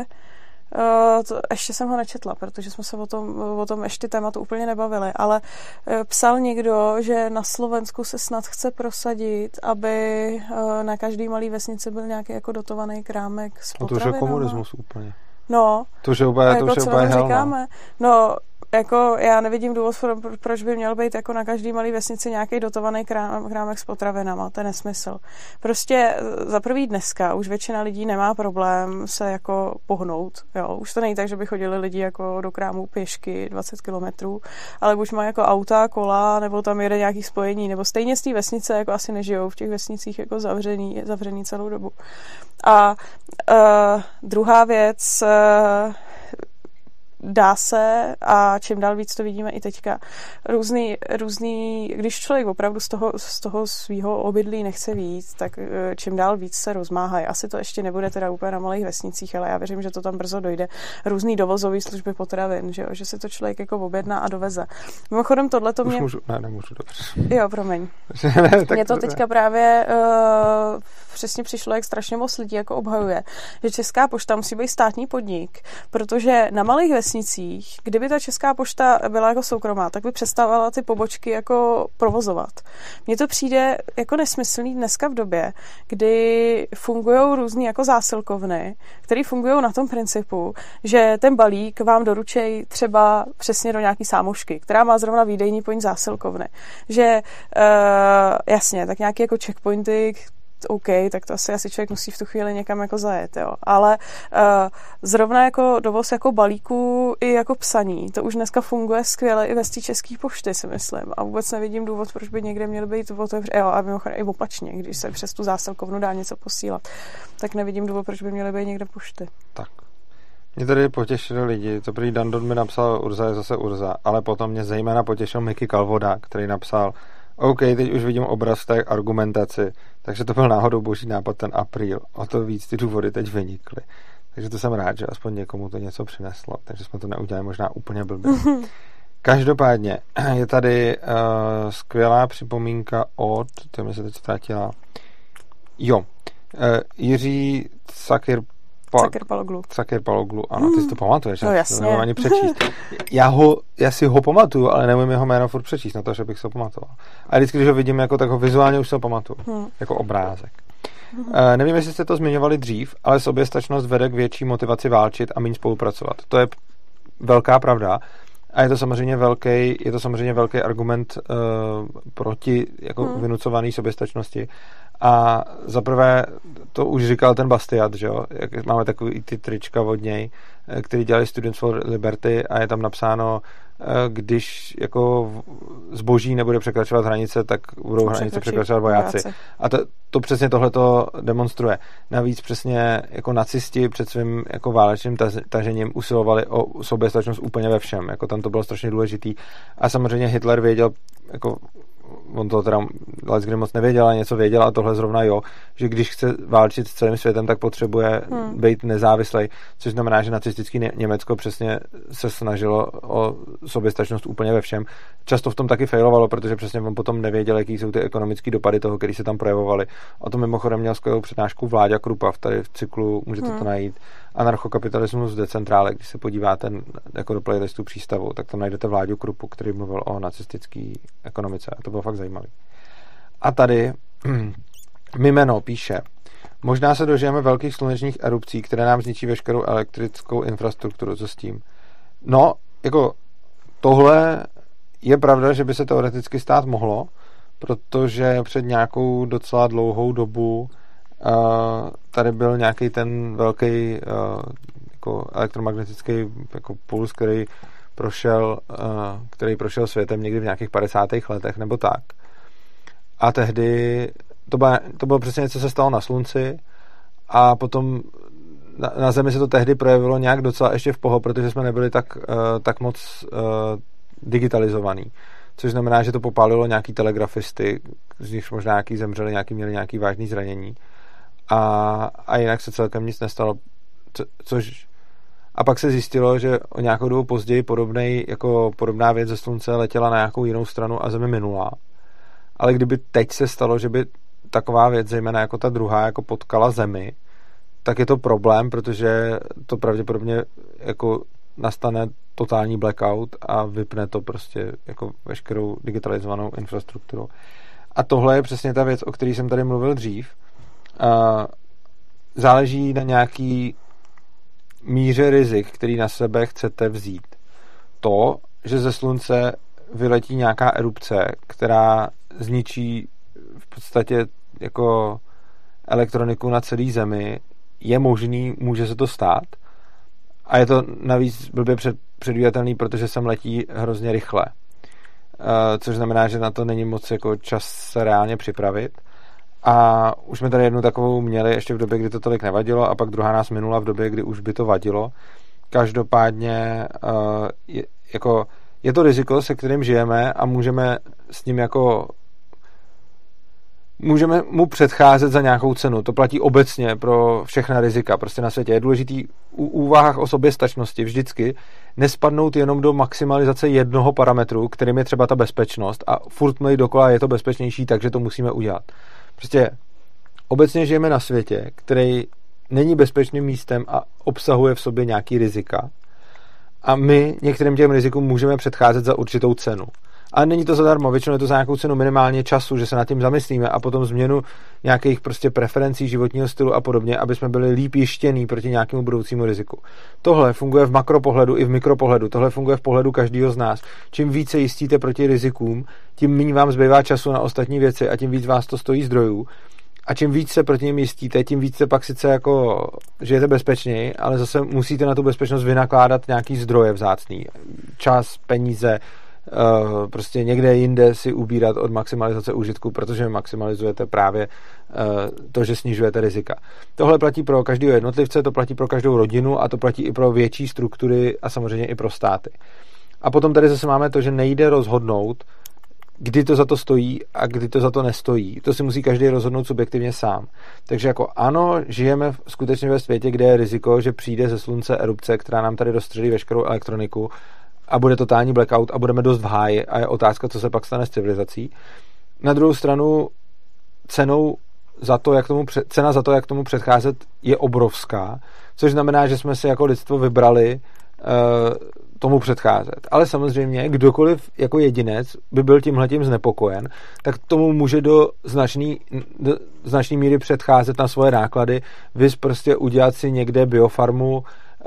uh, to, ještě jsem ho nečetla, protože jsme se o tom, o tom ještě tématu úplně nebavili, ale uh, psal někdo, že na Slovensku se snad chce prosadit, aby uh, na každý malý vesnici byl nějaký jako dotovaný krámek s potravinama. No to už je komunismus úplně. No, to už je úplně, jako, to už je úplně hell, říkáme. No, jako já nevidím důvod, proč by měl být jako na každý malý vesnici nějaký dotovaný krám, krámek s potravinama. To je nesmysl. Prostě za prvý dneska už většina lidí nemá problém se jako pohnout. Jo, už to není tak, že by chodili lidi jako do krámu pěšky dvacet kilometrů, ale už mají jako auta, kola, nebo tam jede nějakých spojení, nebo stejně z té vesnice jako asi nežijou v těch vesnicích jako zavřený, zavřený celou dobu. A uh, druhá věc, uh, dá se, a čím dál víc to vidíme i teďka, různý, různý když člověk opravdu z toho, z toho svýho obydlí nechce víc, tak čím dál víc se rozmáhají. Asi to ještě nebude teda úplně na malých vesnicích, ale já věřím, že to tam brzo dojde. Různý dovozové služby potravin, že, jo? Že se to člověk jako objedná a doveze. Mimochodem tohleto mě... Už můžu, ne, nemůžu, dobře. Jo, promiň. ne, mě to teďka právě uh, přesně přišlo, jak strašně moc lidí jako obhajuje, že Česká pošta musí být státní podnik, protože na malých vesnicích, kdyby ta Česká pošta byla jako soukromá, tak by přestávala ty pobočky jako provozovat. Mně to přijde jako nesmyslný dneska v době, kdy fungují různý jako zásilkovny, které fungují na tom principu, že ten balík vám doručejí třeba přesně do nějaký sámošky, která má zrovna výdejní point zásilkovny. Že uh, jasně, tak nějaký jako checkpointy, OK, tak to asi, asi člověk musí v tu chvíli někam jako zajet, jo. Ale uh, zrovna jako dovoz jako balíků i jako psaní, to už dneska funguje skvěle i ve té České pošty, si myslím. A vůbec nevidím důvod, proč by někde měl být otevřený. Jo, a mimochodem i opačně, když se přes tu zásilkovnu dá něco posílat, tak nevidím důvod, proč by měly být někde pošty. Tak. Mě tady potěšili lidi, to prý Dandon mi napsal Urza je zase Urza, ale potom mě zejména potěšil Mickey Kalvoda, který napsal OK, teď už vidím obraz v té argumentaci, takže to byl náhodou boží nápad ten apríl. O to víc ty důvody teď vynikly. Takže to jsem rád, že aspoň někomu to něco přineslo, takže jsme to neudělali možná úplně blbě. Každopádně je tady uh, skvělá připomínka od, to mi se teď ztratila, jo, uh, Jiří Sakir Sakirpaloglu. Sakirpaloglu, ano, ty si to pamatuješ, no, jasně. To nemám ani přečíst. Já, ho, já si ho pamatuju, ale nevím jeho jméno furt přečíst, na to, že bych se ho pamatoval. A vždycky, když ho vidím, jako, tak ho vizuálně už se ho pamatuju, hmm. jako obrázek. Hmm. Uh, nevím, jestli jste to zmiňovali dřív, ale soběstačnost vede k větší motivaci válčit a méně spolupracovat. To je velká pravda. A je to samozřejmě velký, je to samozřejmě velký argument uh, proti jako hmm. vynucované soběstačnosti. A zaprvé to už říkal ten Bastiat, že jo? Jak máme takový ty trička od něj, který dělali Students for Liberty a je tam napsáno, když jako zboží nebude překračovat hranice, tak budou hranice překračovat vojáci. vojáci. A to, to přesně tohleto demonstruje. Navíc přesně jako nacisti před svým jako válečným tažením usilovali o soběstačnost úplně ve všem. Jako tam to bylo strašně důležitý. A samozřejmě Hitler věděl, jako on to teda leckdy moc nevěděl, ale něco věděl a tohle zrovna jo, že když chce válčit s celým světem, tak potřebuje hmm. být nezávislý, což znamená, že nacistický Německo přesně se snažilo o soběstačnost úplně ve všem. Často v tom taky failovalo, protože přesně on potom nevěděl, jaký jsou ty ekonomické dopady toho, který se tam projevovaly. O tom mimochodem měl skvělou přednášku Vláďa Krupa, tady v cyklu můžete hmm. to najít. Anarchokapitalismus v decentrále, když se podíváte jako do playlistu Přístavu, tak tam najdete Vláďu Krupu, který mluvil o nacistické ekonomice. A to bylo fakt zajímavý. A tady Mimeno píše: možná se dožijeme velkých slunečních erupcí, které nám zničí veškerou elektrickou infrastrukturu. Co s tím? No, jako tohle je pravda, že by se teoreticky stát mohlo, protože před nějakou docela dlouhou dobu Uh, tady byl nějaký ten velký uh, jako elektromagnetický jako puls, který prošel, uh, který prošel světem někdy v nějakých padesátých letech nebo tak. A tehdy to bylo, to bylo přesně něco, co se stalo na slunci a potom na, na Zemi se to tehdy projevilo nějak docela ještě v poho, protože jsme nebyli tak, uh, tak moc uh, digitalizovaný. Což znamená, že to popálilo nějaký telegrafisty, z nich možná nějaký zemřeli, nějaký měli nějaký vážný zranění. A, a jinak se celkem nic nestalo. Co, což a pak se zjistilo, že o nějakou dobu později podobnej, jako podobná věc ze slunce letěla na nějakou jinou stranu a Zemi minula. Ale kdyby teď se stalo, že by taková věc, zejména jako ta druhá, jako potkala Zemi, tak je to problém, protože to pravděpodobně jako nastane totální blackout a vypne to prostě jako veškerou digitalizovanou infrastrukturu. A tohle je přesně ta věc, o které jsem tady mluvil dřív. Uh, záleží na nějaký míře rizik, který na sebe chcete vzít. To, že ze slunce vyletí nějaká erupce, která zničí v podstatě jako elektroniku na celé Zemi, je možný, může se to stát. A je to navíc blbě před, předvídatelný, protože sem letí hrozně rychle. Uh, což znamená, že na to není moc jako čas se reálně připravit. A už jsme tady jednu takovou měli ještě v době, kdy to tolik nevadilo, a pak druhá nás minula v době, kdy už by to vadilo. Každopádně uh, je, jako, je to riziko, se kterým žijeme a můžeme s ním jako můžeme mu předcházet za nějakou cenu. To platí obecně pro všechna rizika prostě na světě. Je důležitý u úvahách o soběstačnosti vždycky nespadnout jenom do maximalizace jednoho parametru, kterým je třeba ta bezpečnost, a furt mlej dokola je to bezpečnější, takže to musíme udělat. Prostě obecně žijeme na světě, který není bezpečným místem a obsahuje v sobě nějaký rizika. A my některým těm rizikům můžeme předcházet za určitou cenu. Ale není to zadarmo, většinou je to za nějakou cenu minimálně času, že se nad tím zamyslíme a potom změnu nějakých prostě preferencí životního stylu a podobně, aby jsme byli líp jištěný proti nějakému budoucímu riziku. Tohle funguje v makropohledu i v mikropohledu, tohle funguje v pohledu každého z nás. Čím více jistíte proti rizikům, tím méně vám zbývá času na ostatní věci a tím víc vás to stojí zdrojů. A čím víc se proti nim jistíte, tím víc se pak sice jako žijete bezpečněji, ale zase musíte na tu bezpečnost vynakládat nějaký zdroje vzácný. Čas, peníze, prostě někde jinde si ubírat od maximalizace užitku, protože maximalizujete právě to, že snižujete rizika. Tohle platí pro každého jednotlivce, to platí pro každou rodinu a to platí i pro větší struktury a samozřejmě i pro státy. A potom tady zase máme to, že nejde rozhodnout, kdy to za to stojí a kdy to za to nestojí. To si musí každý rozhodnout subjektivně sám. Takže jako ano, žijeme skutečně ve světě, kde je riziko, že přijde ze slunce erupce, která nám tady rozstřelí veškerou elektroniku a bude totální blackout a budeme dost v háji a je otázka, co se pak stane s civilizací. Na druhou stranu cenou za to, jak tomu, cena za to, jak tomu předcházet, je obrovská, což znamená, že jsme si jako lidstvo vybrali uh, tomu předcházet. Ale samozřejmě, kdokoliv jako jedinec by byl tímhletím znepokojen, tak tomu může do značný, do značný míry předcházet na svoje náklady, vys prostě udělat si někde biofarmu,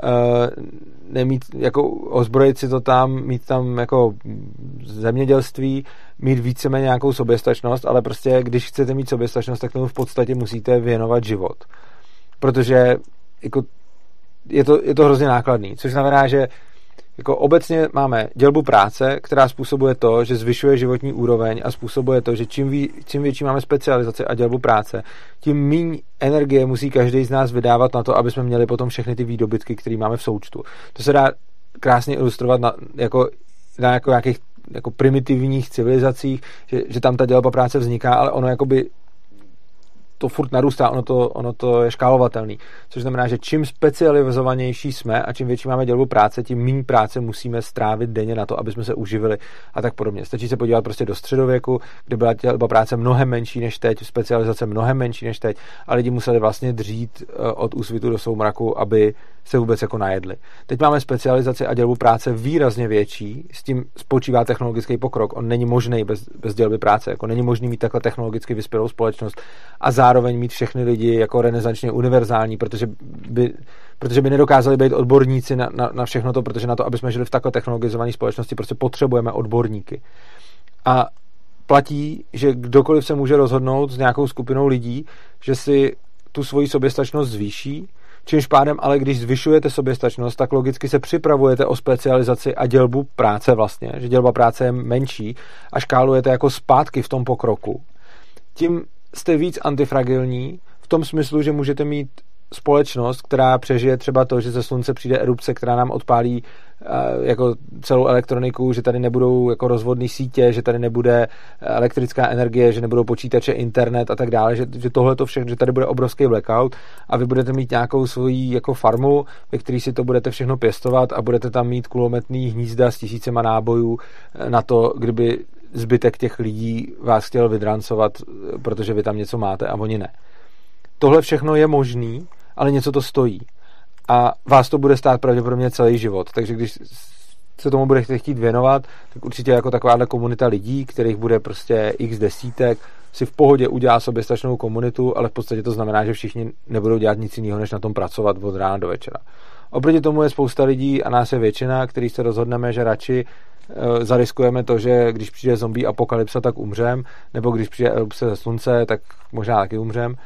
nemít, jako ozbrojit si to tam, mít tam jako zemědělství, mít víceméně nějakou soběstačnost, ale prostě když chcete mít soběstačnost, tak tomu v podstatě musíte věnovat život. Protože jako je to, je to hrozně nákladný, což znamená, že jako obecně máme dělbu práce, která způsobuje to, že zvyšuje životní úroveň a způsobuje to, že čím, ví, čím větší máme specializaci a dělbu práce, tím méně energie musí každý z nás vydávat na to, aby jsme měli potom všechny ty výdobytky, které máme v součtu. To se dá krásně ilustrovat na, jako, na jako nějakých jako primitivních civilizacích, že, že tam ta dělba práce vzniká, ale ono jakoby to furt narůstá, ono to, ono to je škálovatelný. Což znamená, že čím specializovanější jsme a čím větší máme dělbu práce, tím méně práce musíme strávit denně na to, aby jsme se uživili a tak podobně. Stačí se podívat prostě do středověku, kde byla dělba práce mnohem menší než teď, specializace mnohem menší než teď a lidi museli vlastně dřít od úsvitu do soumraku, aby se vůbec jako najedli. Teď máme specializaci a dělbu práce výrazně větší, s tím spočívá technologický pokrok. On není možný bez, bez dělby práce, jako není možný mít takhle technologicky vyspělou společnost a zároveň mít všechny lidi jako renesančně univerzální, protože by, protože by nedokázali být odborníci na, na, na všechno to, protože na to, aby jsme žili v takhle technologizované společnosti, prostě potřebujeme odborníky. A platí, že kdokoliv se může rozhodnout s nějakou skupinou lidí, že si tu svoji soběstačnost zvýší, čímž pádem, ale když zvyšujete soběstačnost, tak logicky se připravujete o specializaci a dělbu práce vlastně, že dělba práce je menší a škálujete jako zpátky v tom pokroku. Tím jste víc antifragilní v tom smyslu, že můžete mít společnost, která přežije třeba to, že ze slunce přijde erupce, která nám odpálí uh, jako celou elektroniku, že tady nebudou jako rozvodné sítě, že tady nebude elektrická energie, že nebudou počítače, internet a tak dále, že, že tohle to všechno, že tady bude obrovský blackout a vy budete mít nějakou svoji jako farmu, ve které si to budete všechno pěstovat a budete tam mít kulometný hnízda s tisícema nábojů na to, kdyby zbytek těch lidí vás chtěl vydrancovat, protože vy tam něco máte a oni ne. Tohle všechno je možný, ale něco to stojí. A vás to bude stát pravděpodobně celý život. Takže když se tomu budete chtít věnovat, tak určitě jako takováhle komunita lidí, kterých bude prostě x desítek, si v pohodě udělá soběstačnou komunitu, ale v podstatě to znamená, že všichni nebudou dělat nic jiného, než na tom pracovat od rána do večera. Oproti tomu je spousta lidí a nás je většina, který se rozhodneme, že radši e, zariskujeme to, že když přijde zombie apokalypsa, tak umřem, nebo když přijde erupce ze slunce, tak možná taky umřem.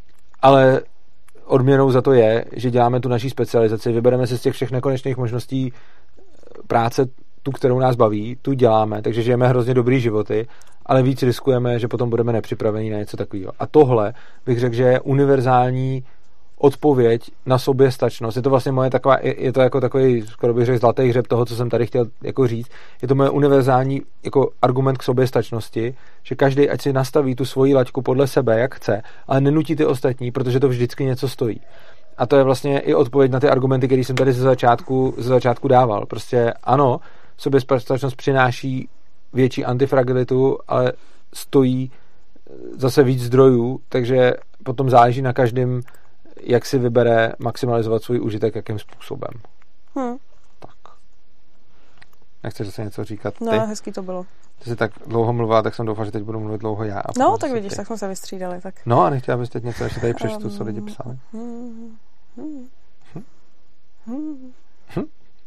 Ale odměnou za to je, že děláme tu naší specializaci, vybereme si z těch všech nekonečných možností práce, tu, kterou nás baví, tu děláme, takže žijeme hrozně dobrý životy, ale víc riskujeme, že potom budeme nepřipravení na něco takového. A tohle bych řekl, že je univerzální odpověď na soběstačnost. Je to vlastně moje taková, je to jako takový, skoro bych řekl, zlatý hřeb toho, co jsem tady chtěl jako říct. Je to moje univerzální jako argument k soběstačnosti, že každý ať si nastaví tu svoji laťku podle sebe, jak chce, ale nenutí ty ostatní, protože to vždycky něco stojí. A to je vlastně i odpověď na ty argumenty, které jsem tady ze začátku, ze začátku dával. Prostě ano, soběstačnost přináší větší antifragilitu, ale stojí zase víc zdrojů, takže potom záleží na každém, jak si vybere maximalizovat svůj užitek, jakým způsobem. Hmm. Tak. Nechceš zase něco říkat ty? No, hezký to bylo. Ty jsi tak dlouho mluvila, tak jsem doufal, že teď budu mluvit dlouho já. No, tak vidíš, ty. Tak jsme se vystřídali. Tak. No a nechtěla bys teď něco, ještě tady přečtu, co lidi psali. Hmm. Hmm. Hm? Hmm. Hm?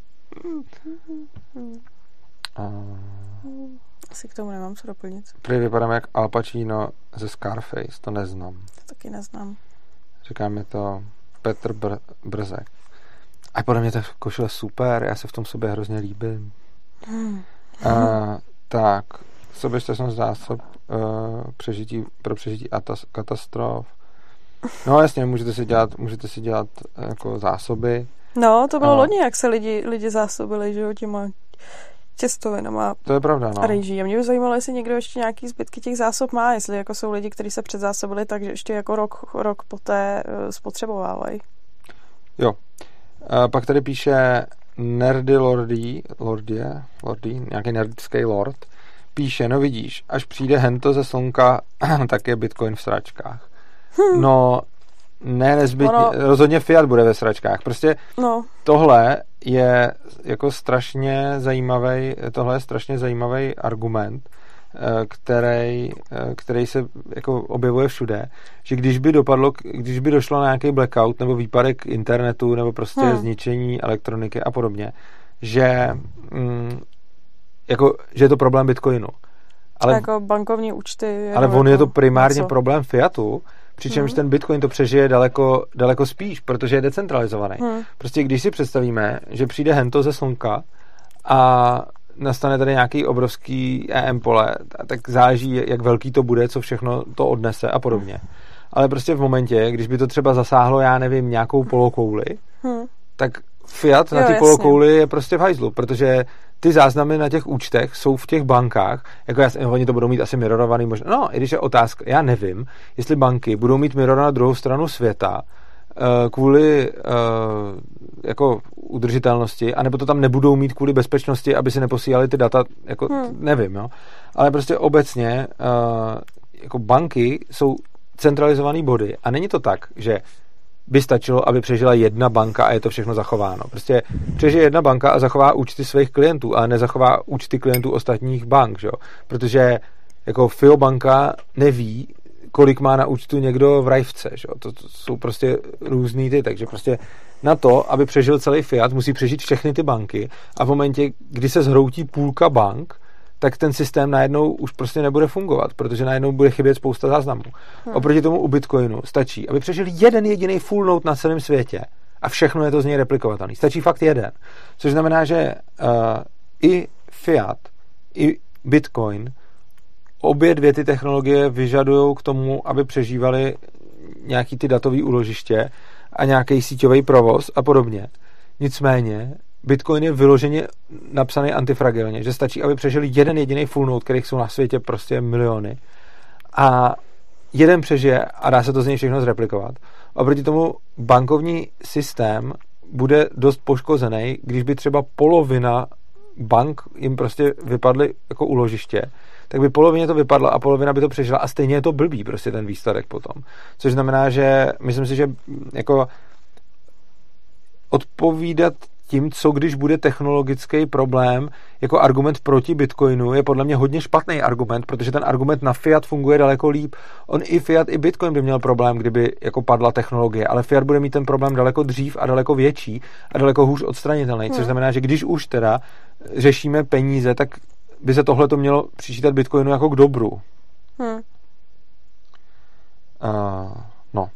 Hm? A... Asi k tomu nemám co doplnit. Prý vypadám jak Al Pacino ze Scarface, to neznám. To taky neznám. Říká mi to Petr Br- Brzek. A podle mě ta košile super, já se v tom sobě hrozně líbím. Hmm. A, tak, soběstačnost zásob uh, přežití, pro přežití atas, katastrof. No jasně, můžete si dělat, můžete si dělat jako zásoby. No, to bylo a... loni, jak se lidi, lidi zásobili, že jo, těma těstovinama. To je pravda, no. A rejží. A mě by zajímalo, jestli někdo ještě nějaký zbytky těch zásob má, jestli jako jsou lidi, kteří se předzásobili, takže ještě jako rok, rok poté uh, spotřebovávají. Jo. A pak tady píše Nerdy Lordy, Lordie, Lordy, nějaký nerdický lord, píše, no vidíš, až přijde hento ze slunka, tak je Bitcoin v sračkách. Hmm. No, ne nezbytně, ono... rozhodně fiat bude ve sračkách. Prostě no. Tohle je jako strašně zajímavý, tohle je strašně zajímavý argument, který, který se jako objevuje všude, že když by dopadlo, když by došlo na nějaký blackout nebo výpadek internetu nebo prostě hmm. zničení elektroniky a podobně, že mm, jako, že je to problém Bitcoinu. Ale, jako bankovní účty. Ale on jako je to primárně něco. Problém fiatu, přičemž hmm. ten Bitcoin to přežije daleko, daleko spíš, protože je decentralizovaný. Hmm. Prostě když si představíme, že přijde hento ze slunka a nastane tady nějaký obrovský E M pole, tak záleží, jak velký to bude, co všechno to odnese a podobně. Ale prostě v momentě, když by to třeba zasáhlo, já nevím, nějakou polokouli, hmm. tak fiat na jo, ty jasně. polokouli je prostě v hajzlu, protože ty záznamy na těch účtech jsou v těch bankách, jako jasně, oni to budou mít asi mirorovaný možná, no, i když je otázka, já nevím, jestli banky budou mít mirror na druhou stranu světa, kvůli uh, jako udržitelnosti, anebo to tam nebudou mít kvůli bezpečnosti, aby si neposílali ty data, jako hmm. nevím, jo. Ale prostě obecně uh, jako banky jsou centralizované body a není to tak, že by stačilo, aby přežila jedna banka a je to všechno zachováno. Prostě přežije jedna banka a zachová účty svých klientů a nezachová účty klientů ostatních bank, že jo. Protože jako Fio banka neví, kolik má na účtu někdo v Rajvce, že? To, to jsou prostě různý ty, takže prostě na to, aby přežil celý fiat, musí přežít všechny ty banky a v momentě, kdy se zhroutí půlka bank, tak ten systém najednou už prostě nebude fungovat, protože najednou bude chybět spousta záznamů. Hmm. Oproti tomu u Bitcoinu stačí, aby přežil jeden jediný full node na celém světě a všechno je to z něj replikovatelné. Stačí fakt jeden. Což znamená, že uh, i fiat, i Bitcoin obě dvě ty technologie vyžadují k tomu, aby přežívaly nějaký ty datový úložiště a nějaký síťový provoz a podobně. Nicméně Bitcoin je vyloženě napsaný antifragilně, že stačí, aby přežil jeden jediný full node, kterých jsou na světě prostě miliony. A jeden přežije a dá se to z něj všechno zreplikovat. Oproti tomu bankovní systém bude dost poškozený, když by třeba polovina bank jim prostě vypadly jako úložiště, tak by polovině to vypadlo a polovina by to přežila a stejně je to blbý prostě ten výsledek potom. Což znamená, že myslím si, že jako odpovídat tím, co když bude technologický problém jako argument proti Bitcoinu, je podle mě hodně špatný argument, protože ten argument na fiat funguje daleko líp. On i fiat, i Bitcoin by měl problém, kdyby jako padla technologie, ale fiat bude mít ten problém daleko dřív a daleko větší a daleko hůř odstranitelný, což znamená, že když už teda řešíme peníze, tak by se tohle to mělo přičítat Bitcoinu jako k dobru. Hmm. Uh, no.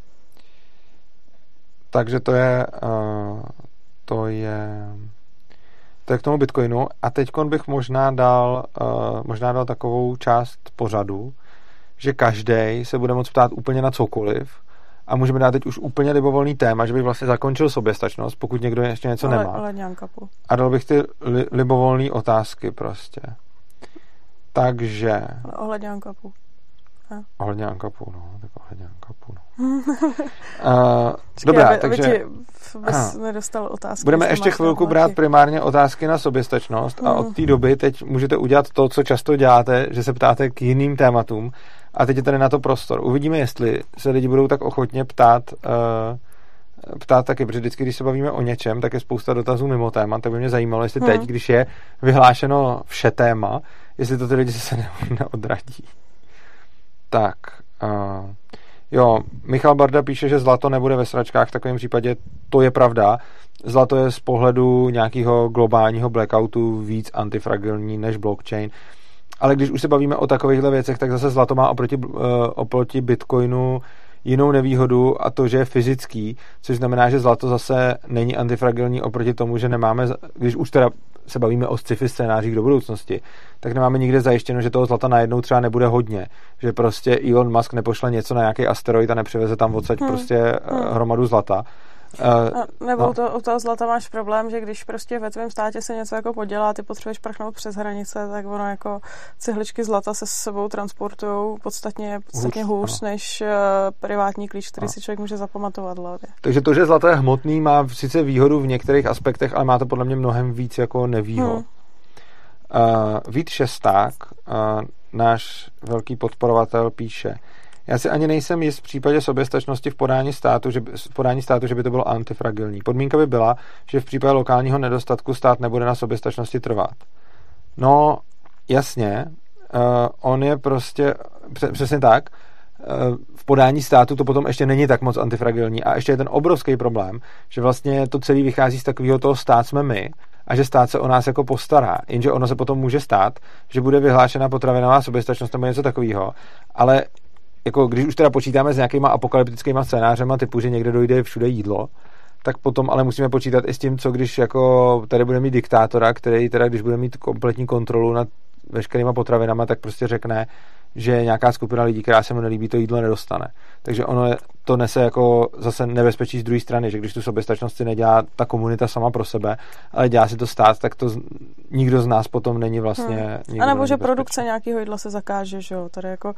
Takže to je uh, to je to je k tomu Bitcoinu a teďkon bych možná dal uh, možná dal takovou část pořadu, že každej se bude moct ptát úplně na cokoliv a můžeme dát teď už úplně libovolný téma, že bych vlastně zakončil soběstačnost, pokud někdo ještě něco ale, nemá. Ale a dal bych ty li, libovolné otázky prostě. Takže... Ale ohledně Ankapu. Ohledně Ankapu, no. Tak ohledně Ankapu, no. uh, dobrá, aby, takže... Aby ti bys nedostal otázky. Budeme ještě chvilku brát primárně otázky na soběstačnost mm. a od té doby teď můžete udělat to, co často děláte, že se ptáte k jiným tématům A teď je tady na to prostor. Uvidíme, jestli se lidi budou tak ochotně ptát uh, ptát taky, protože vždycky, když se bavíme o něčem, tak je spousta dotazů mimo téma, tak by mě zajímalo, jestli teď, hmm. když je vyhlášeno vše téma, jestli to ty lidi se neodradí. Tak, uh, jo, Michal Barda píše, že zlato nebude ve sračkách, v takovém případě to je pravda. Zlato je z pohledu nějakého globálního blackoutu víc antifragilní než blockchain. Ale když už se bavíme o takovýchhle věcech, tak zase zlato má oproti, uh, oproti Bitcoinu jinou nevýhodu a to, že je fyzický, což znamená, že zlato zase není antifragilní oproti tomu, že nemáme, když už teda se bavíme o sci-fi scénářích do budoucnosti, tak nemáme nikde zajištěno, že toho zlata najednou třeba nebude hodně, že prostě Elon Musk nepošle něco na nějaký asteroid a nepřiveze tam odsaď hmm. prostě hmm. hromadu zlata. Uh, nebo no. to, u toho zlata máš problém, že když prostě ve tvém státě se něco jako podělá, ty potřebuješ prchnout přes hranice, tak ono jako cihličky zlata se s sebou transportujou podstatně, podstatně hůř, hůř než uh, privátní klíč, který no. si člověk může zapamatovat hlavě. Takže to, že zlato je hmotný, má sice výhodu v některých aspektech, ale má to podle mě mnohem víc jako nevýhod. Hmm. Uh, Vít Šesták, uh, náš velký podporovatel, píše: já si ani nejsem jist v případě soběstačnosti v podání státu, že by, v podání státu, že by to bylo antifragilní. Podmínka by byla, že v případě lokálního nedostatku stát nebude na soběstačnosti trvat. No, jasně, uh, on je prostě, přesně tak, uh, v podání státu to potom ještě není tak moc antifragilní a ještě je ten obrovský problém, že vlastně to celé vychází z takového toho stát jsme my a že stát se o nás jako postará, jenže ono se potom může stát, že bude vyhlášena potravinová soběstačnost nebo něco takového, ale jako když už teda počítáme s nějakýma apokalyptickýma scénářema typu, že někde dojde všude jídlo, tak potom ale musíme počítat i s tím, co když jako tady bude mít diktátora, který teda když bude mít kompletní kontrolu nad veškerýma potravinama, tak prostě řekne, že nějaká skupina lidí, která se mu nelíbí, to jídlo nedostane. Takže ono to nese jako zase nebezpečí z druhé strany, že když tu soběstačnost si nedělá ta komunita sama pro sebe, ale dělá si to stát, tak to z, nikdo z nás potom není vlastně... Hmm. A nebo že produkce nějakého jídla se zakáže, že jo? Tady jako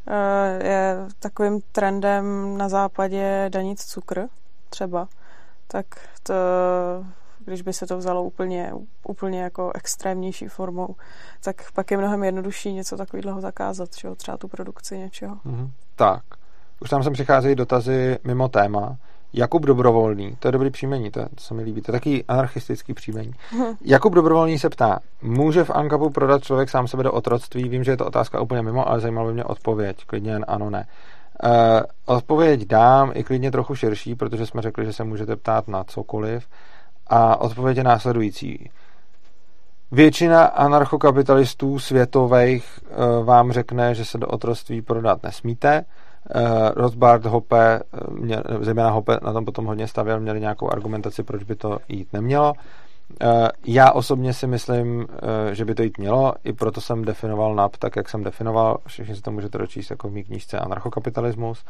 je takovým trendem na západě danit cukr třeba, tak to, když by se to vzalo úplně, úplně jako extrémnější formou, tak pak je mnohem jednodušší něco takového zakázat, že jo? Třeba tu produkci něčeho. Mm-hmm. Tak, už tam sem přicházejí dotazy mimo téma. Jakub Dobrovolný, to je dobrý příjmení, to, to se mi líbí, to je takový anarchistický příjmení. Hmm. Jakub Dobrovolný se ptá, může v Ankapu prodat člověk sám sebe do otroctví? Vím, že je to otázka úplně mimo, ale zajímalo by mě odpověď, klidně jen ano, ne. Uh, odpověď dám i klidně trochu širší, protože jsme řekli, že se můžete ptát na cokoliv a odpověď je následující. Většina anarchokapitalistů světových uh, vám řekne, že se do otroctví prodat nesmíte. Uh, Rothbard, Hoppe, mě, zejména Hoppe na tom potom hodně stavěl, měli nějakou argumentaci, proč by to jít nemělo. Uh, já osobně si myslím, uh, že by to jít mělo, i proto jsem definoval N A P tak, jak jsem definoval, všichni si to můžete dočíst jako v mý knížce Anarchokapitalismus.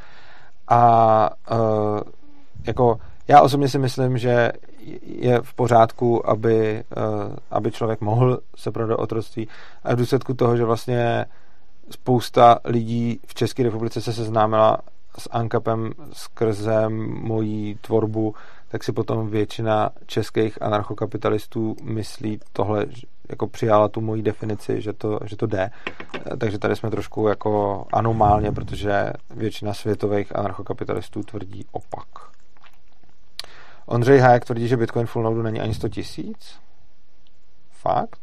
A uh, jako já osobně si myslím, že je v pořádku, aby, uh, aby člověk mohl se prodat do otroctví a v důsledku toho, že vlastně spousta lidí v České republice se seznámila s ANCAPem skrze mojí tvorbu, tak si potom většina českých anarchokapitalistů myslí tohle, jako přijala tu moji definici, že to, že to jde. Takže tady jsme trošku jako anomálně, protože většina světových anarchokapitalistů tvrdí opak. Ondřej Hájek tvrdí, že Bitcoin full node není ani sto tisíc. Fakt?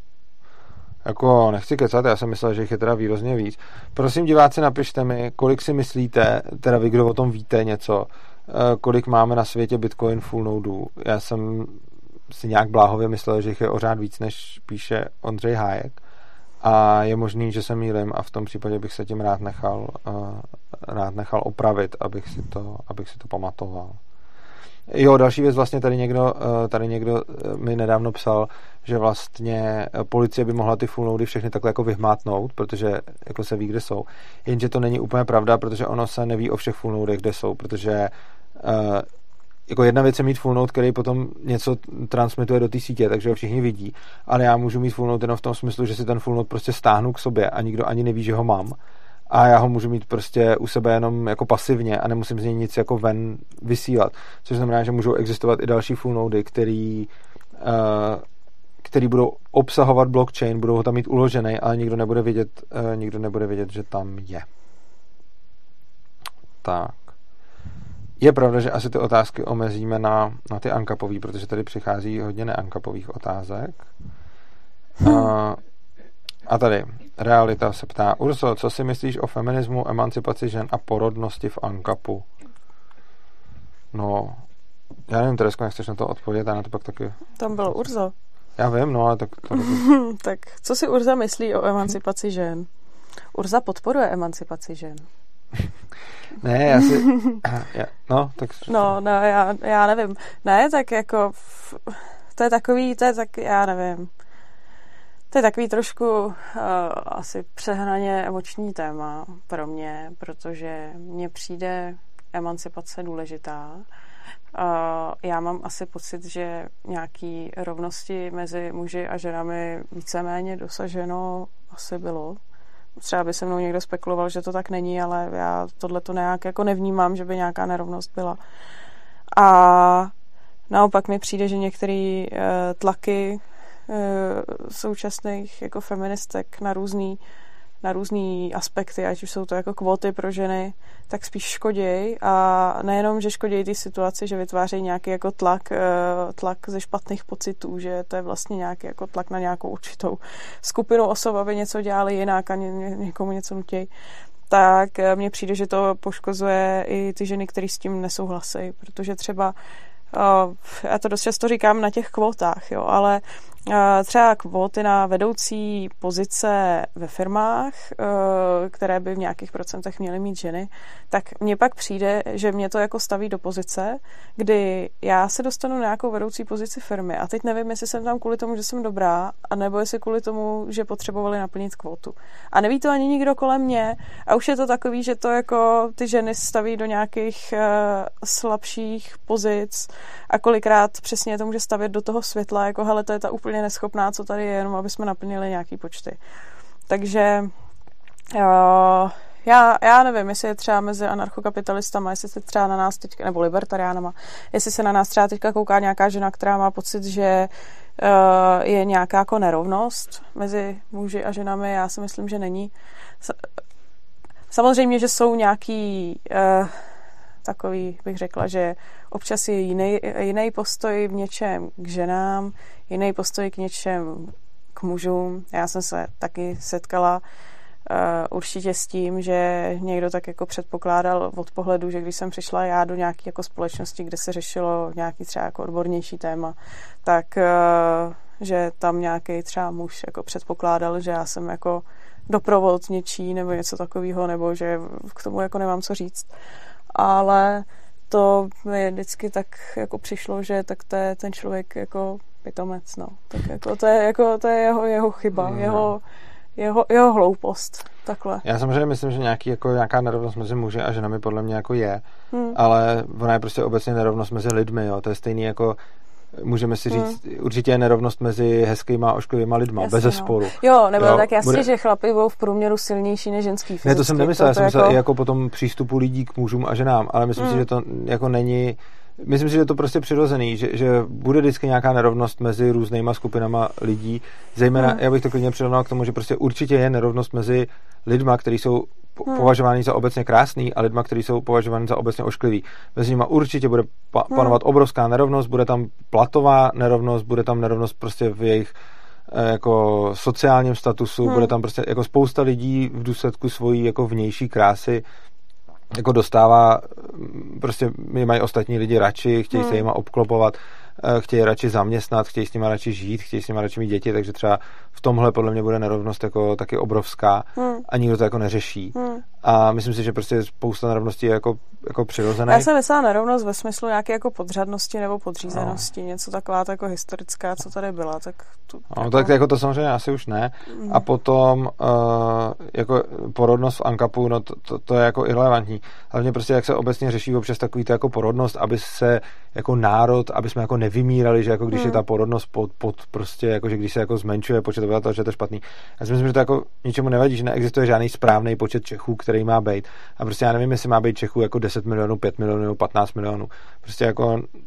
Jako nechci kecat, já jsem myslel, že jich je teda výrazně víc. Prosím diváci, napište mi, kolik si myslíte, teda vy, kdo o tom víte něco, kolik máme na světě Bitcoin full nodů. Já jsem si nějak bláhově myslel, že jich je o řád víc, než píše Ondřej Hájek. A je možný, že se mýlím a v tom případě bych se tím rád nechal, rád nechal opravit, abych si to, abych si to pamatoval. Jo, další věc, vlastně tady někdo, tady někdo mi nedávno psal, že vlastně policie by mohla ty full nody všechny takhle jako vyhmátnout, protože jako se ví, kde jsou. Jenže to není úplně pravda, protože ono se neví o všech full nodech, kde jsou, protože jako jedna věc je mít full node, který potom něco transmituje do té sítě, takže ho všichni vidí, ale já můžu mít full node jenom v tom smyslu, že si ten full node prostě stáhnu k sobě a nikdo ani neví, že ho mám. A já ho můžu mít prostě u sebe jenom jako pasivně a nemusím z něj nic jako ven vysílat. Což znamená, že můžou existovat i další full nody, který, uh, který budou obsahovat blockchain, budou ho tam mít uložený, ale nikdo nebude vědět, uh, nikdo nebude vědět, že tam je. Tak. Je pravda, že asi ty otázky omezíme na, na ty ankapový, protože tady přichází hodně neankapových otázek. Hmm. A, a tady Realita se ptá: Urso, co si myslíš o feminismu, emancipaci žen a porodnosti v ankapu? No, já nevím, Teresko, jak chceš na to odpovědět, a na to pak taky... Tam bylo Urzo. Já vím, no, ale tak... To... Tak co si Urza myslí o emancipaci žen? Urza podporuje emancipaci žen. Ne, já si... Já, no, tak... No, no, já, já nevím. Ne, tak jako... To je takový, to je tak, já nevím. To je takový trošku uh, asi přehnaně emoční téma pro mě, protože mně přijde emancipace důležitá. Uh, já mám asi pocit, že nějaký rovnosti mezi muži a ženami víceméně dosaženo asi bylo. Třeba by se mnou někdo spekuloval, že to tak není, ale já tohle to nějak jako nevnímám, že by nějaká nerovnost byla. A naopak mi přijde, že některé uh, tlaky uh, současných jako feministek na různý na různý aspekty, ať už jsou to jako kvóty pro ženy, tak spíš škoděj, a nejenom, že škodějí ty situaci, že vytvářejí nějaký jako tlak, tlak ze špatných pocitů, že to je vlastně nějaký jako tlak na nějakou určitou skupinu osob, aby něco dělali jinak a ně, ně, někomu něco nutějí, tak mně přijde, že to poškozuje i ty ženy, které s tím nesouhlasí, protože třeba já to dost často říkám na těch kvótách, jo, ale třeba kvóty na vedoucí pozice ve firmách, které by v nějakých procentech měly mít ženy, tak mně pak přijde, že mě to jako staví do pozice, kdy já se dostanu na nějakou vedoucí pozici firmy a teď nevím, jestli jsem tam kvůli tomu, že jsem dobrá, anebo jestli kvůli tomu, že potřebovali naplnit kvótu. A neví to ani nikdo kolem mě a už je to takový, že to jako ty ženy staví do nějakých uh, slabších pozic a kolikrát přesně to může stavět do toho světla, jako hele, to je ta úplně neschopná, co tady je, jenom aby jsme naplnili nějaký počty. Takže uh, já, já nevím, jestli je třeba mezi anarchokapitalistama, jestli se třeba na nás teďka, nebo libertariánama, jestli se na nás třeba teďka kouká nějaká žena, která má pocit, že uh, je nějaká jako nerovnost mezi muži a ženami. Já si myslím, že není. Samozřejmě, že jsou nějaký uh, takový, bych řekla, že občas je jiný, jiný postoj v něčem k ženám, jiný postoj k něčem k mužům. Já jsem se taky setkala uh, určitě s tím, že někdo tak jako předpokládal od pohledu, že když jsem přišla já do nějaké jako společnosti, kde se řešilo nějaký třeba jako odbornější téma, tak uh, že tam nějaký třeba muž jako předpokládal, že já jsem jako doprovod něčí nebo něco takového, nebo že k tomu jako nemám co říct. Ale to mi vždycky tak jako přišlo, že tak to je ten člověk jako pitomec, no. Tak jako to je, jako, to je jeho, jeho chyba, no. jeho, jeho, jeho hloupost, takhle. Já samozřejmě myslím, že nějaký, jako, nějaká nerovnost mezi muži a ženami podle mě jako je, hmm. ale ona je prostě obecně nerovnost mezi lidmi, jo. To je stejný jako můžeme si říct, hmm. určitě je nerovnost mezi hezkýma a ošklivýma lidma, jasně, bez zesporu. No. Jo, nebo jo, tak jasně, bude... že chlapy budou v průměru silnější než ženský fyzicky. Ne, to jsem nemyslel, já jsem myslel jako... i jako potom přístupu lidí k mužům a ženám, ale myslím hmm. si, že to jako není, myslím si, že je to prostě přirozený, že, že bude vždycky nějaká nerovnost mezi různýma skupinama lidí, zejména, hmm. já bych to klidně přirovnal k tomu, že prostě určitě je nerovnost mezi lidma, kteří jsou Hmm. považovaný za obecně krásný a lidma, kteří jsou považovaní za obecně ošklivý. Mezi nimi určitě bude pa- panovat hmm. obrovská nerovnost, bude tam platová nerovnost, bude tam nerovnost prostě v jejich eh, jako sociálním statusu, hmm. bude tam prostě jako spousta lidí v důsledku svojí jako vnější krásy jako dostává, prostě my mají ostatní lidi radši, chtějí hmm. se jima obklopovat, chtějí radši zaměstnat, chtějí s nimi radši žít, chtějí s nimi radši mít děti, takže třeba v tomhle podle mě bude nerovnost jako taky obrovská hmm. a nikdo to jako neřeší. Hmm. A myslím si, že prostě spousta nerovností je jako, jako přirozené. Já jsem myslela nerovnost ve smyslu nějaké jako podřadnosti nebo podřízenosti, no. něco taková jako historická, co tady byla. Tak, tu, no, jako... tak jako to samozřejmě asi už ne. Hmm. A potom uh, jako porodnost v ankapu, no to, to, to je jako irelevantní. Hlavně prostě jak se obecně řeší občas takový to jako porodnost, aby se jako národ, aby jsme jako nevymírali, že jako když hmm. je ta porodnost pod, pod prostě, jako že když se jako zmenšuje počet obyvatel, že je to špatný. Já si myslím, že to jako ničemu nevadí, že neexistuje žádný správný počet Čechů, který má být. A prostě já nevím, jestli má být Čechů jako deset milionů, pět milionů, patnáct milionů. Prostě jako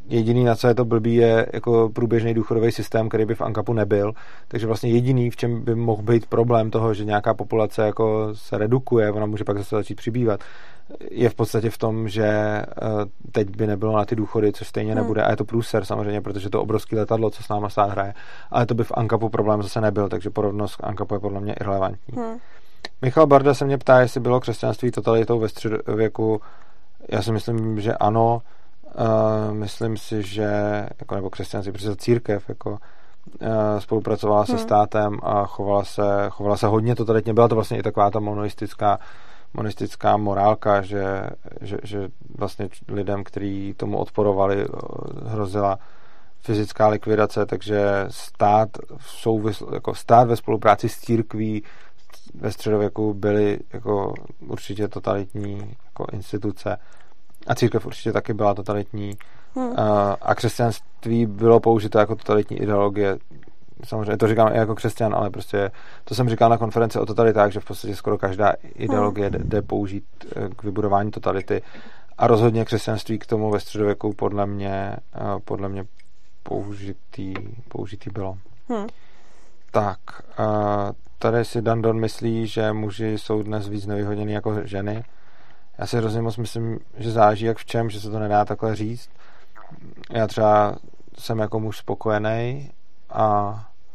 jediný, na co je to blbý, je jako průběžný důchodový systém, který by v ANCAPu nebyl. Takže vlastně jediný, v čem by mohl být problém toho, že nějaká populace jako se redukuje, ona může pak zase začít přibývat, je v podstatě v tom, že teď by nebylo na ty důchody, což stejně hmm. nebude. A je to průser samozřejmě, protože to obrovský letadlo, co s náma stát hraje. Ale to by v ANCAPu problém zase nebyl, takže porovnost k ANCAPu je podle mě irelevantní. Hmm. Michal Barda se mě ptá, jestli bylo křesťanství totalitou ve středověku. Já si myslím, že ano. Uh, myslím si, že jako, nebo křesťanství, protože církev jako, uh, spolupracovala hmm. se státem a chovala se, chovala se hodně totalitně. Byla to vlastně i taková ta monoistická, monoistická morálka, že, že, že vlastně lidem, kteří tomu odporovali, hrozila fyzická likvidace, takže stát, souvisl, jako stát ve spolupráci s církví ve středověku byly jako určitě totalitní jako instituce. A církev určitě taky byla totalitní. Hmm. A křesťanství bylo použito jako totalitní ideologie. Samozřejmě to říkám i jako křesťan, ale prostě to jsem říkal na konferenci o totalitách, že v podstatě skoro každá ideologie hmm. jde použít k vybudování totality. A rozhodně křesťanství k tomu ve středověku podle mě, podle mě použitý, použitý bylo. Hmm. Tak, tady si Dandon myslí, že muži jsou dnes víc nevýhodnění jako ženy. Já si hrozně moc myslím, že záleží jak v čem, že se to nedá takhle říct. Já třeba jsem jako muž spokojený a...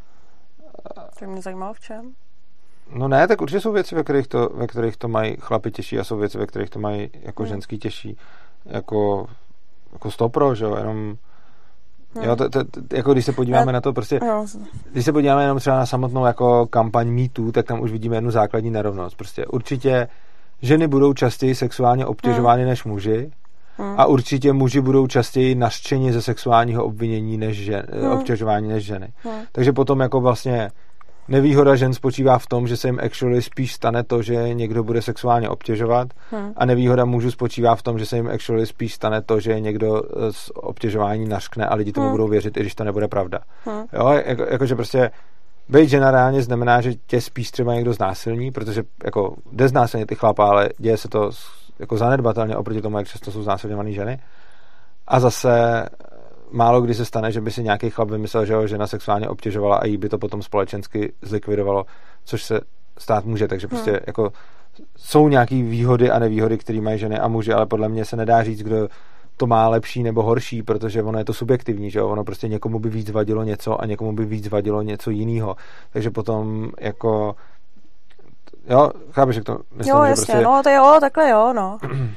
To mě zajímalo v čem? No ne, tak určitě jsou věci, ve kterých to, ve kterých to mají chlapi těžší a jsou věci, ve kterých to mají jako hmm. ženský těžší. Jako, jako stopro, že jo, jenom... Hmm. Jo, to, to, to, jako když se podíváme Já... na to prostě... Jo. Když se podíváme jenom třeba na samotnou jako kampaň Me Too, tak tam už vidíme jednu základní nerovnost. Prostě určitě ženy budou častěji sexuálně obtěžovány hmm. než muži hmm. a určitě muži budou častěji nařčeni ze sexuálního obvinění než žen, hmm. obtěžování než ženy. Hmm. Takže potom jako vlastně nevýhoda žen spočívá v tom, že se jim actually spíš stane to, že někdo bude sexuálně obtěžovat hmm. a nevýhoda mužů spočívá v tom, že se jim actually spíš stane to, že někdo z obtěžování nařkne a lidi tomu hmm. budou věřit, i když to nebude pravda. Hmm. Jo, jako, jakože prostě být žena reálně znamená, že tě spíš třeba někdo znásilní, protože jako jde znásilnit ty chlapa, ale děje se to jako zanedbatelně oproti tomu, jak často jsou znásilňované ženy. A zase málo kdy se stane, že by si nějaký chlap vymyslel, že ho žena sexuálně obtěžovala a jí by to potom společensky zlikvidovalo, což se stát může. Takže prostě hmm. jako jsou nějaký výhody a nevýhody, které mají ženy a muži, ale podle mě se nedá říct, kdo to má lepší nebo horší, protože ono je to subjektivní, že jo? Ono prostě někomu by víc vadilo něco a někomu by víc vadilo něco jiného. Takže potom jako jo, chápeš, jak to myslím, jo, jasně, prostě... no to jo, takhle jo, no.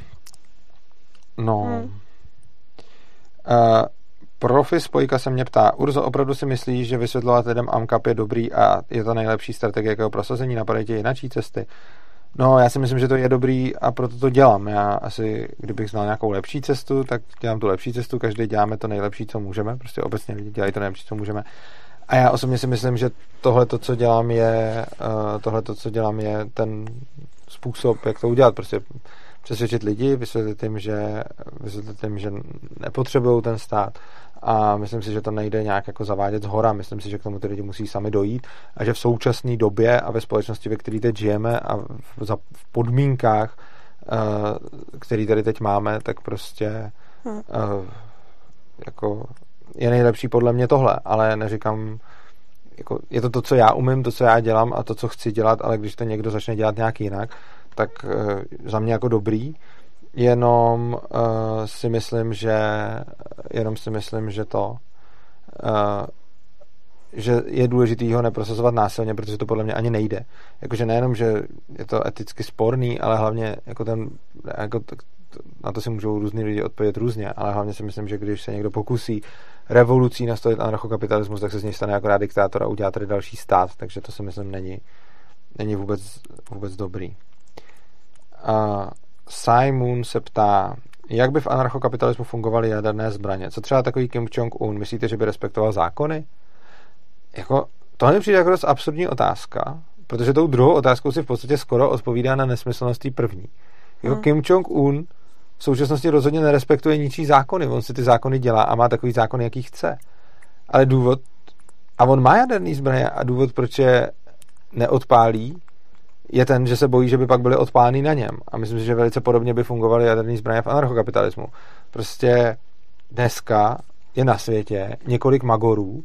no. Hmm. Uh, profi spojka se mě ptá, Urzo, opravdu si myslíš, že vysvětlovat lidem AMCAP je dobrý a je to nejlepší strategie jakého prosazení, napadají tě jinačí cesty? No, já si myslím, že to je dobrý a proto to dělám. Já asi, kdybych znal nějakou lepší cestu, tak dělám tu lepší cestu, každý děláme to nejlepší, co můžeme, prostě obecně lidi dělají to nejlepší, co můžeme. A já osobně si myslím, že tohle, co dělám, je uh, tohle, co dělám, je ten způsob, jak to udělat. Prostě přesvědčit lidi, vysvětlit jim, že, vysvětlit jim, že nepotřebují ten stát. A myslím si, že to nejde nějak jako zavádět zhora. Myslím si, že k tomu ty lidi musí sami dojít a že v současné době a ve společnosti, ve které teď žijeme a v, za, v podmínkách, uh, které tady teď máme, tak prostě uh, jako je nejlepší podle mě tohle, ale neříkám, jako, je to to, co já umím, to, co já dělám a to, co chci dělat, ale když to někdo začne dělat nějak jinak, tak uh, za mě jako dobrý, jenom uh, si myslím, že jenom si myslím, že to uh, že je důležitý ho neprosazovat násilně, protože to podle mě ani nejde. Jakože nejenom, že je to eticky sporný, ale hlavně jako ten, jako t, na to si můžou různý lidi odpovědět různě, ale hlavně si myslím, že když se někdo pokusí revolucí nastavit anarchokapitalismus, tak se z něj stane akorát diktátor a udělá tady další stát, takže to si myslím není, není vůbec, vůbec dobrý. A Simon se ptá, jak by v anarchokapitalismu fungovaly jaderné zbraně? Co třeba takový Kim Jong-un? Myslíte, že by respektoval zákony? Jako, tohle mi přijde jako dost absurdní otázka, protože tou druhou otázkou si v podstatě skoro odpovídá na nesmyslnost té první. Jako hmm. Kim Jong-un v současnosti rozhodně nerespektuje ničí zákony. On si ty zákony dělá a má takový zákon, jaký chce. Ale důvod, a on má jaderný zbraně a důvod, proč je neodpálí, je ten, že se bojí, že by pak byly odpáleny na něm. A myslím si, že velice podobně by fungovaly jaderné zbraně v anarchokapitalismu. Prostě dneska je na světě několik magorů,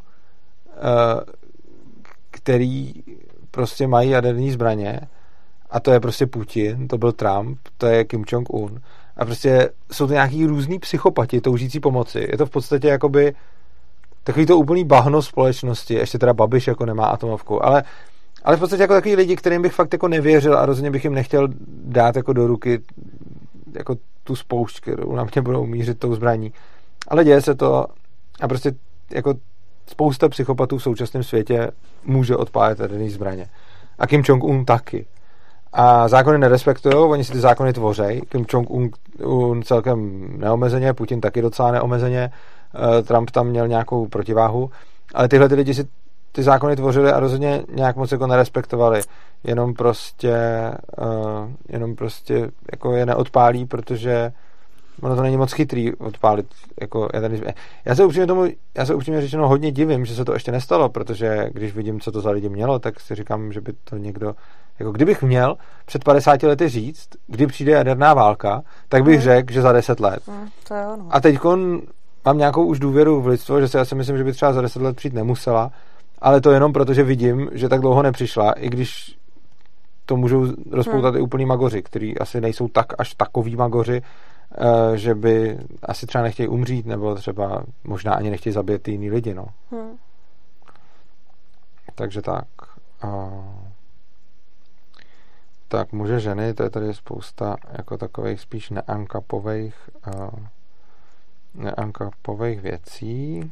který prostě mají jaderní zbraně, a to je prostě Putin, to byl Trump, to je Kim Jong-un. A prostě jsou to nějaký různý psychopati toužící pomoci. Je to v podstatě jakoby takový to úplný bahno společnosti, ještě teda Babiš jako nemá atomovku, ale, ale v podstatě jako takový lidi, kterým bych fakt jako nevěřil a rozhodně bych jim nechtěl dát jako do ruky jako tu spoušť, kterou na mě budou mířit tou zbraní. Ale děje se to a prostě jako spousta psychopatů v současném světě může odpálit jaderné zbraně. A Kim Jong-un taky. A zákony nerespektujou, oni si ty zákony tvořejí. Kim Jong-un celkem neomezeně, Putin taky docela neomezeně, Trump tam měl nějakou protiváhu, ale tyhle ty lidi si ty zákony tvořili a rozhodně nějak moc jako nerespektovali. Jenom prostě uh, jenom prostě jako je neodpálí, protože ono to není moc chytrý odpálit jako jaderný. Já se upřímně tomu, já se upřímně řečeno hodně divím, že se to ještě nestalo, protože když vidím, co to za lidi mělo, tak si říkám, že by to někdo, jako kdybych měl před padesáti lety říct, kdy přijde jaderná válka, tak bych mm. řekl, že za deset let. Mm, to je ono. A teďkon mám nějakou už důvěru v lidstvo, že si asi myslím, že by třeba za deset let přijít nemusela, ale to jenom proto, že vidím, že tak dlouho nepřišla, i když to můžou rozpoutat hmm. i úplný magoři, který asi nejsou tak až takový magoři, že by asi třeba nechtějí umřít, nebo třeba možná ani nechtějí zabít jiný lidi, no. Hmm. Takže tak. Tak muže, ženy, to je tady spousta jako takových spíš neankapových neankapových věcí.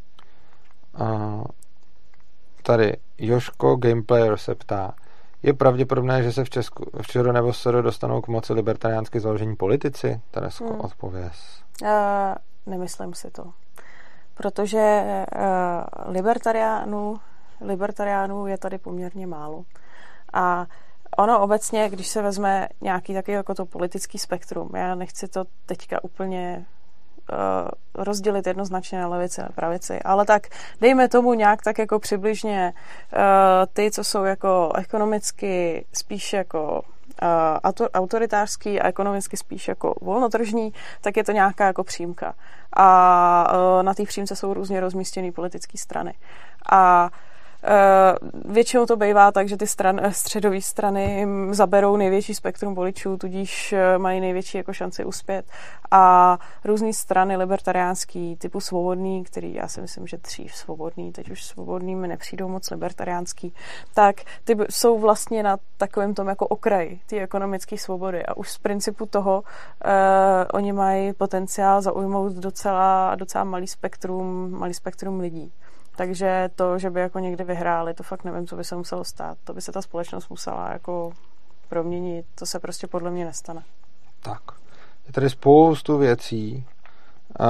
Tady Joško Gameplayer se ptá, je pravděpodobné, že se v Česku, v ČR nebo S R dostanou k moci libertariánsky založení politici? Teresko, hmm. odpověz. Uh, nemyslím si to. Protože uh, libertariánů, libertariánů je tady poměrně málo. A ono obecně, když se vezme nějaký taky jako to politický spektrum, já nechci to teďka úplně uh, rozdělit jednoznačně na levici a pravici, ale tak dejme tomu nějak tak jako přibližně uh, ty, co jsou jako ekonomicky spíš jako uh, autoritářský a ekonomicky spíš jako volnotržní, tak je to nějaká jako přímka. A uh, na té přímce jsou různě rozmístěné politické strany. A Uh, většinou to bývá tak, že ty stran, středové strany zaberou největší spektrum voličů, tudíž uh, mají největší jako šanci uspět. A různé strany libertariánský, typu svobodný, který já si myslím, že dřív svobodný, teď už svobodný mi nepřijdou moc libertariánský, tak ty jsou vlastně na takovém tom jako okraji ty ekonomické svobody. A už z principu toho uh, oni mají potenciál zaujmout docela, docela malý spektrum, malý spektrum lidí. Takže to, že by jako někdy vyhráli, to fakt nevím, co by se muselo stát. To by se ta společnost musela jako proměnit. To se prostě podle mě nestane. Tak. Je tady spoustu věcí a,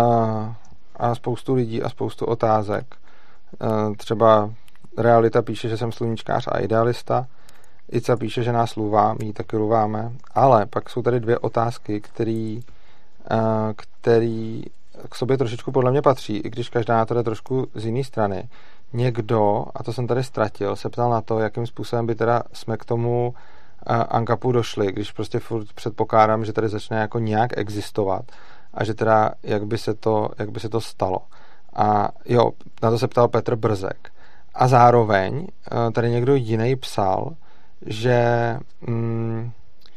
a spoustu lidí a spoustu otázek. A třeba Realita píše, že jsem sluníčkář a idealista. Ica píše, že nás luvá, my ji taky luváme. Ale pak jsou tady dvě otázky, který, a, který k sobě trošičku podle mě patří, i když každá to jde trošku z jiné strany. Někdo, a to jsem tady ztratil, se ptal na to, jakým způsobem by teda jsme k tomu uh, ankapu došli, když prostě furt předpokládám, že tady začne jako nějak existovat a že teda jak by se to, jak by se to stalo. A jo, na to se ptal Petr Brzek. A zároveň uh, tady někdo jiný psal, že mm,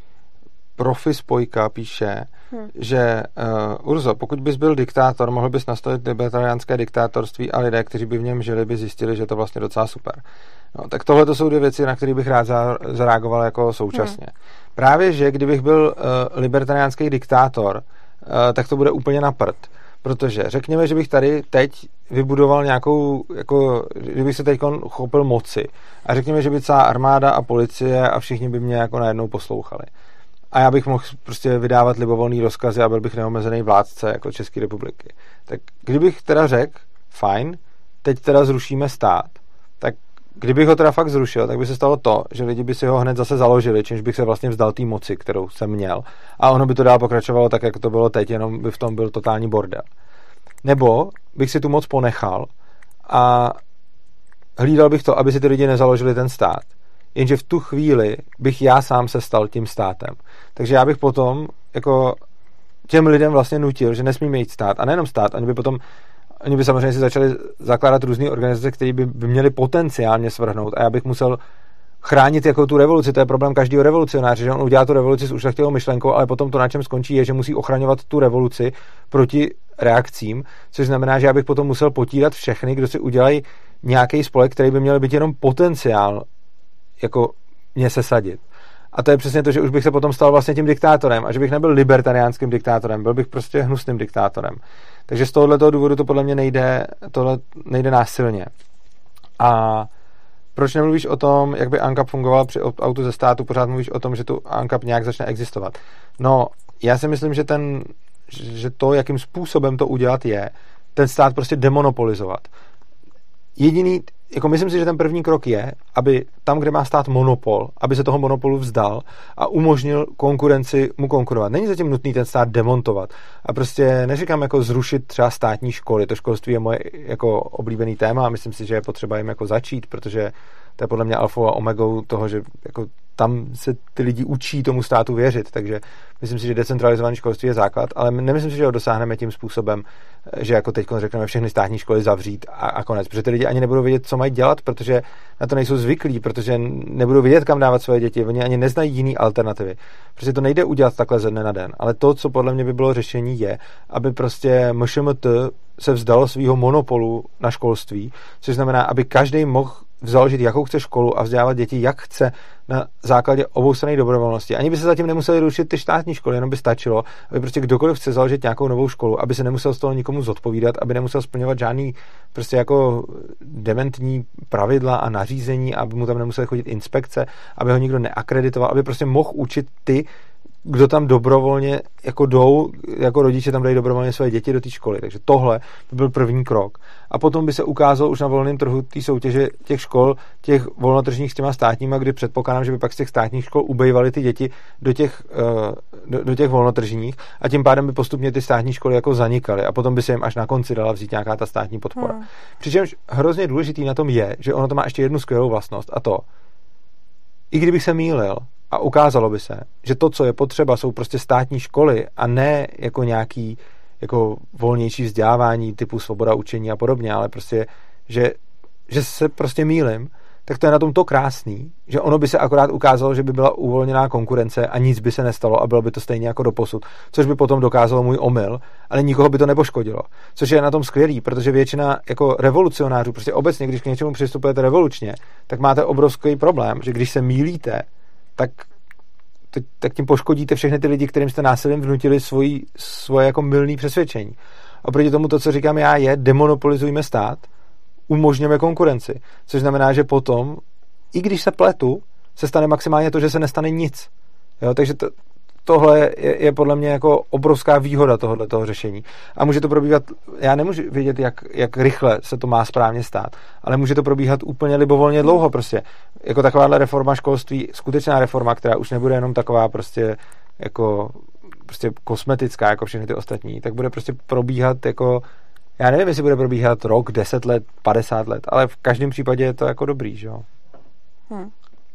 Profi Spojka píše, hmm. že uh, Urzo, pokud bys byl diktátor, mohl bys nastavit libertariánské diktátorství a lidé, kteří by v něm žili, by zjistili, že je to vlastně docela super. No, tak tohle to jsou dvě věci, na které bych rád zareagoval jako současně. Hmm. Právě, že kdybych byl uh, libertariánský diktátor, uh, tak to bude úplně na prd. Protože řekněme, že bych tady teď vybudoval nějakou, jako, kdybych se teď chopil moci a řekněme, že by celá armáda a policie a všichni by mě jako najednou poslouchali. A já bych mohl prostě vydávat libovolný rozkazy a byl bych neomezený vládce jako České republiky. Tak kdybych teda řekl, fajn, teď teda zrušíme stát, tak kdybych ho teda fakt zrušil, tak by se stalo to, že lidi by si ho hned zase založili, čímž bych se vlastně vzdal té moci, kterou jsem měl. A ono by to dál pokračovalo tak, jak to bylo teď, jenom by v tom byl totální bordel. Nebo bych si tu moc ponechal a hlídal bych to, aby si ty lidi nezaložili ten stát. Jenže v tu chvíli bych já sám se stal tím státem. Takže já bych potom jako těm lidem vlastně nutil, že nesmíme jít stát. A nejenom stát, oni by potom, oni by samozřejmě si začali zakládat různé organizace, které by, by měly potenciálně svrhnout. A já bych musel chránit jako tu revoluci. To je problém každého revolucionáře, že on udělá tu revoluci s ušlechtilou myšlenkou, ale potom to, na čem skončí, je, že musí ochraňovat tu revoluci proti reakcím, což znamená, že já bych potom musel potírat všechny, kdo si udělají nějaký spolek, který by měl být jenom potenciál jako mě sesadit. A to je přesně to, že už bych se potom stal vlastně tím diktátorem a že bych nebyl libertariánským diktátorem, byl bych prostě hnusným diktátorem. Takže z tohoto důvodu to podle mě nejde, tohle nejde násilně. A proč nemluvíš o tom, jak by ANCAP fungoval při opt-outu ze státu, pořád mluvíš o tom, že tu ANCAP nějak začne existovat. No, já si myslím, že ten, že to, jakým způsobem to udělat je, ten stát prostě demonopolizovat. Jediný, jako myslím si, že ten první krok je, aby tam, kde má stát monopol, aby se toho monopolu vzdal a umožnil konkurenci mu konkurovat. Není zatím nutný ten stát demontovat. A prostě neříkám jako zrušit třeba státní školy. To školství je moje jako oblíbený téma a myslím si, že je potřeba jim jako začít, protože to je podle mě alfou a omegou toho, že jako tam se ty lidi učí tomu státu věřit, takže myslím si, že decentralizované školství je základ, ale nemyslím si, že ho dosáhneme tím způsobem, že jako teď řekneme všechny státní školy zavřít a, a konec, protože ty lidi ani nebudou vědět, co mají dělat, protože na to nejsou zvyklí, protože nebudou vědět, kam dávat svoje děti, oni ani neznají jiný alternativy. Prostě to nejde udělat takhle ze dne na den, ale to, co podle mě by bylo řešení, je, aby prostě M Š M T se vzdalo svého monopolu na školství, což znamená, aby každý mohl založit, jakou chce školu a vzdělávat děti, jak chce, na základě oboustranné dobrovolnosti. Ani by se zatím nemuseli rušit ty státní školy, jenom by stačilo, aby prostě kdokoliv chce založit nějakou novou školu, aby se nemusel z toho nikomu zodpovídat, aby nemusel splňovat žádný prostě jako dementní pravidla a nařízení, aby mu tam nemuseli chodit inspekce, aby ho nikdo neakreditoval, aby prostě mohl učit ty, kdo tam dobrovolně jako jdou, jako rodiče tam dají dobrovolně své děti do té školy. Takže tohle by byl první krok. A potom by se ukázalo už na volném trhu té soutěže těch škol, těch volnotržních s těma státníma, kdy předpokládám, že by pak z těch státních škol ubejvaly ty děti do těch, do, do těch volnotržních a tím pádem by postupně ty státní školy jako zanikaly a potom by se jim až na konci dala vzít nějaká ta státní podpora. Hmm. Přičemž hrozně důležitý na tom je, že ono to má ještě jednu skvělou vlastnost a to, i kdybych se mýlil, a ukázalo by se, že to, co je potřeba, jsou prostě státní školy a ne jako nějaký jako volnější vzdělávání typu svoboda učení a podobně, ale prostě, že, že se prostě mýlim, tak to je na tom to krásný, že ono by se akorát ukázalo, že by byla uvolněná konkurence a nic by se nestalo a bylo by to stejně jako doposud, což by potom dokázalo můj omyl, ale nikoho by to nepoškodilo. Což je na tom skvělý, protože většina jako revolucionářů, prostě obecně, když k něčemu přistupujete revolučně, tak máte obrovský problém, že když se mýlíte, tak, tak tím poškodíte všechny ty lidi, kterým jste násilím vnutili svoji, svoje jako mylné přesvědčení. A proti tomu to, co říkám já, je demonopolizujme stát, umožněme konkurenci. Což znamená, že potom, i když se pletu, se stane maximálně to, že se nestane nic. Jo, takže to, tohle je, je podle mě jako obrovská výhoda tohohle toho řešení. A může to probíhat, já nemůžu vědět, jak, jak rychle se to má správně stát, ale může to probíhat úplně libovolně dlouho prostě. Jako takováhle reforma školství, skutečná reforma, která už nebude jenom taková prostě jako prostě kosmetická, jako všechny ty ostatní, tak bude prostě probíhat jako, já nevím, jestli bude probíhat rok, deset let, padesát let, ale v každém případě je to jako dobrý, že jo? Hmm.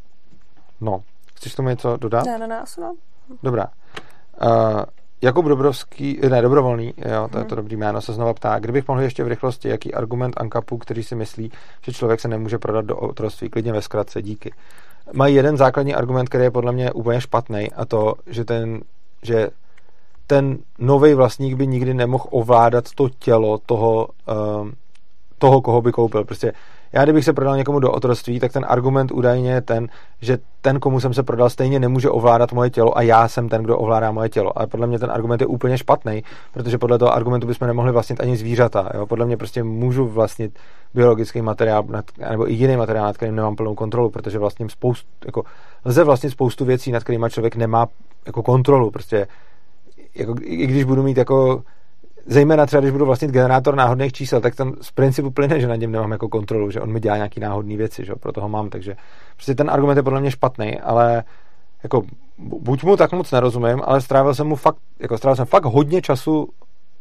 No, chceš tomu něco dodat? Ne, ne, ne, asi ne. Dobrá. Uh, Jakub Dobrovský, ne, Dobrovolný, jo, to je to dobrý jméno, se znova ptá, kdybych mohl ještě v rychlosti, jaký argument ANCAPu, který si myslí, že člověk se nemůže prodat do otroctví, klidně ve zkratce, díky. Mají jeden základní argument, který je podle mě úplně špatný, a to, že ten, že ten novej vlastník by nikdy nemohl ovládat to tělo toho, um, toho, koho by koupil. Prostě já, kdybych se prodal někomu do otroctví, tak ten argument údajně je ten, že ten, komu jsem se prodal, stejně nemůže ovládat moje tělo a já jsem ten, kdo ovládá moje tělo. Ale podle mě ten argument je úplně špatný, protože podle toho argumentu bychom nemohli vlastnit ani zvířata. Jo? Podle mě prostě můžu vlastnit biologický materiál nebo i jiný materiál, nad kterým nemám plnou kontrolu, protože vlastním spoustu, jako, lze vlastnit spoustu věcí, nad kterými člověk nemá jako kontrolu. Prostě jako, i když budu mít jako zejména třeba, když budu vlastnit generátor náhodných čísel, tak tam z principu plyne, že na něm nemám jako kontrolu, že on mi dělá nějaký náhodný věci, že proto ho mám, takže prostě ten argument je podle mě špatný, ale jako buď mu tak moc nerozumím, ale strávil jsem mu fakt, jako strávil jsem fakt hodně času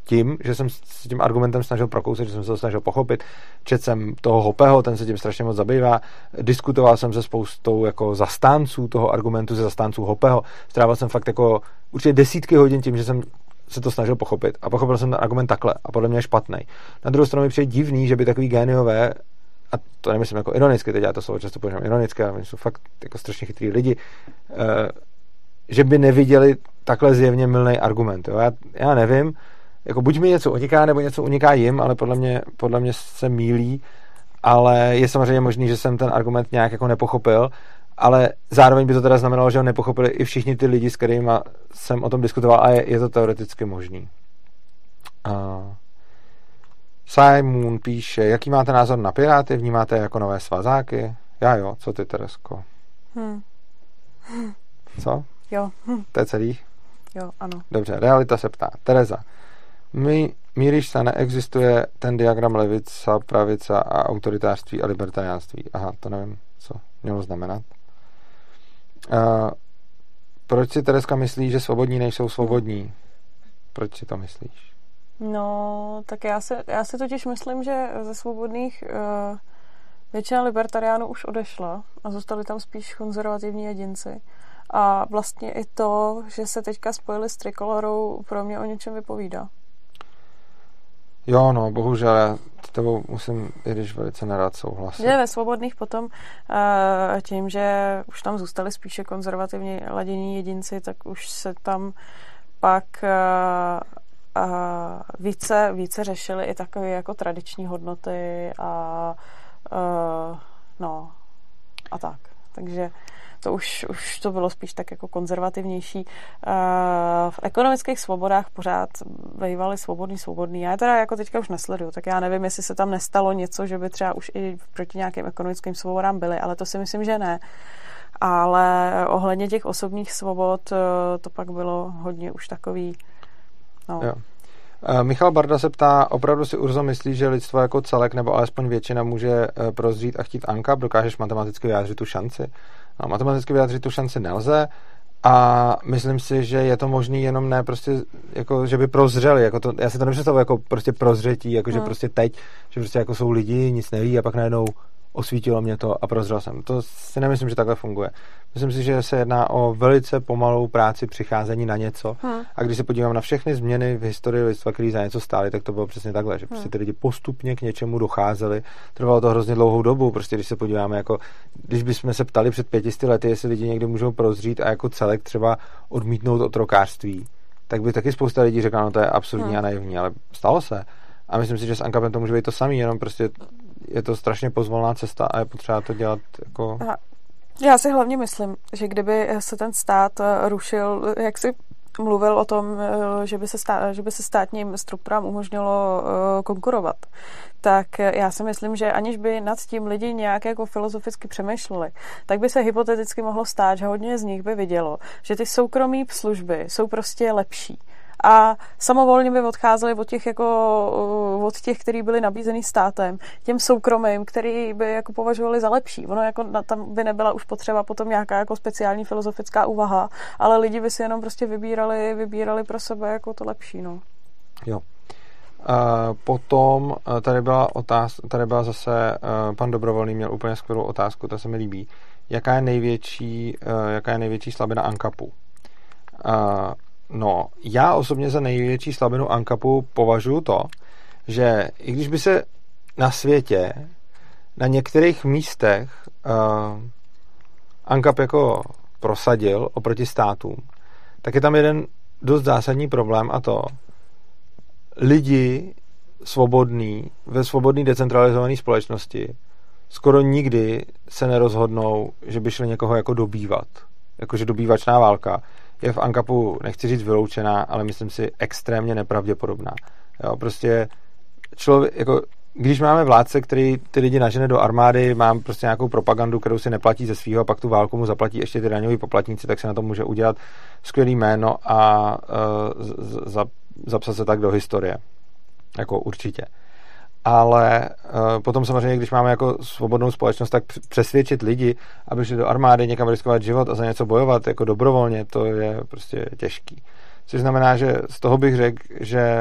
tím, že jsem s tím argumentem snažil prokousat, že jsem se to snažil pochopit. Četl jsem toho Hoppeho, ten se tím strašně moc zabývá. Diskutoval jsem se spoustou jako zastánců toho argumentu, ze zastánců Hoppeho. Strávil jsem fakt jako určitě desítky hodin tím, že jsem se to snažil pochopit a pochopil jsem ten argument takhle a podle mě je špatný. Na druhou stranu mi přijde divný, že by takový géniové, a to nemyslím jako ironicky, teď já to slovo často používám ironicky, ale jsou fakt jako strašně chytrý lidi, že by neviděli takhle zjevně mylný argument. Jo? Já, já nevím, jako buď mi něco uniká, nebo něco uniká jim, ale podle mě, podle mě se mýlí, ale je samozřejmě možný, že jsem ten argument nějak jako nepochopil, ale zároveň by to teda znamenalo, že ho nepochopili i všichni ty lidi, s kterými jsem o tom diskutoval a je, je to teoreticky možný. Uh, Simon píše, jaký máte názor na Piráty, vnímáte jako nové svazáky? Já jo, co ty, Teresko? Hmm. Co? Jo. Hm. To je celý? Jo, ano. Dobře, realita se ptá. Tereza, my, míříš se, neexistuje ten diagram levica, pravica a autoritářství a libertariánství. Aha, to nevím, co mělo znamenat. Uh, proč si, Tereska, myslí, že svobodní nejsou svobodní? Proč si to myslíš? No, tak já si, já si totiž myslím, že ze svobodných uh, většina libertariánů už odešla a zůstali tam spíš konzervativní jedinci. A vlastně i to, že se teďka spojili s Trikolorou, pro mě o něčem vypovídá. Jo, no, bohužel, já s tebou musím, i když velice nerad souhlasit. Že ve svobodných potom tím, že už tam zůstali spíše konzervativně ladění jedinci, tak už se tam pak více, více řešily i takové jako tradiční hodnoty a no a tak. Takže to už, už to bylo spíš tak jako konzervativnější. V ekonomických svobodách pořád bývali svobodný, svobodný. Já je teda jako teďka už nesleduju, tak já nevím, jestli se tam nestalo něco, že by třeba už i proti nějakým ekonomickým svobodám byly, ale to si myslím, že ne. Ale ohledně těch osobních svobod to pak bylo hodně už takový, no. Jo. Michal Barda se ptá, opravdu si, Urzo, myslí, že lidstvo jako celek nebo alespoň většina může prozřít a chtít ANCAP? Dokážeš matematicky vyjádřit tu šanci? No, matematicky vyjádřit tu šanci nelze a myslím si, že je to možný jenom ne prostě, jako, že by prozřeli. Jako to, já si to nepředstavuji jako prostě prozřetí, jako, že hmm. prostě teď, že prostě jako jsou lidi, nic neví a pak najednou osvítilo mě to a prozřel jsem. To si nemyslím, že takhle funguje. Myslím si, že se jedná o velice pomalou práci přicházení na něco hmm. a když se podívám na všechny změny v historii lidstva, které za něco stály, tak to bylo přesně takhle, že prostě ty lidi postupně k něčemu docházeli. Trvalo to hrozně dlouhou dobu, prostě když se podíváme, jako když bychom se ptali před pětisty lety, jestli lidi někdy můžou prozřít a jako celek třeba odmítnout otrokářství, tak by taky spousta lidí řekla, no to je absurdní hmm. a naivní, ale stalo se. A myslím si, že s ANCAPem to může být to samý, jenom prostě je to strašně pozvolná cesta a je potřeba to dělat jako... Aha. Já si hlavně myslím, že kdyby se ten stát rušil, jak si mluvil o tom, že by se, stát, že by se státním strukturám umožnilo konkurovat, tak já si myslím, že aniž by nad tím lidi nějak jako filozoficky přemýšleli, tak by se hypoteticky mohlo stát, že hodně z nich by vidělo, že ty soukromí služby jsou prostě lepší. A samovolně by odcházeli od těch, jako, od těch, který byli nabízený státem, těm soukromým, který by jako považovali za lepší. Ono jako tam by nebyla už potřeba potom nějaká jako speciální filozofická úvaha, ale lidi by si jenom prostě vybírali, vybírali pro sebe jako to lepší. No. Jo. Uh, potom tady byla otázka, tady byla zase uh, pan Dobrovolný měl úplně skvělou otázku, to se mi líbí. Jaká je největší, uh, jaká je největší slabina ANCAPu? Uh, No, já osobně za největší slabinu ANCAPu považuji to, že i když by se na světě na některých místech uh, ANCAP jako prosadil oproti státům, tak je tam jeden dost zásadní problém a to lidi svobodní ve svobodné decentralizované společnosti skoro nikdy se nerozhodnou, že by šli někoho jako dobývat. Jakože dobývačná válka je v ANCAPu, nechci říct vyloučená, ale myslím si extrémně nepravděpodobná. Jo, prostě člověk, jako, když máme vládce, který ty lidi nažene do armády, mám prostě nějakou propagandu, kterou si neplatí ze svýho, a pak tu válku mu zaplatí ještě ty daňoví poplatníci, tak se na to může udělat skvělý jméno a uh, z, z, zapsat se tak do historie. Jako určitě. Ale uh, potom samozřejmě, když máme jako svobodnou společnost, tak přesvědčit lidi, aby šli do armády, někam riskovat život a za něco bojovat jako dobrovolně, to je prostě těžký. Což znamená, že z toho bych řekl, že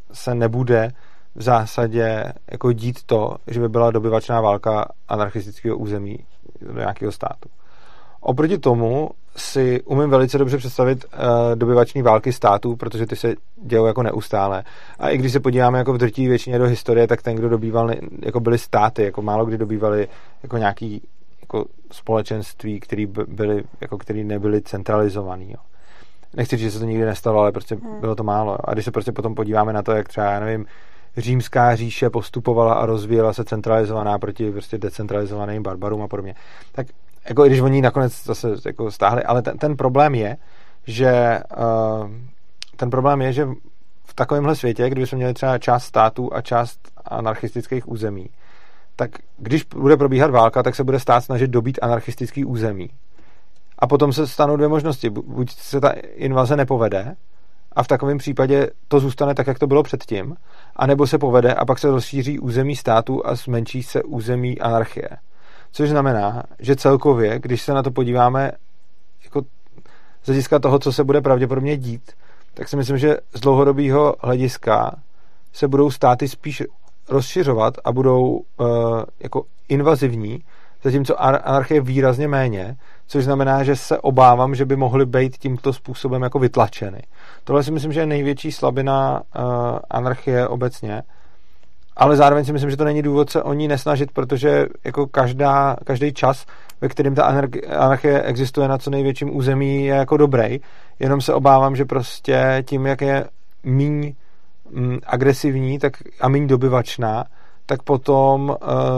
se nebude v zásadě jako dít to, že by byla dobyvačná válka anarchistického území do nějakého státu. Oproti tomu si umím velice dobře představit uh, dobyvační války států, protože ty se dějou jako neustále. A i když se podíváme jako v drtivé většině do historie, tak ten, kdo dobýval, jako byly státy, jako málo kdy dobývali jako nějaký jako společenství, který byly, jako který nebyly centralizovaný. Jo. Nechci říct, že se to nikdy nestalo, ale prostě hmm. bylo to málo. A když se prostě potom podíváme na to, jak třeba, já nevím, římská říše postupovala a rozvíjela se centralizovaná proti prostě decentralizovaným barbarům a podobně, tak jako i když oni nakonec zase jako stáhli, ale ten, ten problém je, že uh, ten problém je, že v takovémhle světě, kdyby jsme měli třeba část států a část anarchistických území, tak když bude probíhat válka, tak se bude stát snažit dobít anarchistický území. A potom se stanou dvě možnosti. Buď se ta invaze nepovede a v takovém případě to zůstane tak, jak to bylo předtím, anebo se povede a pak se rozšíří území státu a zmenší se území anarchie. Což znamená, že celkově, když se na to podíváme jako z hlediska toho, co se bude pravděpodobně dít, tak si myslím, že z dlouhodobého hlediska se budou státy spíš rozšiřovat a budou uh, jako invazivní, zatímco anarchie výrazně méně, což znamená, že se obávám, že by mohly být tímto způsobem jako vytlačeny. Tohle si myslím, že je největší slabina uh, anarchie obecně, ale zároveň si myslím, že to není důvod se o ní nesnažit, protože jako každá, každý čas, ve kterým ta anarchie existuje na co největším území, je jako dobrý. Jenom se obávám, že prostě tím, jak je míň mm, agresivní tak a míň dobyvačná, tak potom uh,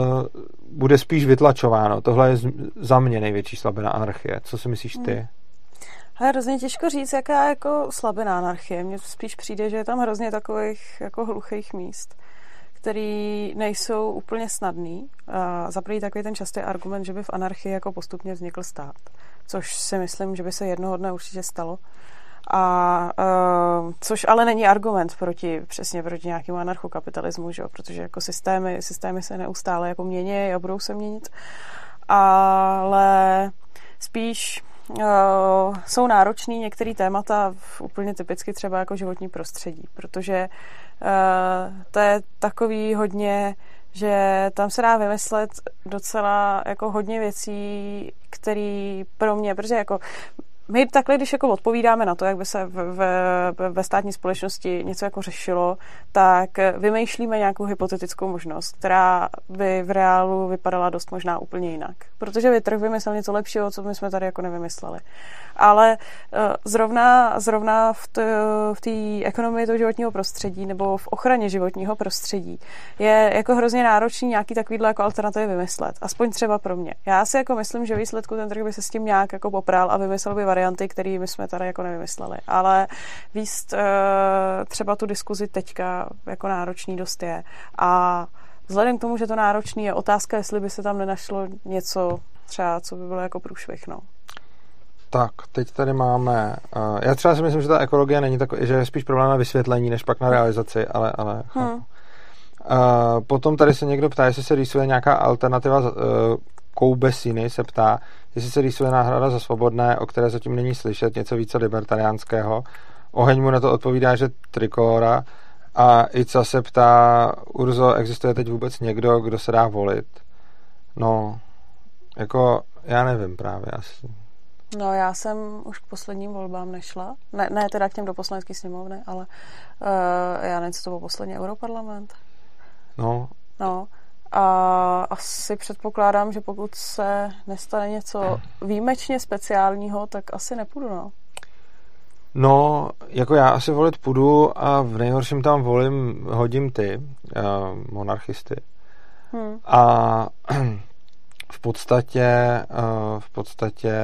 bude spíš vytlačováno. Tohle je za mě největší slabina anarchie. Co si myslíš ty? Hmm. Ale hrozně těžko říct, jaká je jako slabina anarchie. Mně spíš přijde, že je tam hrozně takových jako hluchých míst, který nejsou úplně snadný. Za první takový ten častý argument, že by v anarchii jako postupně vznikl stát, což si myslím, že by se jednoho dne určitě stalo. A uh, což ale není argument proti, přesně proti nějakému anarchokapitalismu, že jo? Protože jako systémy, systémy se neustále jako mění a budou se měnit. Ale spíš uh, jsou náročný některé témata v úplně typicky třeba jako životní prostředí, protože uh, to je takový hodně, že tam se dá vymyslet docela jako hodně věcí, které pro mě, protože jako my takhle, když jako odpovídáme na to, jak by se ve, ve státní společnosti něco jako řešilo, tak vymýšlíme nějakou hypotetickou možnost, která by v reálu vypadala dost možná úplně jinak. Protože by trh vymyslel něco lepšího, co my jsme tady jako nevymysleli. Ale zrovna, zrovna v té ekonomii toho životního prostředí nebo v ochraně životního prostředí je jako hrozně náročný nějaký takovýhle jako alternativy vymyslet. Aspoň třeba pro mě. Já si jako myslím, že výsledku ten trh by se s tím nějak jako popral a vymyslel by varianty, které my jsme tady jako nevymysleli. Ale víc třeba tu diskuzi teďka jako náročný dost je. A vzhledem k tomu, že to náročný je otázka, jestli by se tam nenašlo něco třeba, co by bylo jako průšvih, no. Tak, teď tady máme... Uh, já třeba si myslím, že ta ekologie není takový, že je spíš problém na vysvětlení, než pak na realizaci, ale... ale hmm. uh, potom tady se někdo ptá, jestli se rýsuje nějaká alternativa, uh, Koubesiny se ptá, jestli se rýsuje náhrada za svobodné, o které zatím není slyšet, něco více libertariánského. Oheň mu na to odpovídá, že Trikolora. A Ica se ptá, Urzo, existuje teď vůbec někdo, kdo se dá volit? No, jako, já nevím právě asi. No, já jsem už k posledním volbám nešla. Ne, ne teda k těm do poslanecké sněmovny, ale uh, já nevím, co to byl poslední Europarlament. No. No. A asi předpokládám, že pokud se nestane něco výjimečně speciálního, tak asi nepůjdu, no. No, jako já asi volit půjdu a v nejhorším tam volím, hodím ty uh, monarchisty. Hmm. A v podstatě uh, v podstatě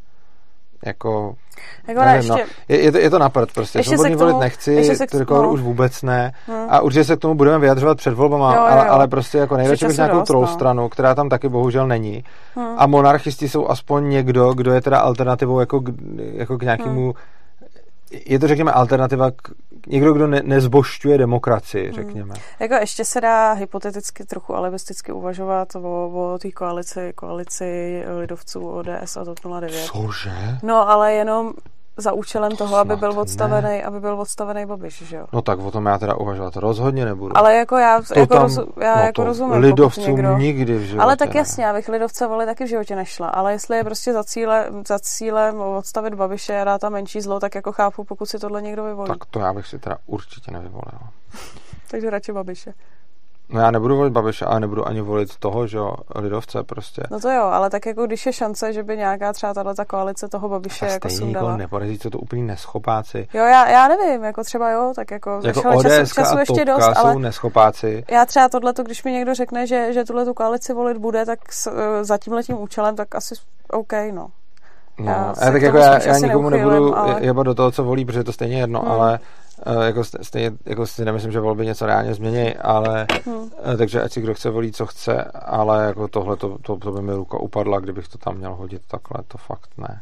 jako, jako nevím, ještě, no. je, je, to, je to na prd prostě. Svobodný volit nechci, Trikoloru už vůbec ne. Hmm. A určitě se k tomu budeme vyjadřovat před volbama, jo, jo, jo. Ale, ale prostě jako nejradši bych nějakou druhou stranu, která tam taky bohužel není. Hmm. A monarchisti jsou aspoň někdo, kdo je teda alternativou jako, jako k nějakému hmm. je to, řekněme, alternativa k někdo, kdo ne, nezbožťuje demokracii, řekněme. Hmm. Jako ještě se dá hypoteticky trochu alibisticky uvažovat o, o té koalici, koalici lidovců O D S a TOP nula devět. Cože? No, ale jenom za účelem toho, aby byl odstavený, aby byl odstavený Babiš, že jo? No tak o tom já teda uvažovat rozhodně nebudu. Ale jako já, jako, rozu, já no jako rozumím. Lidovcům někdo, nikdy v životě. Ale tak jasně, abych lidovce volili, taky v životě nešla. Ale jestli je prostě za, cíle, za cílem odstavit Babiše a dát tam menší zlo, tak jako chápu, pokud si tohle někdo vyvolí. Tak to já bych si teda určitě nevyvolil. Takže radši Babiše. No já nebudu volit Babiše, ale nebudu ani volit toho, že jo, lidovce prostě. No to jo, ale tak jako když je šance, že by nějaká třeba tato koalice toho Babiše jako sundala. Stejně neporazí, co to úplně neschopáci. Jo, já, já nevím, jako třeba jo, tak jako, jako času, ODSka času a ještě dost, jsou ale neschopáci. Já třeba tohleto, když mi někdo řekne, že, že tuhletu koalici volit bude, tak s, za tímhletím účelem, tak asi OK, no. No, já, já tak jako já, já nikomu nebudu ale... jebat do toho, co volí, protože je to stejně jedno, hmm. ale uh, jako stejně, jako si nemyslím, že volby něco reálně změní, ale hmm. uh, takže ať si kdo chce volí, co chce, ale jako tohle, to, to, to by mi ruka upadla, kdybych to tam měl hodit takhle, to fakt ne.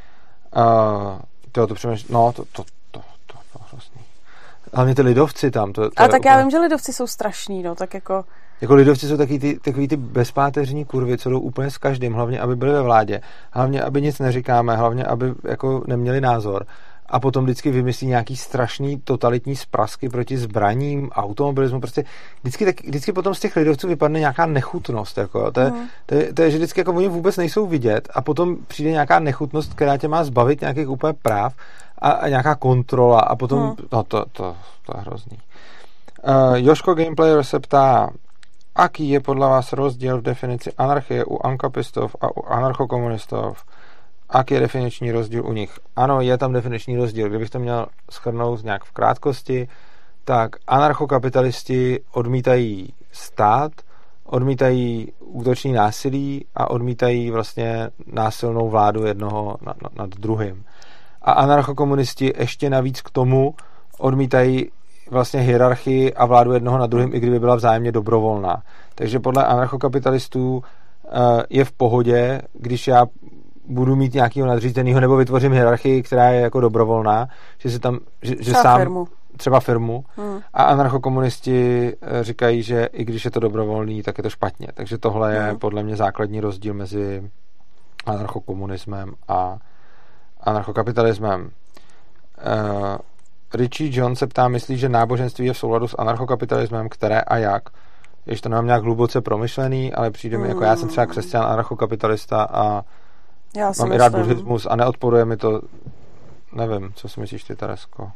Uh, to, to přemýšlím, no, to, to, to, to, to hrozný. Hlavně ty lidovci tam. To, to a tak úplně... já vím, že lidovci jsou strašní, no, tak jako... Jako lidovci jsou takový ty, takový ty bezpáteřní kurvy, co jdou úplně s každým, hlavně aby byli ve vládě, hlavně aby nic neříkáme, hlavně aby jako neměli názor. A potom vždycky vymyslí nějaký strašný totalitní sprasky proti zbraním, automobilismu, prostě vždycky, tak, vždycky potom z těch lidovců vypadne nějaká nechutnost, jako, to, je, mm. to, je, to je, že vždycky jako oni vůbec nejsou vidět a potom přijde nějaká nechutnost, která tě má zbavit nějakých úplně práv a, a nějaká kontrola a potom, mm. no to, to, to je hrozný. Uh, Joško Gameplayer se ptá, aký je podľa vás rozdiel v definici anarchie u ankapistov a u anarchokomunistov? Aký je definiční rozdíl u nich? Ano, je tam definiční rozdíl. Kdybych to měl shrnout nějak v krátkosti, tak anarchokapitalisti odmítají stát, odmítají útoční násilí a odmítají vlastně násilnou vládu jednoho nad, nad druhým. A anarchokomunisti ještě navíc k tomu odmítají vlastně hierarchii a vládu jednoho nad druhým, i kdyby byla vzájemně dobrovolná. Takže podle anarchokapitalistů uh, je v pohodě, když já budu mít nějakého nadřízenýho nebo vytvořím hierarchii, která je jako dobrovolná, že si tam, že, že třeba sám, firmu. třeba firmu hmm. a anarchokomunisti říkají, že i když je to dobrovolný, tak je to špatně. Takže tohle je hmm. podle mě základní rozdíl mezi anarchokomunismem a anarchokapitalismem. Uh, Richie John se ptá, myslí, že náboženství je v souladu s anarchokapitalismem, které a jak? Ještě to nemám nějak hluboce promyšlený, ale přijde mi, mm. jako já jsem třeba křesťan, anarchokapitalista a já mám i rád buddhismus a neodporuje mi to, nevím, co si myslíš ty, Teresko?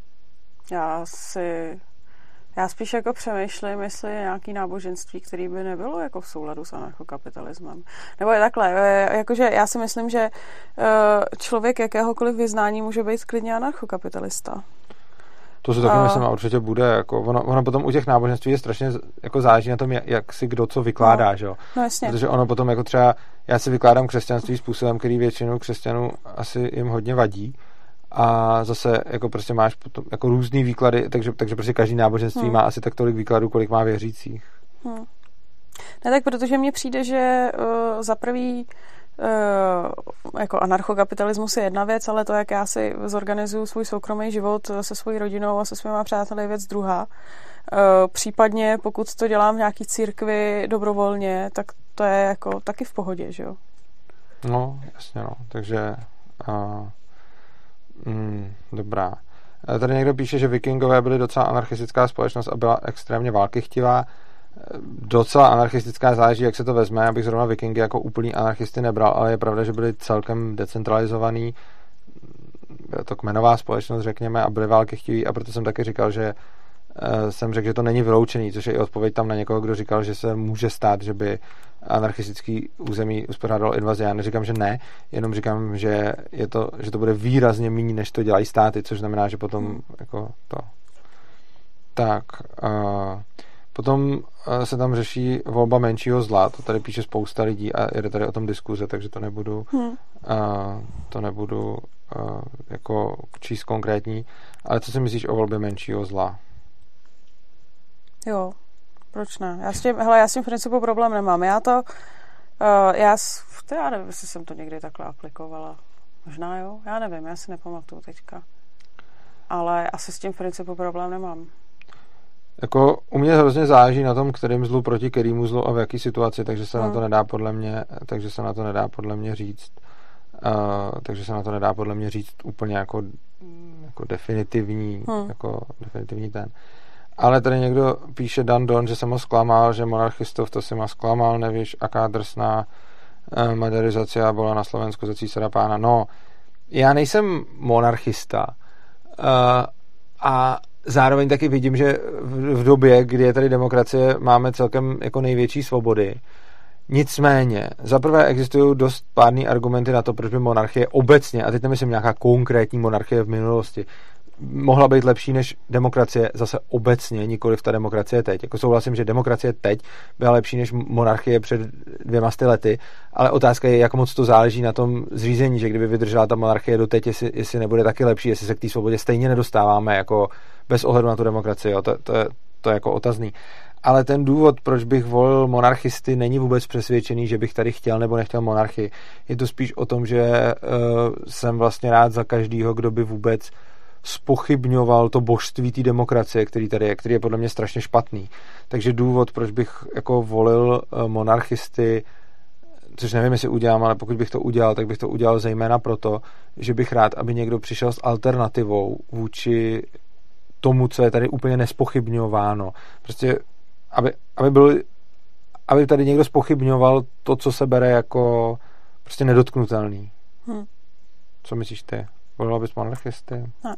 Já si, já spíš jako přemýšlím, jestli je nějaký náboženství, který by nebylo jako v souladu s anarchokapitalismem. Nebo je takhle, jakože já si myslím, že člověk jakéhokoliv vyznání může být klidně anarchokapitalista. To se taky a... myslím a určitě bude. Jako, ono, ono potom u těch náboženství je strašně jako záleží na tom, jak, jak si kdo co vykládá. No, že jo? No jasně. Protože ono potom jako třeba, já si vykládám křesťanství způsobem, který většinou křesťanů asi jim hodně vadí. A zase jako prostě máš potom jako různý výklady, takže, takže prostě každý náboženství hmm. má asi tak tolik výkladů, kolik má věřících. Hmm. Ne, tak protože mně přijde, že uh, za prvý Uh, jako anarchokapitalismus je jedna věc, ale to, jak já si zorganizuju svůj soukromý život se svojí rodinou a se svýma přáteli, je věc druhá. Uh, případně, pokud to dělám v nějaký církvi dobrovolně, tak to je jako taky v pohodě, že jo? No, jasně, no. Takže uh, mm, dobrá. Tady někdo píše, že vikingové byli docela anarchistická společnost a byla extrémně válkychtivá. Docela anarchistická, záleží, jak se to vezme. Já bych zrovna vikingy jako úplný anarchisty nebral, ale je pravda, že byli celkem decentralizovaný. Byla to kmenová společnost, řekněme, a byli válkychtiví a proto jsem taky říkal, že uh, jsem řekl, že to není vyloučený, což je i odpověď tam na někoho, kdo říkal, že se může stát, že by anarchistický území uspořádalo invazi. Já neříkám, že ne, jenom říkám, že, je to, že to bude výrazně méně, než to dělají státy, což znamená, že potom jako to... Tak... Uh, Potom se tam řeší volba menšího zla, to tady píše spousta lidí a jde tady o tom diskuze, takže to nebudu hmm. uh, to nebudu uh, jako číst konkrétní, ale co si myslíš o volbě menšího zla? Jo, proč ne? Já s tím, hele, já s tím v principu problém nemám. Já to, uh, já, to já nevím, jestli jsem to někdy takhle aplikovala. Možná jo, já nevím, já si nepamatuju teďka. Ale asi s tím v principu problém nemám. Jako u mě hrozně záleží na tom, kterým zlu proti kterému zlu a v jaký situaci, takže se hmm. na to nedá podle mě, takže se na to nedá podle mě říct. takže se na to nedá podle mě říct úplně jako, jako definitivní, hmm. jako definitivní ten. Ale tady někdo píše Dan Don, že jsem ho zklamal, že monarchistov to si ma zklamal, nevíš, aká drsná eh, maďarizace byla na Slovensku za císara pána. No, já nejsem monarchista uh, a zároveň taky vidím, že v, v době, kdy je tady demokracie, máme celkem jako největší svobody. Nicméně, zaprvé existují dost pádný argumenty na to, proč by monarchie obecně, a teď nemyslím nějaká konkrétní monarchie v minulosti, mohla být lepší než demokracie zase obecně, nikoliv ta demokracie teď. Jako souhlasím, že demokracie teď byla lepší než monarchie před dvěma sty lety, ale otázka je, jak moc to záleží na tom zřízení, že kdyby vydržela ta monarchie doteď, jestli, jestli nebude taky lepší, jestli se k té svobodě stejně nedostáváme jako bez ohledu na tu demokracii. Jo. To, to, je, to je jako otazný. Ale ten důvod, proč bych volil monarchisty, není vůbec přesvědčený, že bych tady chtěl nebo nechtěl monarchii. Je to spíš o tom, že uh, jsem vlastně rád za každýho, kdo by vůbec zpochybňoval to božství té demokracie, který tady je, který je podle mě strašně špatný. Takže důvod, proč bych jako volil monarchisty, což nevím, jestli udělám, ale pokud bych to udělal, tak bych to udělal zejména proto, že bych rád, aby někdo přišel s alternativou vůči tomu, co je tady úplně nespochybňováno. Prostě, aby, aby, byl, aby tady někdo zpochybňoval to, co se bere jako prostě nedotknutelný. Hmm. Co myslíš ty? Volila bys monarchisty? Ne.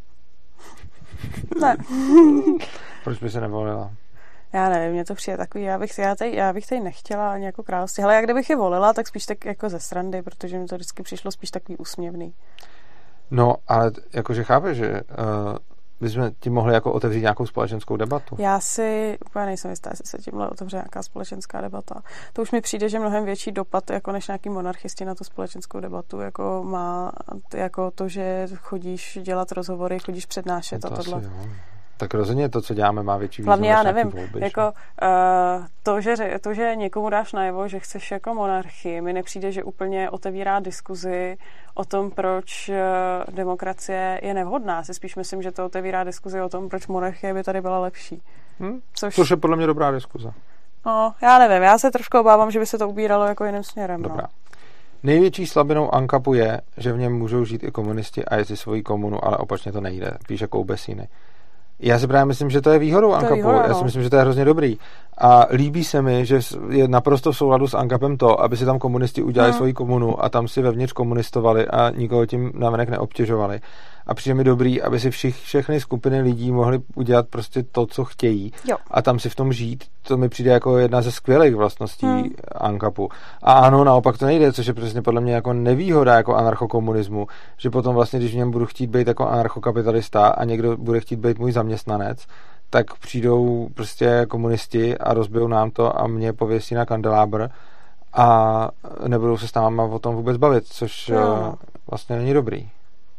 Ne. Proč by se nevolila? Já nevím, mě to přijde takový, já bych, já tady, já bych tady nechtěla ani jako království. Hele, jak kdybych je volila, tak spíš tak jako ze srandy, protože mi to vždycky přišlo spíš takový úsměvný. No, ale jakože chápeš, že uh, bychom tím mohli jako otevřít nějakou společenskou debatu. Já si úplně nejsem jistá, jestli se tímhle otevře nějaká společenská debata. To už mi přijde, že mnohem větší dopad jako než nějaký monarchisti na tu společenskou debatu jako má jako to, že chodíš dělat rozhovory, chodíš přednášet no a tohle. Asi, tak rozhodně to, co děláme, má větší význam. Hlavně já nevím, volby, jako uh, to, že, to, že někomu dáš najevo, že chceš jako monarchii, mi nepřijde, že úplně otevírá diskuzi o tom, proč uh, demokracie je nevhodná. Já si spíš myslím, že to otevírá diskuzi o tom, proč monarchie by tady byla lepší. Hmm? Což... Což je podle mě dobrá diskuze. No, já nevím, já se trošku obávám, že by se to ubíralo jako jiným směrem. Dobrá. No. Největší slabinou ANCAPu je, že v něm můžou žít i komunisti a jezi svoji komunu, ale opačně to nejde, píše Koubesíny. Já si právě myslím, že to je výhodou ANCAPu. Výhoda, no. Já si myslím, že to je hrozně dobrý. A líbí se mi, že je naprosto v souladu s ANCAPem to, aby si tam komunisti udělali hmm. svoji komunu a tam si vevnitř komunistovali a nikoho tím navenek neobtěžovali. A přijde mi dobrý, aby si všich, všechny skupiny lidí mohly udělat prostě to, co chtějí. Jo. A tam si v tom žít. To mi přijde jako jedna ze skvělých vlastností hmm. ANCAPu. A ano, naopak to nejde, což je přesně podle mě jako nevýhoda jako anarchokomunismu, že potom vlastně, když v něm budu chtít být jako anarchokapitalista a někdo bude chtít být můj zaměstnanec, tak přijdou prostě komunisti a rozbijou nám to a mě pověsí na kandelábr a nebudou se s náma o tom vůbec bavit, což jo. vlastně není dobrý.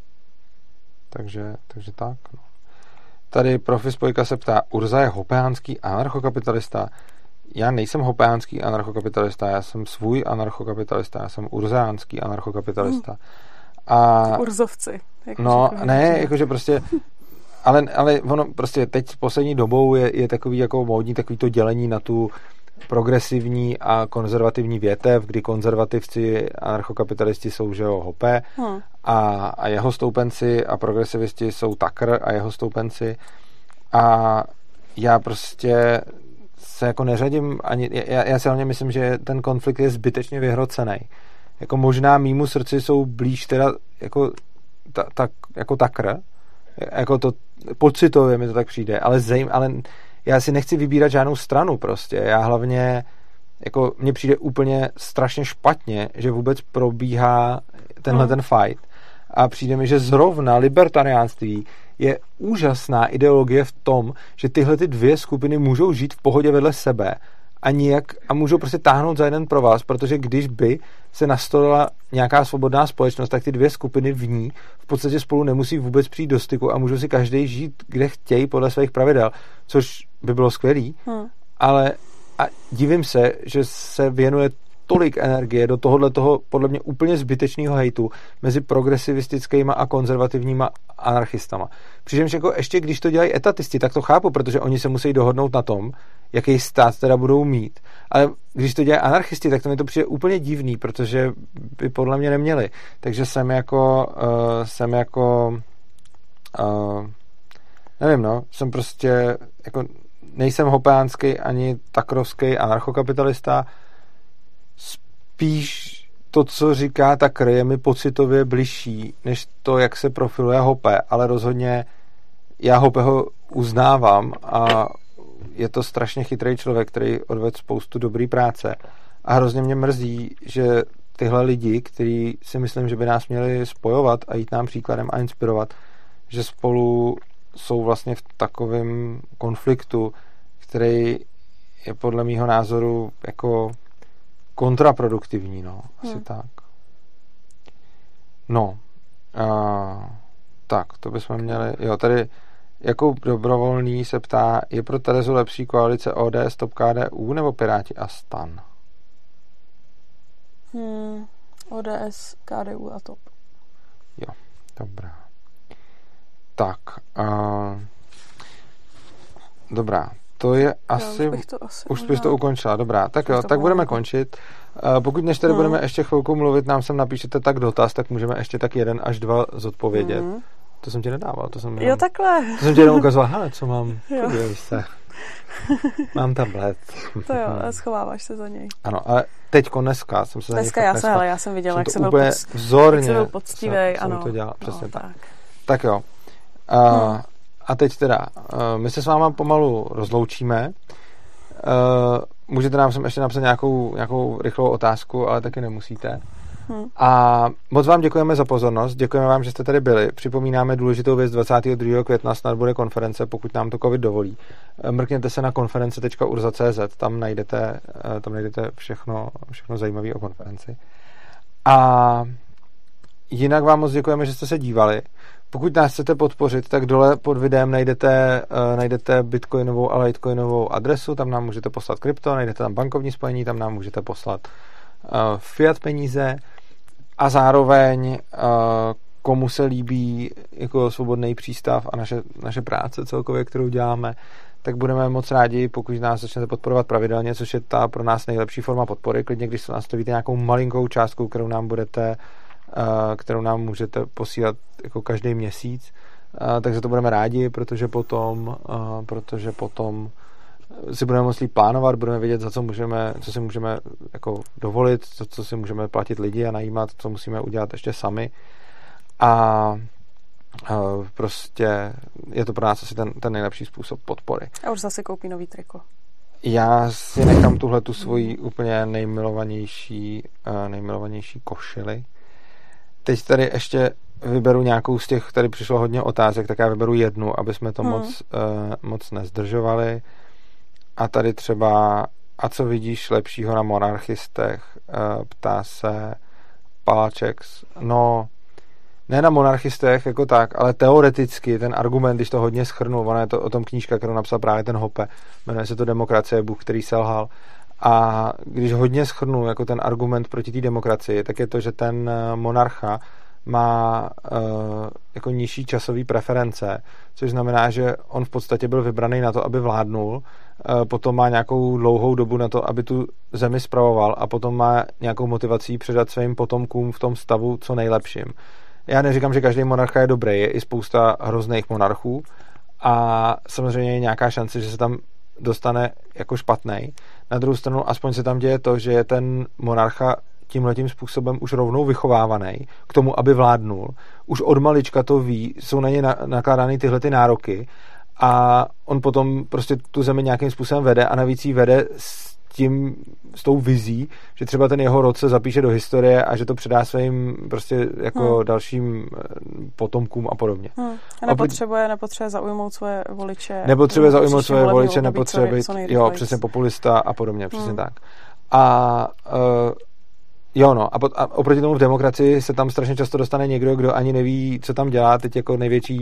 Takže, takže tak. No. Tady profi Spojka se ptá, Urza je hopeánský anarchokapitalista. Já nejsem hopeánský anarchokapitalista, já jsem svůj anarchokapitalista, já jsem urzeánský anarchokapitalista. A, Urzovci. Jako no, ne, jakože prostě ale, ale ono prostě teď s poslední dobou je, je takový jako módní takový to dělení na tu progresivní a konzervativní větev, kdy konzervativci anarchokapitalisti jsou, že jo, Hoppe hmm. a, a jeho stoupenci a progresivisti jsou Tucker a jeho stoupenci a já prostě se jako neřadím ani, já, já si hlavně myslím, že ten konflikt je zbytečně vyhrocený. Jako možná mýmu srdci jsou blíž teda jako, ta, ta, jako Tucker, jako to pocitově mi to tak přijde, ale zejm, ale já si nechci vybírat žádnou stranu prostě. Já hlavně, jako mně přijde úplně strašně špatně, že vůbec probíhá tenhle hmm. ten fight. A přijde mi, že zrovna libertariánství je úžasná ideologie v tom, že tyhle ty dvě skupiny můžou žít v pohodě vedle sebe a nijak, a můžou prostě táhnout za jeden pro vás, protože když by se nastolila nějaká svobodná společnost, tak ty dvě skupiny v ní v podstatě spolu nemusí vůbec přijít do styku a můžou si každý žít, kde chtějí podle svých pravidel, což by bylo skvělý, hmm. ale a divím se, že se věnuje tolik energie do tohohle toho podle mě úplně zbytečného hejtu mezi progresivistickýma a konzervativníma anarchistama. Přičemž jako ještě když to dělají etatisti, tak to chápu, protože oni se musí dohodnout na tom, jaký stát teda budou mít. Ale když to dělají anarchisti, tak to mi to přijde úplně divný, protože by podle mě neměli. Takže jsem jako uh, jsem jako uh, nevím, no, jsem prostě jako nejsem hopánský ani takrovský anarchokapitalista. Spíš to, co říká Tucker, je mi pocitově bližší, než to, jak se profiluje Hoppe, ale rozhodně já Hoppeho uznávám a je to strašně chytrý člověk, který odvedl spoustu dobrý práce. A hrozně mě mrzí, že tyhle lidi, kteří si myslím, že by nás měli spojovat a jít nám příkladem a inspirovat, že spolu jsou vlastně v takovém konfliktu, který je podle mýho názoru jako kontraproduktivní, no. Asi hmm. tak. No. Uh, tak, to bychom měli... Jo, tady Jakub Dobrovolný se ptá, je pro Terezu lepší koalice O D S, TOP, K D U nebo Piráti a STAN? Hmm, O D S, K D U a TOP. Jo, dobrá. Tak. Uh, dobrá. To je asi... Jo, už bych to, asi už bys to ukončila, dobrá. Tak jo, tak budeme končit. Uh, pokud než tady hmm. budeme ještě chvilku mluvit, nám sem napíšete tak dotaz, tak můžeme ještě tak jeden až dva zodpovědět. Hmm. To jsem ti nedával. To jsem jo, jenom, takhle. To jsem ti jenom ukazoval, hele, co mám. Podívej se. Mám tablet. To jo, schováváš se za něj. Ano, ale teďko dneska jsem se za něj Dneska já, se, hele, já jsem viděla, jak jsem byl, pod... vzorně, jak byl poctivej. Jsem, ano. jsem to dělal, přesně no, tak. tak. Tak jo. Uh, hmm. A teď teda, uh, my se s váma pomalu rozloučíme. Uh, můžete nám sem ještě napsat nějakou, nějakou rychlou otázku, ale taky nemusíte. Hmm. A moc vám děkujeme za pozornost, děkujeme vám, že jste tady byli. Připomínáme důležitou věc, dvacátého druhého května snad bude konference, pokud nám to covid dovolí. Mrkněte se na konference tečka urza tečka cé zet, tam najdete, tam najdete všechno, všechno zajímavé o konferenci. A jinak vám moc děkujeme, že jste se dívali. Pokud nás chcete podpořit, tak dole pod videem najdete, uh, najdete bitcoinovou a litecoinovou adresu, tam nám můžete poslat krypto, najdete tam bankovní spojení, tam nám můžete poslat uh, fiat peníze a zároveň uh, komu se líbí jako svobodný přístav a naše, naše práce celkově, kterou děláme, tak budeme moc rádi, pokud nás začnete podporovat pravidelně, což je ta pro nás nejlepší forma podpory. Klidně, když se nastavíte nějakou malinkou částku, kterou nám budete kterou nám můžete posílat jako každý měsíc, takže to budeme rádi, protože potom, protože potom si budeme moct líp plánovat, budeme vědět, za co můžeme, co si můžeme jako dovolit, co, co si můžeme platit lidi a najímat, co musíme udělat ještě sami. A, a prostě je to pro nás asi ten, ten nejlepší způsob podpory. A už zase koupí nový triko. Já si nechám tuhle tu svoji úplně nejmilovanější, nejmilovanější košili. Teď tady ještě vyberu nějakou z těch, tady přišlo hodně otázek, tak já vyberu jednu, aby jsme to hmm. moc, uh, moc nezdržovali. A tady třeba, a co vidíš lepšího na monarchistech, uh, ptá se Palačex. No, ne na monarchistech jako tak, ale teoreticky ten argument, když to hodně shrnu, ona je to o tom knížka, kterou napsal právě ten Hoppe, jmenuje se to Demokracie, Bůh, který selhal. A když hodně shrnu jako ten argument proti té demokracii, tak je to, že ten monarcha má uh, jako nižší časový preference, což znamená, že on v podstatě byl vybraný na to, aby vládnul, uh, potom má nějakou dlouhou dobu na to, aby tu zemi spravoval a potom má nějakou motivací předat svým potomkům v tom stavu co nejlepším. Já neříkám, že každý monarcha je dobrý, je i spousta hrozných monarchů a samozřejmě je nějaká šance, že se tam dostane jako špatnej. Na druhou stranu aspoň se tam děje to, že je ten monarcha tímhletím způsobem už rovnou vychovávaný k tomu, aby vládnul. Už od malička to ví, jsou na ně nakládány tyhle ty nároky a on potom prostě tu zemi nějakým způsobem vede a navíc ji vede s tím, s tou vizí, že třeba ten jeho rod se zapíše do historie a že to předá svým prostě jako hmm. dalším potomkům a podobně. Hmm. A nepotřebuje, nepotřebuje zaujmout svoje voliče. Nepotřebuje zaujmout svoje voliče, nepotřebuje být, jo, přesně populista a podobně, přesně hmm. tak. A uh, jo, no, a, po, a oproti tomu v demokracii se tam strašně často dostane někdo, kdo ani neví, co tam dělá, teď jako největší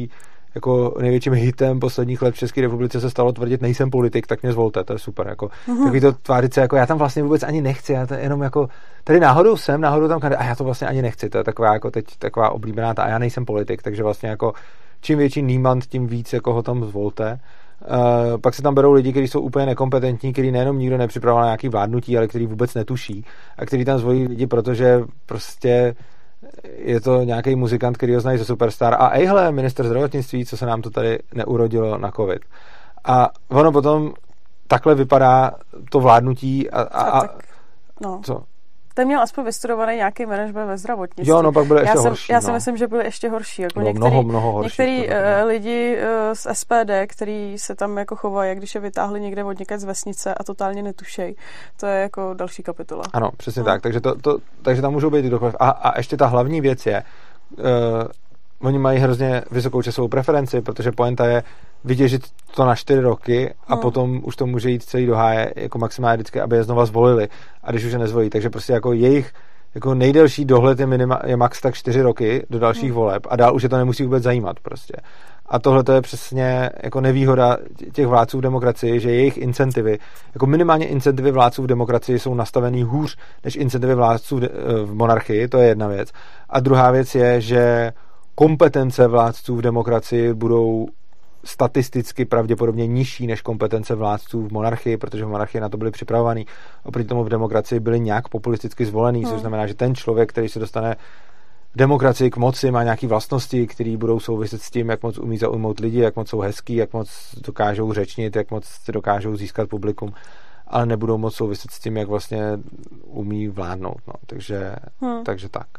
jako největším hitem posledních let v České republice se stalo tvrdit, nejsem politik, tak mě zvolte, to je super. Jako, mm-hmm. Takový to tvářit se, jako já tam vlastně vůbec ani nechci, já to jenom jako, tady náhodou jsem, náhodou tam kandiduji, a já to vlastně ani nechci, to je taková jako teď taková oblíbená ta, a já nejsem politik, takže vlastně jako čím větší nímant, tím víc jako ho tam zvolte. Uh, pak se tam berou lidi, kteří jsou úplně nekompetentní, který nejenom nikdo nepřipravoval na nějaký vládnutí, ale který vůbec netuší a který tam zvolí lidi, protože prostě je to nějaký muzikant, který ho znají za superstar a ejhle, minister zdravotnictví, co se nám to tady neurodilo na covid. A ono potom takhle vypadá to vládnutí a, a, a, a no. co? Ten měl aspoň vystudovaný nějaký management ve zdravotnictví. Jo, no pak byly ještě já horší. Jsem, já no. si myslím, že byly ještě horší. Jako bylo některý, mnoho, mnoho horší. Některý uh, lidi uh, z S P D, který se tam jako chovají, jak když je vytáhli někde od někde z vesnice a totálně netušej. To je jako další kapitola. Ano, přesně no. tak. Takže, to, to, takže tam můžou být kdokoliv. A, a ještě ta hlavní věc je, uh, oni mají hrozně vysokou časovou preferenci, protože pointa je vytěžit to na čtyři roky a hmm. potom už to může jít celý do háje, jako maximálně vždycky, aby je znova zvolili. A když už je nezvolí, takže prostě jako jejich jako nejdelší dohled je, minima, je max tak čtyři roky do dalších hmm. voleb a dál už je to nemusí vůbec zajímat prostě. A tohle to je přesně jako nevýhoda těch vládců v demokracii, že jejich incentivy, jako minimálně incentivy vládců v demokracii jsou nastavený hůř než incentivy vládců v monarchii, to je jedna věc. A druhá věc je, že kompetence vládců v demokracii budou statisticky pravděpodobně nižší než kompetence vládců v monarchii, protože v monarchii na to byli připravovaní. Oproti tomu v demokracii byli nějak populisticky zvolený, hmm. což znamená, že ten člověk, který se dostane v demokracii k moci, má nějaké vlastnosti, které budou souviset s tím, jak moc umí zaujmout lidi, jak moc jsou hezký, jak moc dokážou řečnit, jak moc dokážou získat publikum, ale nebudou moc souviset s tím, jak vlastně umí vládnout. No. Takže, hmm. takže tak.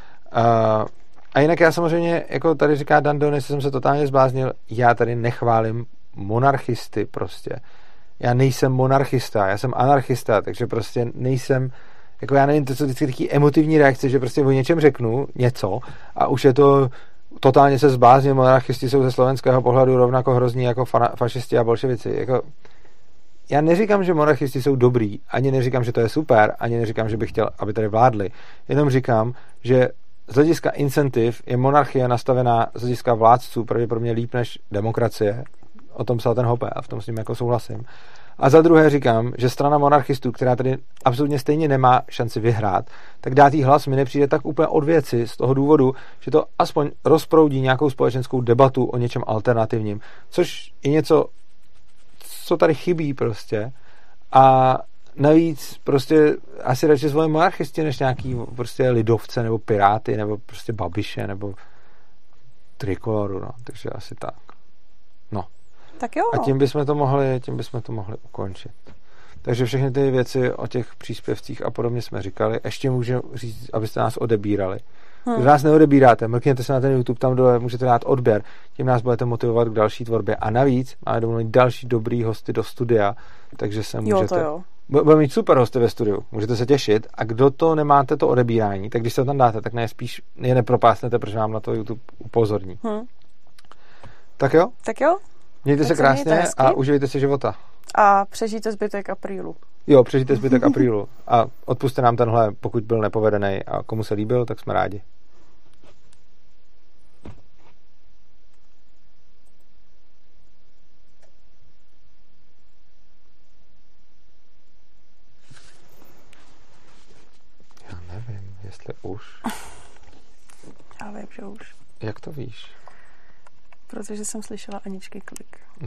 Uh, A jinak já samozřejmě, jako tady říká Dandon, jestli jsem se totálně zbláznil, já tady nechválím monarchisty prostě. Já nejsem monarchista, já jsem anarchista, takže prostě nejsem, jako já nevím, to jsou vždycky taky emotivní reakce, že prostě o něčem řeknu něco a už je to totálně se zbláznil, monarchisti jsou ze slovenského pohledu rovnako hrozní jako fa- fašisti a bolševici. Jako, já neříkám, že monarchisti jsou dobrý, ani neříkám, že to je super, ani neříkám, že bych chtěl, aby tady vládli. Jenom říkám, že z hlediska incentiv je monarchie nastavená z hlediska vládců pravděpodobně líp než demokracie. O tom psal ten Hoppe a v tom s ním jako souhlasím. A za druhé říkám, že strana monarchistů, která tady absolutně stejně nemá šanci vyhrát, tak dát jí hlas mi nepřijde tak úplně od věci z toho důvodu, že to aspoň rozproudí nějakou společenskou debatu o něčem alternativním, což je něco, co tady chybí prostě. A navíc prostě asi radši zvolím monarchisty než nějaký prostě lidovce nebo piráty nebo prostě Babiše nebo Trikoloru, no. Takže asi tak. No. Tak jo. A tím bychom to mohli, tím bychom to mohli ukončit. Takže všechny ty věci o těch příspěvcích a podobně jsme říkali. Ještě můžu říct, abyste nás odebírali. Hmm. Když nás neodebíráte, mrkněte se na ten YouTube, tam dole můžete dát odběr, tím nás budete motivovat k další tvorbě. A navíc máme domluvit další dobrý hosty do studia, takže se můžete... Jo, to jo. Budeme mít super hosty ve studiu, můžete se těšit. A kdo to nemáte, to odebírání, tak když se to tam dáte, tak nejspíš je nepropásnete, protože vám na to YouTube upozorní. Hmm. Tak jo? Tak jo. Mějte tak se krásně a užijte si života. A přežijte zbytek aprílu. Jo, přežijte zbytek aprílu. A odpuste nám tenhle, pokud byl nepovedený a komu se líbil, tak jsme rádi. Já nevím, jestli už. Já vím, že už. Jak to víš? Protože jsem slyšela Aničky klik.